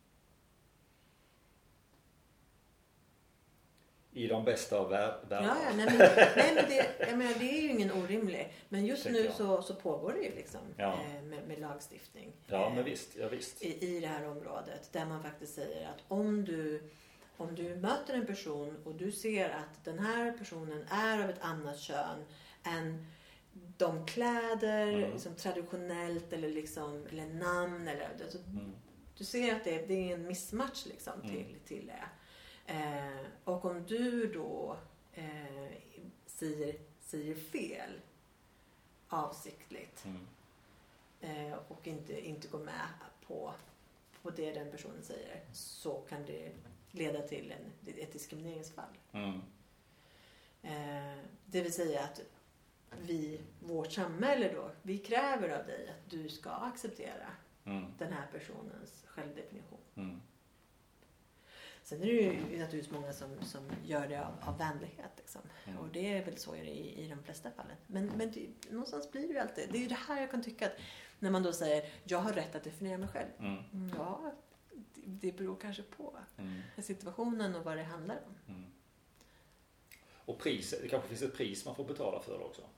I de bästa av världar. Ja, ja, nej, men, nej, men det, jag menar, det är ju ingen orimlig. Men just nu så, så pågår det ju liksom ja. eh, med, med lagstiftning. Ja, eh, men visst, ja, visst. I, I det här området. Där man faktiskt säger att om du, om du möter en person och du ser att den här personen är av ett annat kön än de kläder, mm. liksom, traditionellt eller, liksom, eller namn. Eller, alltså, mm. Du ser att det, det är en mismatch liksom, mm. till, till det. Eh, och om du då eh, säger, säger fel avsiktligt mm. eh, och inte, inte går med på, på det den personen säger, så kan det leda till en, ett diskrimineringsfall. Mm. Eh, det vill säga att vi, vårt samhälle då, vi kräver av dig att du ska acceptera mm. den här personens självdefinition. Mm. Sen är det ju naturligtvis många som, som gör det av, av vänlighet. Liksom. Mm. Och det är väl så är det i, i de flesta fallen. Men, men det, någonstans blir det ju alltid. Det är ju det här jag kan tycka att när man då säger jag har rätt att definiera mig själv. Mm. Ja, det, det beror kanske på mm. situationen och vad det handlar om. Mm. Och priset, det kanske finns ett pris man får betala för det också.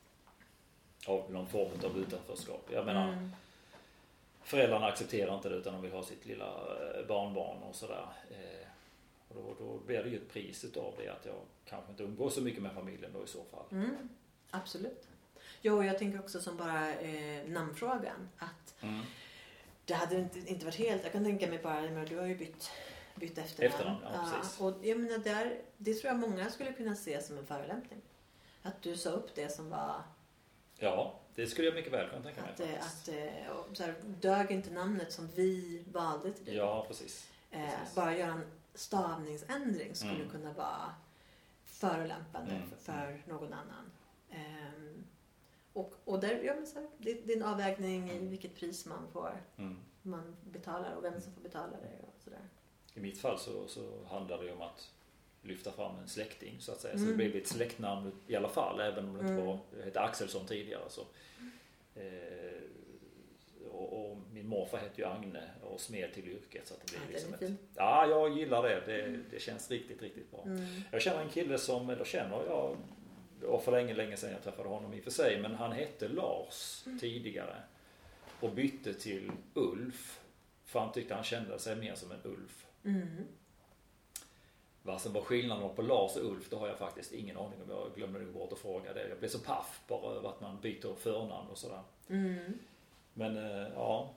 Av någon form av utanförskap. Jag menar, mm. föräldrarna accepterar inte det utan de vill ha sitt lilla barnbarn och sådär. Och då, då blir det ju ett pris utav det att jag kanske inte umgås så mycket med familjen då i så fall. Mm, absolut. Jo, och jag tänker också som bara eh, namnfrågan att mm. det hade inte, inte varit helt, jag kan tänka mig bara, men du har ju bytt, bytt efternamn. Efternamn, ja, precis. Ja, och jag menar, där, det tror jag många skulle kunna se som en förolämpning. Att du sa upp det som var... Ja, det skulle jag mycket väl kunna tänka mig. Att, faktiskt. att så här, dög inte namnet som vi valde till dig. Ja, precis. Eh, precis. Bara göra en stavningsändring skulle mm. kunna vara förolämpande Mm. för, för någon annan. Um, och, och där, ja, men så här, det, det är en avvägning i vilket pris man får Mm. man betalar och vem som får betala det och sådär. I mitt fall så, så handlar det ju om att lyfta fram en släkting så att säga. Mm. Så det blev ett släktnamn i alla fall, även om det inte Mm. var, jag hette Axelsson tidigare. Så. Eh, och, och min morfar hette ju Agne och smed till yrket. Så att det blev Ja, liksom det är ett, fint. ja, jag gillar det. det. Det känns riktigt, riktigt bra. Mm. Jag känner en kille som, eller känner jag, och för länge, länge sedan jag träffade honom i och för sig, men han hette Lars Mm. tidigare och bytte till Ulf. För han tyckte han kände sig mer som en Ulf. Mm. Vad som var skillnaden på Lars och Ulf, det har jag faktiskt ingen aning om. Jag glömde nog bort att fråga det. Jag blev så paff bara över att man byter förnamn och sådär. Mm. Men äh, ja.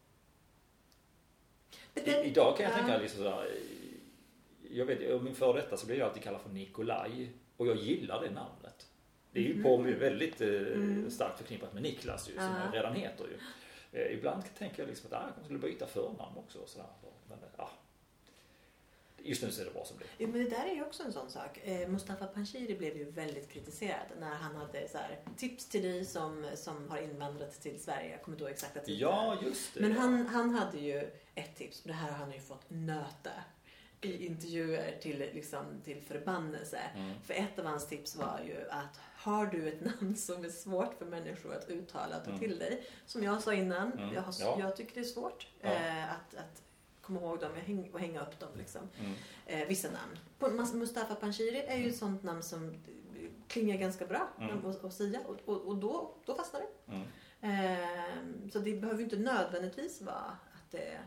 Men I, den- idag kan jag ja. tänka liksom sådär. Jag vet, om min för detta så blir jag alltid kallad för Nikolaj. Och jag gillar det namnet. Det är ju på mig väldigt eh, Mm. starkt förknippat med Niklas ju, som Ja. jag redan heter ju. Eh, ibland tänker jag liksom att ah, jag skulle byta förnamn också och sådär. Men ja. Just nu så är det bra som det är. Jo, men det där är ju också en sån sak. Eh, Mustafa Panshiri blev ju väldigt kritiserad när han hade så här, tips till dig som, som har invandrat till Sverige. Jag kommer inte ihåg exakta titlar. Ja, just det. Men han, han hade ju ett tips. Det här har han ju fått nöta i intervjuer till, liksom, till förbannelse. Mm. För ett av hans tips var ju att har du ett namn som är svårt för människor att uttala, ta Mm. till dig. Som jag sa innan, Mm. jag, har, Ja. jag tycker det är svårt Ja. eh, att, att komma ihåg dem och hänga, och hänga upp dem. Liksom. Mm. Eh, vissa namn. På Mustafa Panshiri är ju ett sånt namn som klingar ganska bra Mm. och, och säga. Och, och, och då, då fastnar det. Mm. Eh, så det behöver ju inte nödvändigtvis vara att det,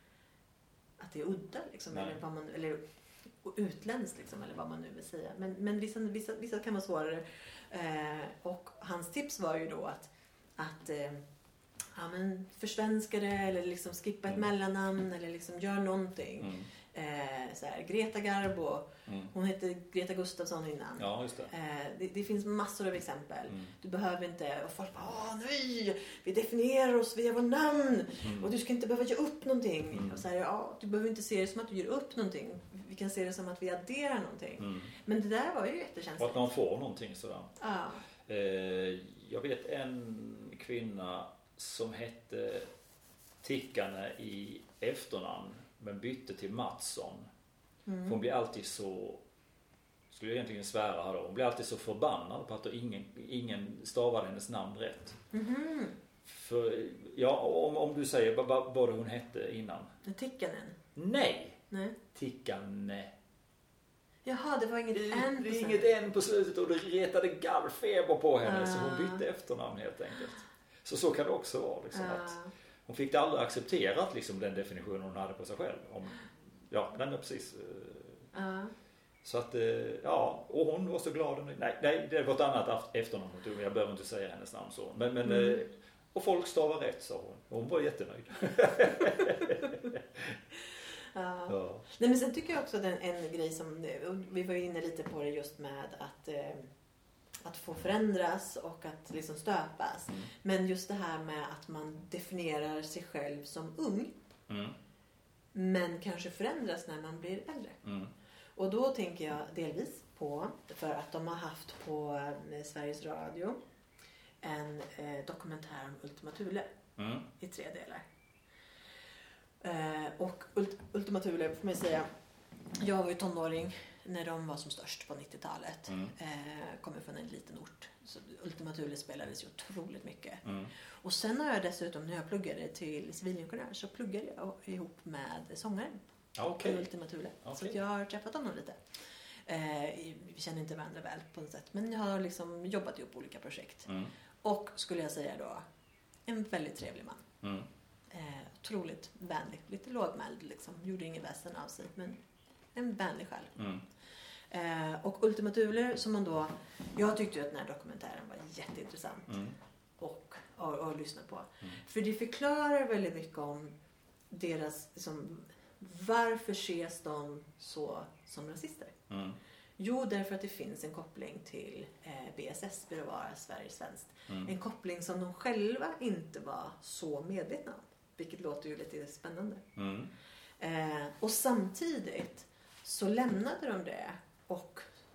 att det är udda. Liksom, Nej. eller, vad man, eller utländskt liksom, eller vad man nu vill säga. Men, men vissa, vissa, vissa kan vara svårare. Eh, och hans tips var ju då att, att eh, ja, men försvenska det eller liksom skippa ett Mm. mellannamn eller liksom gör någonting. Mm. Eh, så här, Greta Garbo, Mm. hon hette Greta Gustafsson innan. Ja, just det. Eh, det, det finns massor av exempel. Mm. Du behöver inte, och folk bara, åh nej, vi definierar oss via vår namn Mm. och du ska inte behöva ge upp någonting. Mm. Och så här, ja, du behöver inte se det som att du ger upp någonting. Vi kan se det som att vi adderar någonting. Mm. Men det där var ju Och jättekänsligt. att man får någonting sådär. Ja. Eh, jag vet en kvinna som hette Tickane i efternamn men bytte till Mattsson. Mm. Hon blir alltid så, skulle jag egentligen svära här då, hon blir alltid så förbannad på att ingen, ingen stavar hennes namn rätt. Mhm. För, ja, om, om du säger vad, vad vad hon hette innan. Tikkanen. Nej! Nej. Tickane. Jaha, det var inget Det, än det på är sen. inget än på slutet och det retade gallfeber på henne så hon Ah. bytte efternamn helt enkelt. Så så kan det också vara. Liksom, Ja. att hon fick det aldrig accepterat liksom, den definitionen hon hade på sig själv. Om, ja, den är precis. eh, Ja. Så att, eh, ja, och hon var så glad. och nöjd. Nej, nej, det var ett annat efternamn hon tog, men jag behöver inte säga hennes namn så. Men, men, Mm. eh, och folk stavar rätt, sa hon. Och hon var jättenöjd. Ja. Ja. Nej, men sen tycker jag också att en, en grej som, och vi var ju inne lite på det just med att, eh, att få förändras och att liksom stöpas. Mm. Men just det här med att man definierar sig själv som ung Mm. men kanske förändras när man blir äldre. Mm. Och då tänker jag delvis på, för att de har haft på eh, Sveriges Radio en eh, dokumentär om Ultima Thule Mm. i tre delar. Eh, och Ult- Ultima Thule, får man säga, jag var ju tonåring när de var som störst på nittiotalet. Mm. Eh, kommer från en liten ort. Så Ultima Thule spelades ju otroligt mycket. Mm. Och sen har jag dessutom, när jag pluggade till civilingenjör, så pluggade jag ihop med sångaren Ja, okej. i Ultima Thule. Så Okej. att jag har träffat honom lite. Eh, vi känner inte varandra väl på något sätt. Men jag har liksom jobbat ihop olika projekt. Mm. Och skulle jag säga då, en väldigt trevlig man. Mm. Eh, otroligt vänlig. Lite lågmäld liksom. Gjorde ingen väsen av sig. Men en vänlig själ. Mm. Eh, och Ultima Thule som man då... Jag tyckte ju att den här dokumentären var jätteintressant. Mm. Och, och, och lyssna på. Mm. För det förklarar väldigt mycket om deras... Liksom, varför ses de så som rasister? Mm. Jo, därför att det finns en koppling till eh, B S S, Bevara Sverige Svenskt. Mm. En koppling som de själva inte var så medvetna om. Vilket låter ju lite spännande. Mm. Eh, och samtidigt så lämnade de det och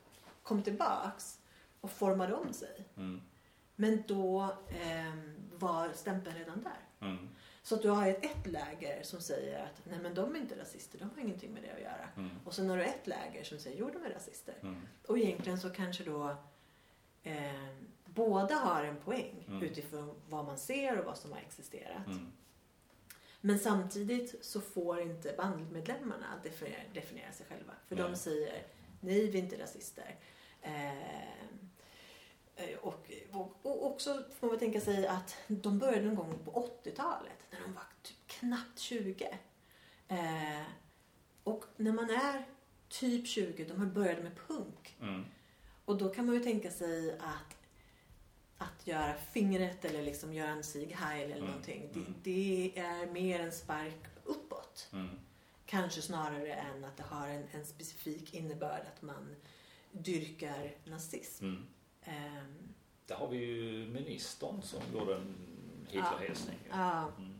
kom tillbaks och formade om sig. Mm. Men då eh, var stämpeln redan där. Mm. Så att du har ett, ett läger som säger att nej men de är inte rasister, de har ingenting med det att göra. Mm. Och sen har du ett läger som säger jo de är rasister. Mm. Och egentligen så kanske då eh, båda har en poäng Mm. utifrån vad man ser och vad som har existerat. Mm. Men samtidigt så får inte bandmedlemmarna definiera, definiera sig själva. För Nej. de säger nej vi är inte rasister. Eh, Och, och, och också får man tänka sig att de började någon gång på åttiotalet när de var typ knappt tjugo. Eh, och när man är typ tjugo, de började med punk. Mm. Och då kan man ju tänka sig att att göra fingret eller liksom göra en Sieg Heil eller Mm. någonting. Mm. Det, det är mer en spark uppåt. Mm. Kanske snarare än att det har en, en specifik innebörd att man dyrkar nazism. Mm. Um, Där har vi ju ministern som gjorde en Hitlerhälsning. Ja. Mm.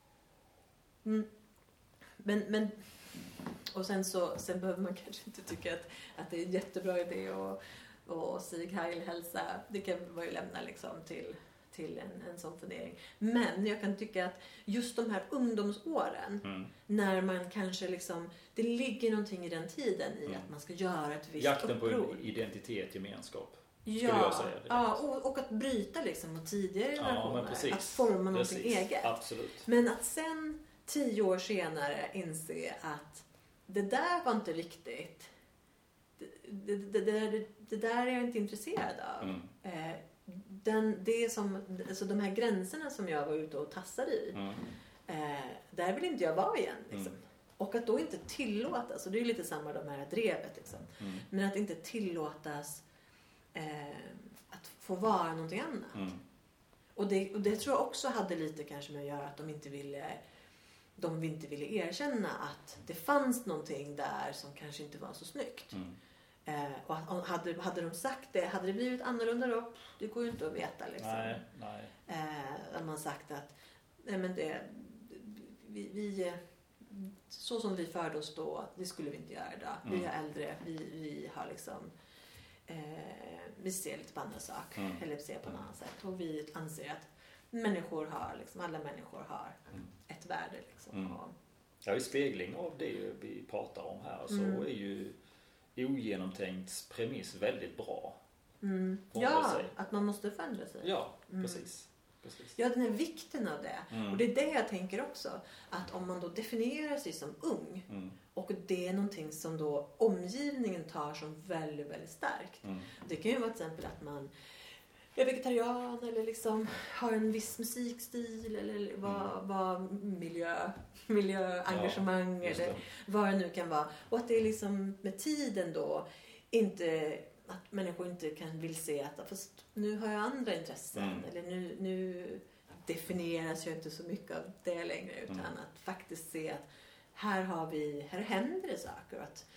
Mm. Men, men och sen så sen behöver man kanske inte tycka att, att det är en jättebra idé och, och Sieg Heil hälsa. Det kan man ju lämna liksom till, till en, en sån fundering. Men jag kan tycka att just de här ungdomsåren Mm. när man kanske liksom det ligger någonting i den tiden i Mm. att man ska göra ett visst Jakten på uppror. identitet, gemenskap. Ja, jag säga direkt. ja och, och att bryta liksom mot tidigare Ja, generationer. men precis. Att forma någonting Precis. eget. Absolut. Men att sen tio år senare inse att det där var inte riktigt. Det, det, det, det, det där är jag inte intresserad av. Mm. Eh, den, det som, alltså de här gränserna som jag var ute och tassade i. Mm. Eh, där vill inte jag vara igen. Liksom. Mm. Och att då inte tillåtas. Och det är ju lite samma de här drevet. Liksom. Mm. Men att inte tillåtas eh, att få vara någonting annat. Mm. Och det, och det tror jag också hade lite kanske med att göra att de inte ville de inte ville erkänna att det fanns någonting där som kanske inte var så snyggt. Mm. Eh, och att, hade, hade de sagt det, hade det blivit annorlunda då? Det går ju inte att veta liksom. Nej, nej. Eh, att man sagt att nej men det, vi, vi, så som vi förde oss då, det skulle vi inte göra idag. Vi Mm. är äldre, vi, vi har liksom eh, vi ser lite på andra saker Mm. eller ser på ett annat sätt. Och vi anser att människor har, liksom, alla människor har Mm. ett värde. Liksom. Mm. Och, Ja, i spegling av det vi pratar om här så Mm. är ju ogenomtänkt premiss väldigt bra. mm, Får man väl ja, säga. att man måste förändra sig. Ja, Mm. precis. precis. Ja, den här vikten av det. Mm. Och det är det jag tänker också. Att om man då definierar sig som ung Mm. och det är någonting som då omgivningen tar som väldigt, väldigt starkt. Mm. Det kan ju vara till exempel att man är vegetarian eller liksom har en viss musikstil eller vad, Mm. vad miljö, miljöengagemang Ja, just eller det. vad det nu kan vara. Och att det är liksom med tiden då inte att människor inte kan vill se att fast nu har jag andra intressen Mm. eller nu, nu definieras jag inte så mycket av det längre utan Mm. att faktiskt se att här har vi, här händer det saker och att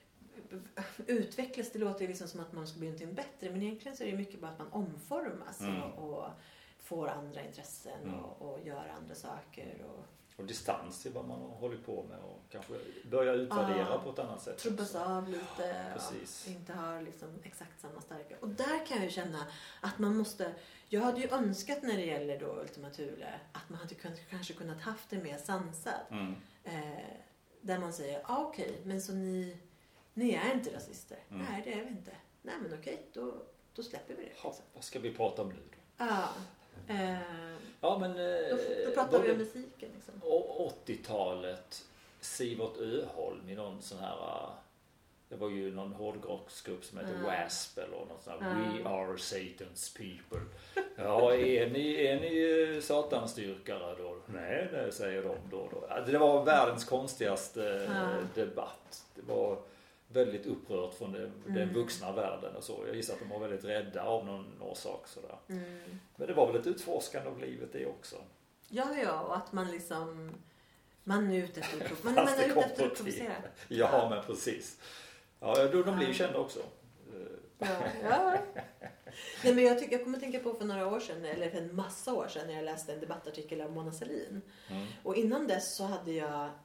utvecklas, det låter liksom som att man ska bli någonting bättre men egentligen så är det mycket bara att man omformas Mm. och, och får andra intressen Mm. och, och gör andra saker och Och distans till vad man har hållit på med och kanske börja utvärdera Ja. på ett annat sätt. trubbas också. av lite Precis. och inte har liksom exakt samma starka. Och där kan jag ju känna att man måste, jag hade ju önskat när det gäller då Ultima Thule att man hade kunnat, kanske kunnat haft det mer sansad. Mm. Eh, där man säger, ah, okej, okay, men så ni, ni är inte rasister? Mm. Nej, det är vi inte. Nej, men okej, okay, då, då släpper vi det. Ha, vad ska vi prata om nu då? Ja, eh, Ja, men... Eh, då, då pratar vi om musiken liksom. Och åttiotalet, Sivert Öholm i någon sån här, uh, det var ju någon hårdrocksgrupp som heter Mm. W A S P eller något sånt här, Mm. We are Satan's people. Ja, är ni, är ni uh, satanstyrkare då? Nej, det säger de då och då. Ja, det var världens konstigaste Mm. debatt. Det var väldigt upprört från det, den Mm. vuxna världen och så. Jag gissar att de var väldigt rädda av någon orsak sådär. Mm. Men det var väl ett utforskande av livet det också. Ja, ja, och att man liksom man är ute efter att, man, man Fast är det ute efter att kompletterar. provocera. Ja, men precis. Ja, då, de blir ju Ja. kända också. Ja, ja. Nej, men jag, tycker, jag kommer att tänka på för några år sedan, eller för en massa år sedan, när jag läste en debattartikel av Mona Sahlin. Mm. Och innan dess så hade jag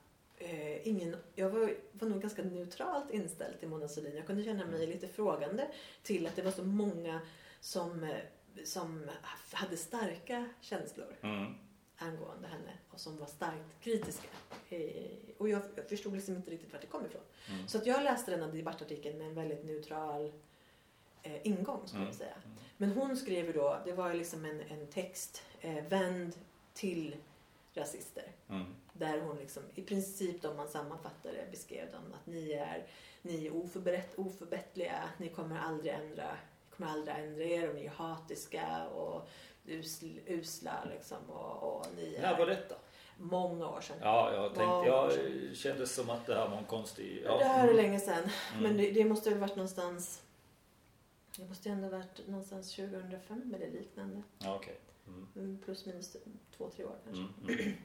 eh, ingen, jag var, var nog ganska neutralt inställd till Mona Sahlin. Jag kunde känna mig lite frågande till att det var så många som, som hade starka känslor mm. angående henne och som var starkt kritiska. Eh, och jag, jag förstod liksom inte riktigt vart det kom ifrån. Mm. Så att jag läste den här debattartikeln med en väldigt neutral eh, ingång, skulle mm. jag säga. Mm. Men hon skrev då, det var liksom en, en text, eh, vänd till rasister. Mm. Där hon liksom, i princip då man sammanfattar det, beskrev dem att ni är, ni är oförbätt, oförbättliga, ni kommer aldrig ändra, kommer aldrig ändra er och ni är hatiska och usl, usla liksom och, och ni är... När var detta? Många år sedan. Ja, jag tänkte, jag kände som att det här var en konstig... Ja. Det här är länge sedan, mm. men det, det måste ha varit någonstans, det måste ju ändå varit någonstans tjugohundrafem eller liknande. Ja, okej. Okay. Mm. Plus minus två, tre år kanske. Mm. Mm.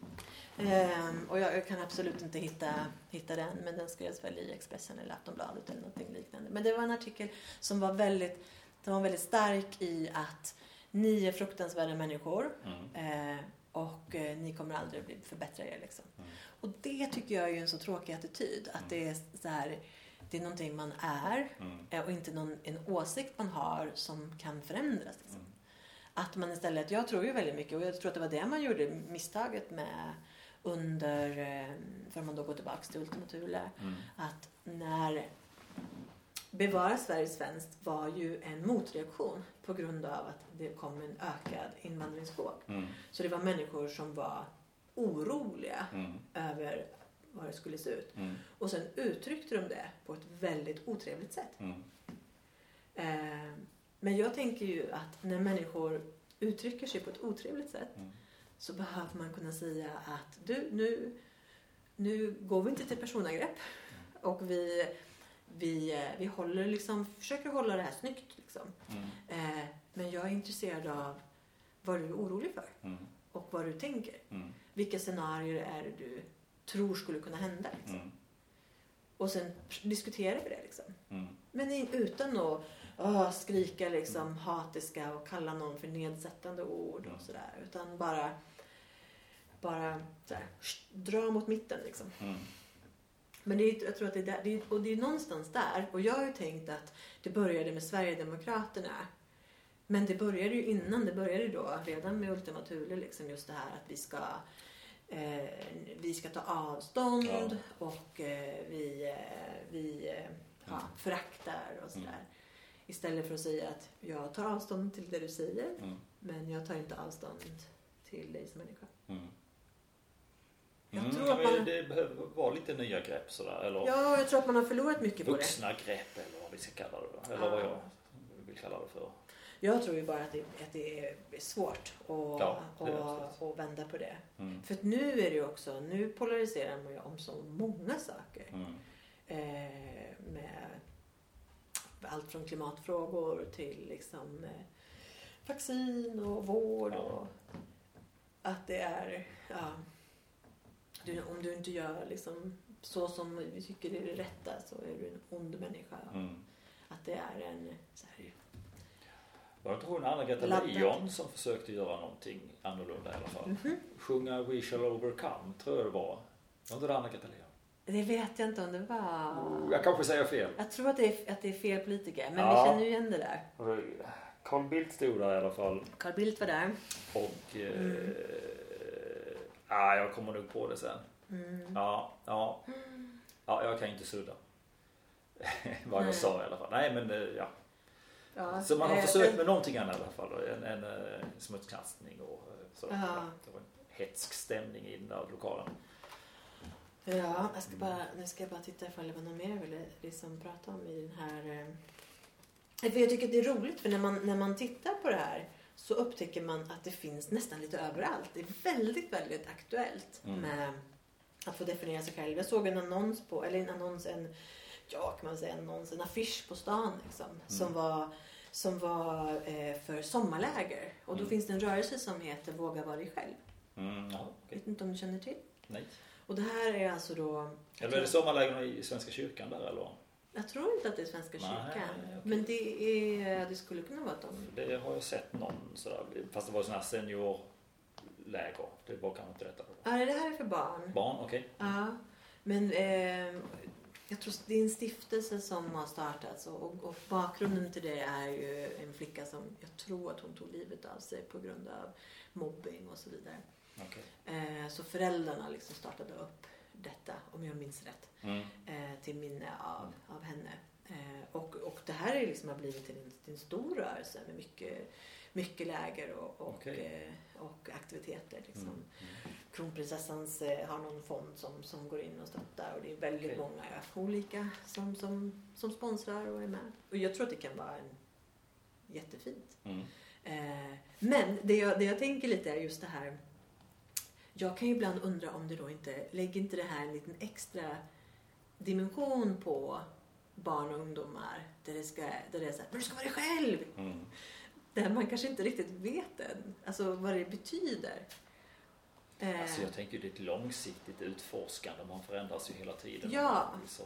ehm, och jag, jag kan absolut inte hitta, hitta den, men den skrevs väl i Expressen eller Aftonbladet eller någonting liknande. Men det var en artikel som var väldigt, den var väldigt stark i att ni är fruktansvärda människor mm. eh, och eh, ni kommer aldrig bli förbättra er liksom. Mm. Och det tycker jag är ju en så tråkig attityd, att mm. det är så här, det är någonting man är mm. och inte någon, en åsikt man har som kan förändras liksom. Mm. Att man istället, jag tror ju väldigt mycket, och jag tror att det var det man gjorde misstaget med under, för man då går tillbaka till Ultima Thule, mm. att när Bevara Sverige svenskt var ju en motreaktion på grund av att det kom en ökad invandringsvåg. Mm. Så det var människor som var oroliga mm. över vad det skulle se ut. Mm. Och sen uttryckte de det på ett väldigt otrevligt sätt. Mm. Eh, Men jag tänker ju att när människor uttrycker sig på ett otrevligt sätt mm. så behöver man kunna säga att du, nu, nu går vi inte till personangrepp mm. och vi, vi, vi håller liksom, försöker hålla det här snyggt. Liksom. Mm. Eh, men jag är intresserad av vad du är orolig för mm. och vad du tänker. Mm. Vilka scenarier är det du tror skulle kunna hända. Liksom. Mm. Och sen diskuterar vi det. Liksom. Mm. Men utan att Oh, skrika liksom mm. hatiska och kalla någon för nedsättande ord och sådär, utan bara bara sådär, dra mot mitten liksom. Mm. Men det är, jag tror att det är där, det är, och det är någonstans där, och jag har ju tänkt att det började med Sverigedemokraterna, men det började ju innan, det började då redan med Ultima Thule liksom, just det här att vi ska eh, vi ska ta avstånd ja. och eh, vi eh, vi eh, ja, föraktar och sådär. Mm. Istället för att säga att jag tar avstånd till det du säger. Mm. Men jag tar inte avstånd till dig som människa. Mm. Jag mm, tror att man... Det behöver vara lite nya grepp sådär. Eller ja, jag tror att man har förlorat mycket på det. Vuxna grepp eller vad vi ska kalla det. Eller ja. vad jag vill kalla det för. Jag tror ju bara att det, att det är svårt att ja, och, och vända på det. Mm. För att nu är det ju också, nu polariserar man ju om så många saker. Mm. Eh, med allt från klimatfrågor till liksom eh, vaccin och vård ja. och att det är ja, du, om du inte gör liksom så som vi tycker är det rätta så är du en ond människa. Mm. Att det är en så här, var det inte hon Anna-Greta Leijon som försökte göra någonting annorlunda i alla fall? Mm-hmm. Sjunga We Shall Overcome tror jag det var. Var inte det Anna-Greta Leijon? Det vet jag inte om det var. Oh, jag kanske säger fel. Jag tror att det är, att det är fel politiker. Men ja. vi känner ju igen det där. Carl Bildt stod där i alla fall. Carl Bildt var där. Och mm. eh, ah, jag kommer nog på det sen. Mm. Ja, ja. Ja, jag kan inte sudda. Vad jag sa i alla fall. Nej, men ja. ja. Så man har försökt med någonting annat i alla fall. En, en, en smutskastning och så. Ja. Det var en hetsk stämning i den där lokalen. Ja, jag ska bara, nu ska jag bara titta ifall det var någon mer jag ville liksom prata om i den här. För jag tycker att det är roligt, för när man, när man tittar på det här så upptäcker man att det finns nästan lite överallt. Det är väldigt, väldigt aktuellt mm. med att få definiera sig själv. Jag såg en annons på, eller en annons, en, ja kan man säga en annons, en affisch på stan liksom, mm. som var, som var eh, för sommarläger. Och då mm. finns det en rörelse som heter Våga vara dig själv. Mm, ja, okay. Vet inte om du känner till? Nej. Och det här är alltså då... Eller är det sommarlägena i Svenska kyrkan där eller? Jag tror inte att det är Svenska kyrkan. Nej, okay. Men det, är, det skulle kunna vara de. Det har jag sett någon sådär. Fast det var sådana här seniorläger. Det var kanske inte detta. Ja, det här är för barn. Barn, okej. Okay. Ja. Men eh, jag tror det är en stiftelse som har startats och, och bakgrunden till det är ju en flicka som jag tror att hon tog livet av sig på grund av mobbing och så vidare. Okay. Eh, så föräldrarna liksom startade upp detta, om jag minns rätt, mm. eh, till minne av, av henne. Eh, och, och det här är liksom har blivit en, en stor rörelse med mycket, mycket läger och, och, okay. eh, och aktiviteter. Liksom. Mm. Mm. Kronprinsessans eh, har någon fond som, som går in och stöttar och det är väldigt okay. många olika som, som, som sponsrar och är med. Och jag tror att det kan vara en jättefint. Mm. Eh, men det jag, det jag tänker lite är just det här. Jag kan ju ibland undra om det då inte, lägger inte det här en liten extra dimension på barn och ungdomar där det, ska, där det är så här, men du ska vara dig själv. Mm. Där man kanske inte riktigt vet än, alltså vad det betyder. Alltså jag tänker det är ett långsiktigt utforskande, man förändras ju hela tiden. Ja. Liksom.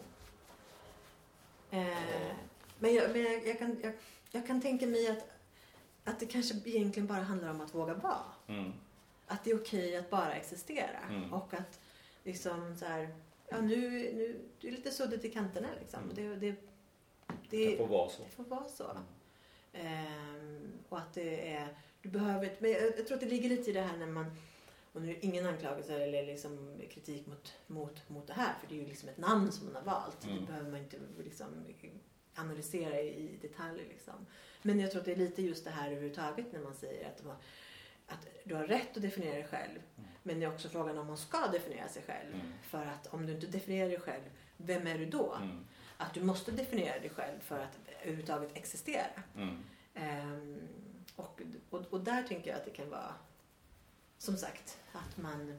Eh, men jag, men jag, jag, kan, jag, jag kan tänka mig att, att det kanske egentligen bara handlar om att våga vara. Mm. Att det är okej att bara existera. Mm. Och att liksom så här, ja nu, nu det är lite suddigt i kanterna liksom. Mm. Det, det, det, det får vara så. Det får vara så. Mm. Ehm, och att det är, du behöver, men jag, jag tror att det ligger lite i det här när man, och nu är det ingen anklagelse eller liksom kritik mot, mot, mot det här, för det är ju liksom ett namn som man har valt. Mm. Det behöver man inte liksom analysera i detalj liksom. Men jag tror att det är lite just det här överhuvudtaget när man säger att, man, att du har rätt att definiera dig själv. Mm. Men det är också frågan om man ska definiera sig själv. Mm. För att om du inte definierar dig själv, vem är du då? Mm. Att du måste definiera dig själv för att överhuvudtaget existera. Mm. Um, och, och, och där tänker jag att det kan vara, som sagt, att man...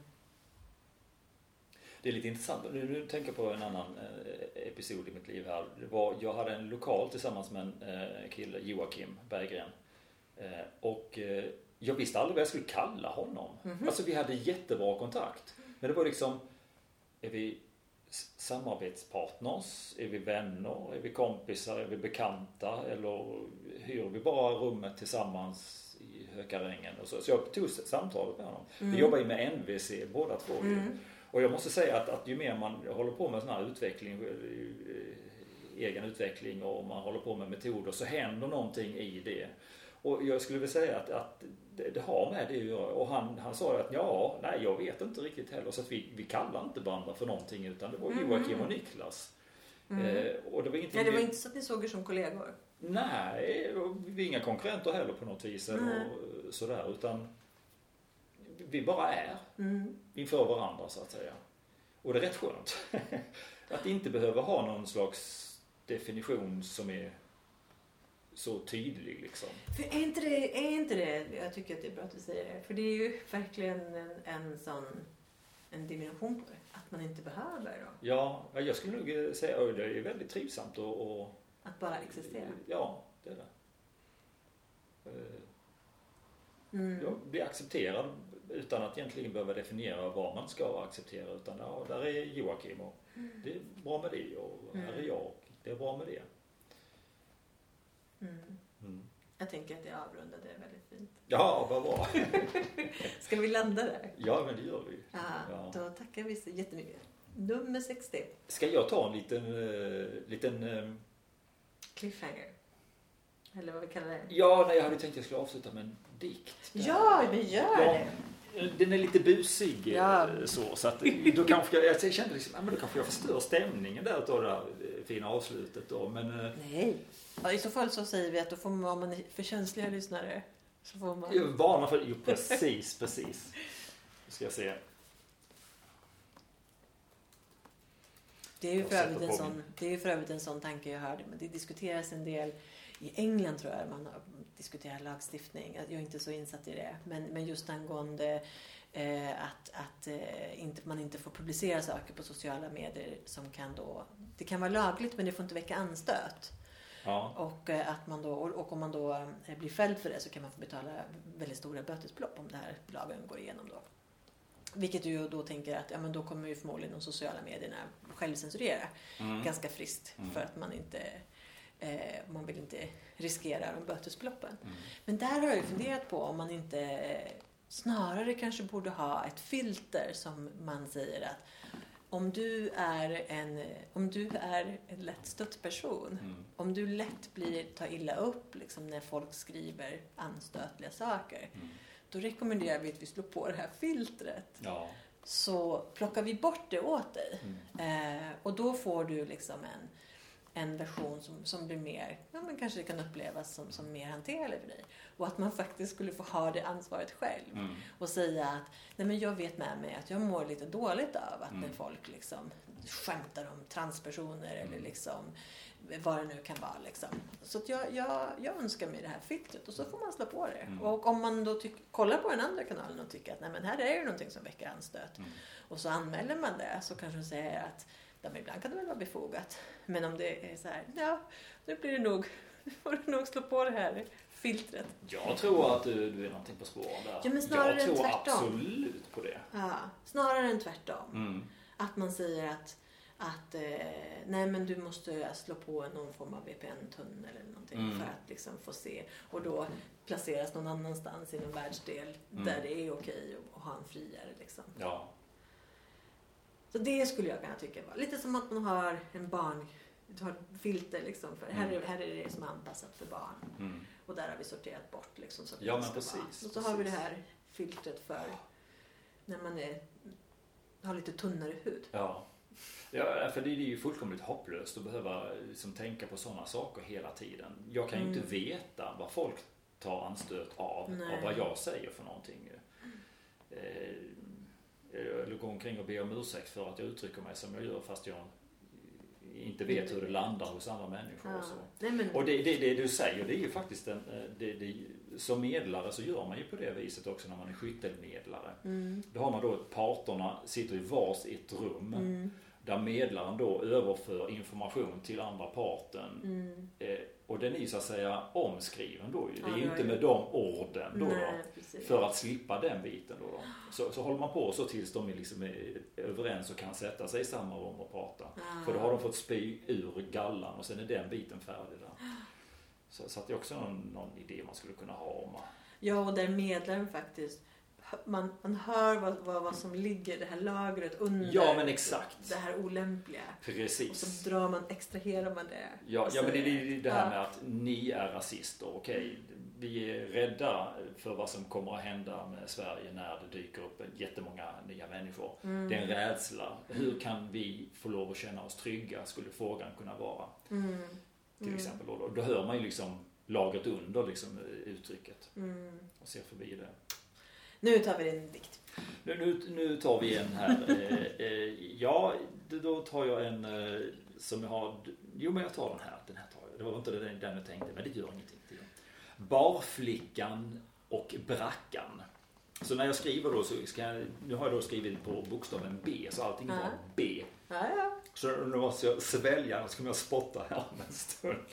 Det är lite intressant. Nu, nu tänker jag på en annan eh, episod i mitt liv här. Det var, jag hade en lokal tillsammans med en eh, kille, Joakim Berggren. Eh, och eh, jag visste aldrig vad jag skulle kalla honom. Mm-hmm. Alltså vi hade jättebra kontakt. Men det var liksom, är vi samarbetspartners? Är vi vänner? Är vi kompisar? Är vi bekanta? Eller hyr vi bara rummet tillsammans i Hökarängen? Och så. så jag tog samtalet med honom. Mm. Vi jobbar ju med N V C båda två. Mm. Och jag måste säga att, att ju mer man håller på med sån här utveckling, egen utveckling och man håller på med metoder, så händer någonting i det. Och jag skulle vilja säga att, att det, det har med det att göra. Och han, han sa att ja, nej jag vet inte riktigt heller. Så att vi, vi kallar inte varandra för någonting, utan det var Joakim mm. och Niklas. Mm. Eh, och det var, ja, det var inte så att ni såg er som kollegor? Nej, vi är inga konkurrenter heller på något vis. Eller sådär, utan vi bara är mm. inför varandra så att säga. Och det är rätt skönt. Att inte behöva ha någon slags definition som är så tydlig liksom. För är inte det, är inte det, jag tycker att det är bra att du säger det, för det är ju verkligen en, en sån en dimension på det, att man inte behöver då. Ja, jag skulle nog säga att det är väldigt trivsamt och, och att bara existera. Ja, det är det. Mm. Jag blir accepterad utan att egentligen behöva definiera vad man ska acceptera, utan ja, där är Joakim och mm. det är bra med det, och här är jag och det är bra med det. Mm. Mm. Jag tänker att det avrundade är väldigt fint. Ja, vad bra. Ska vi landa där? Ja, men det gör vi. Ja, ja. Då tackar vi så jättemycket. Nummer sextio. Ska jag ta en liten... Uh, liten uh... cliffhanger? Eller vad vi kallar det? Ja, nej, jag hade tänkt att jag skulle avsluta med en dikt. Ja, vi gör ja, det. Den är lite busig ja. så, så att då kanske jag, jag kände liksom, ja, men då kanske jag förstör stämningen där utav det där fina avslutet då, men... Nej, ja, i så fall så säger vi att då får man, om man är för känsliga lyssnare, så får man... Jag varnar för, jo precis, precis. Nu ska jag se. Det är ju för övrigt en sån, det är ju för övrigt en sån tanke jag hörde, men det diskuteras en del i England, tror jag, man diskuterar lagstiftning. Jag är inte så insatt i det, men, men just angående eh, att, att eh, inte, man inte får publicera saker på sociala medier som kan då, det kan vara lagligt men det får inte väcka anstöt. Ja. Och, eh, att man då, och, och om man då eh, blir fälld för det, så kan man få betala väldigt stora bötesbelopp om det här lagen går igenom då. Vilket du ju då tänker att ja, men då kommer ju förmodligen de sociala medierna självcensurera mm. ganska friskt mm. för att man inte eh, man vill inte riskera de bötesbeloppen. Mm. Men där har jag ju funderat på om man inte eh, snarare kanske borde ha ett filter som man säger att om du är en, om du är en lättstött person, Mm. om du lätt blir ta illa upp liksom, när folk skriver anstötliga saker, Mm. då rekommenderar vi att vi slår på det här filtret. Ja. Så plockar vi bort det åt dig. Mm. Eh, och då får du liksom en, en version som, som blir mer, ja, men kanske det kan upplevas som, som mer hanterlig för dig. Och att man faktiskt skulle få ha det ansvaret själv. Mm. Och säga att, nej men jag vet med mig att jag mår lite dåligt av att Mm. när folk liksom skämtar om transpersoner Mm. eller liksom vad det nu kan vara liksom. Så att jag, jag, jag önskar mig det här filtret och så får man slå på det. Mm. Och om man då tyck, kollar på den andra kanalen och tycker att nej men här är det någonting som väcker anstöt. Mm. Och så anmäler man det, så kanske de säger att ja, men ibland kan det väl vara befogat. Men om det är så här, ja, nu blir det nog, får du nog slå på det här filtret. Jag tror att du, du är någonting på spåren där. Ja, men snarare jag tror tvärtom. absolut på det. Ja, snarare än tvärtom. Mm. Att man säger att, att eh, nej men du måste slå på någon form av V P N-tunnel eller någonting Mm. för att liksom få se. Och då placeras någon annanstans i någon världsdel Mm. där det är okej att ha en friare liksom. Ja. Så det skulle jag kunna tycka var lite som att man har en barn, du har filter liksom för här är, här är det som är anpassat för barn. Mm. Och där har vi sorterat bort liksom så att Ja, det men ska precis, vara. Och så har vi det precis. här filtret för när man är, har lite tunnare hud. Ja. Ja, för det är ju fullkomligt hopplöst att behöva liksom tänka på sådana saker hela tiden. Jag kan ju Mm. inte veta vad folk tar anstöt av Nej. och vad jag säger för någonting. Eh, eller gå omkring och be om ursäkt för att jag uttrycker mig som jag gör fast jag inte vet hur det landar hos andra människor. Ja. Och, så. Nej, men, och det, det, det du säger, det är ju faktiskt en, det, det, som medlare så gör man ju på det viset också när man är skyttelmedlare. mm, Då har man då parterna sitter i vars ett rum mm, där medlaren då överför information till andra parten. mm. Eh, och den är ju så att säga omskriven då. Det Ja, är ju det inte är med de orden då, Nej, då precis. för att slippa den biten då. då. Så, så håller man på så tills de är liksom är överens och kan sätta sig i samma rum och prata. Ah. För då har de fått spy ur gallan och sen är den biten färdig där. Så, så att det är också någon, någon idé man skulle kunna ha om. Ja, och där medlaren faktiskt, man, man hör vad, vad, vad som ligger, det här lagret under Ja, men exakt. det här olämpliga. Och Precis. så drar man, extraherar man det. Ja, och ja men det är säger- det, det här ja. med att ni är rasister, okej. Vi är rädda för vad som kommer att hända med Sverige när det dyker upp jättemånga nya människor. Mm. Det är en rädsla. Hur kan vi få lov att känna oss trygga, skulle frågan kunna vara. Mm. Till Mm. exempel. Då, då hör man ju liksom lagret under liksom, uttrycket Mm. och ser förbi det. Nu tar vi en dikt. Nu, nu, nu tar vi en här. eh, eh, ja, då tar jag en eh, som jag har... Jo, men jag tar den här. Den här tar jag. Det var inte den, den jag tänkte, men det gör ingenting till. Barflickan och brackan. Så när jag skriver då så ska jag... Nu har jag då skrivit på bokstaven B, så allting Ja. var B. Ja, ja. Så nu måste jag svälja, och så kommer jag spotta här om en stund.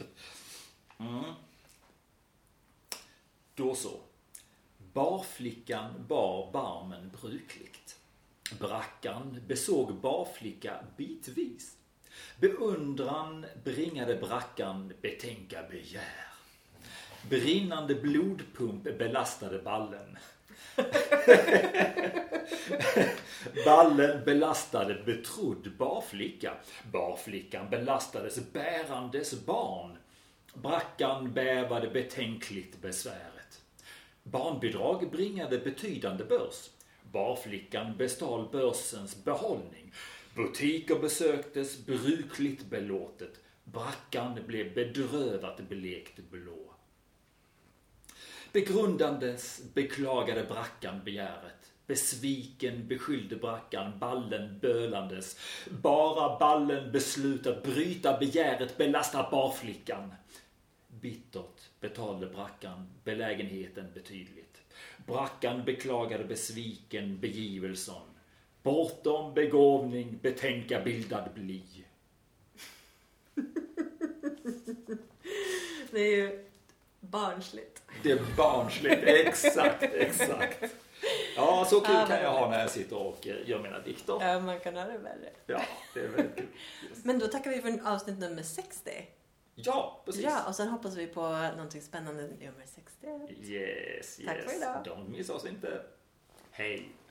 Mm. Då så. Barflickan bar barmen brukligt. Brackan besåg barflicka bitvis. Beundran bringade brackan betänka begär. Brinnande blodpump belastade ballen. Ballen belastade betrodd barflicka. Barflickan belastades bärandes barn. Brackan bävade betänkligt besväret. Barnbidrag bringade betydande börs. Barflickan bestal börsens behållning. Butiker besöktes brukligt belåtet. Brackan blev bedrövat blekt blå. Begrundandes beklagade brackan begäret. Besviken beskyllde brackan ballen bölandes. Bara ballen beslutat bryta begäret belasta barflickan. Bittert betalade brackan belägenheten betydligt. Brackan beklagade besviken begivelsen. Bortom begåvning betänka bildad bli. Det är ju barnsligt. Det är barnsligt, exakt, exakt. Ja, så kul Ja, kan jag men- ha när jag sitter och eh, gör mina dikter. Ja, man kan ha det värre. Ja, det är väldigt kul. Men då tackar vi för avsnitt nummer sextio. Ja, precis. Ja, och sen hoppas vi på någonting spännande nummer sextio. Yes, yes. Tack för idag. De missar oss inte. Hej.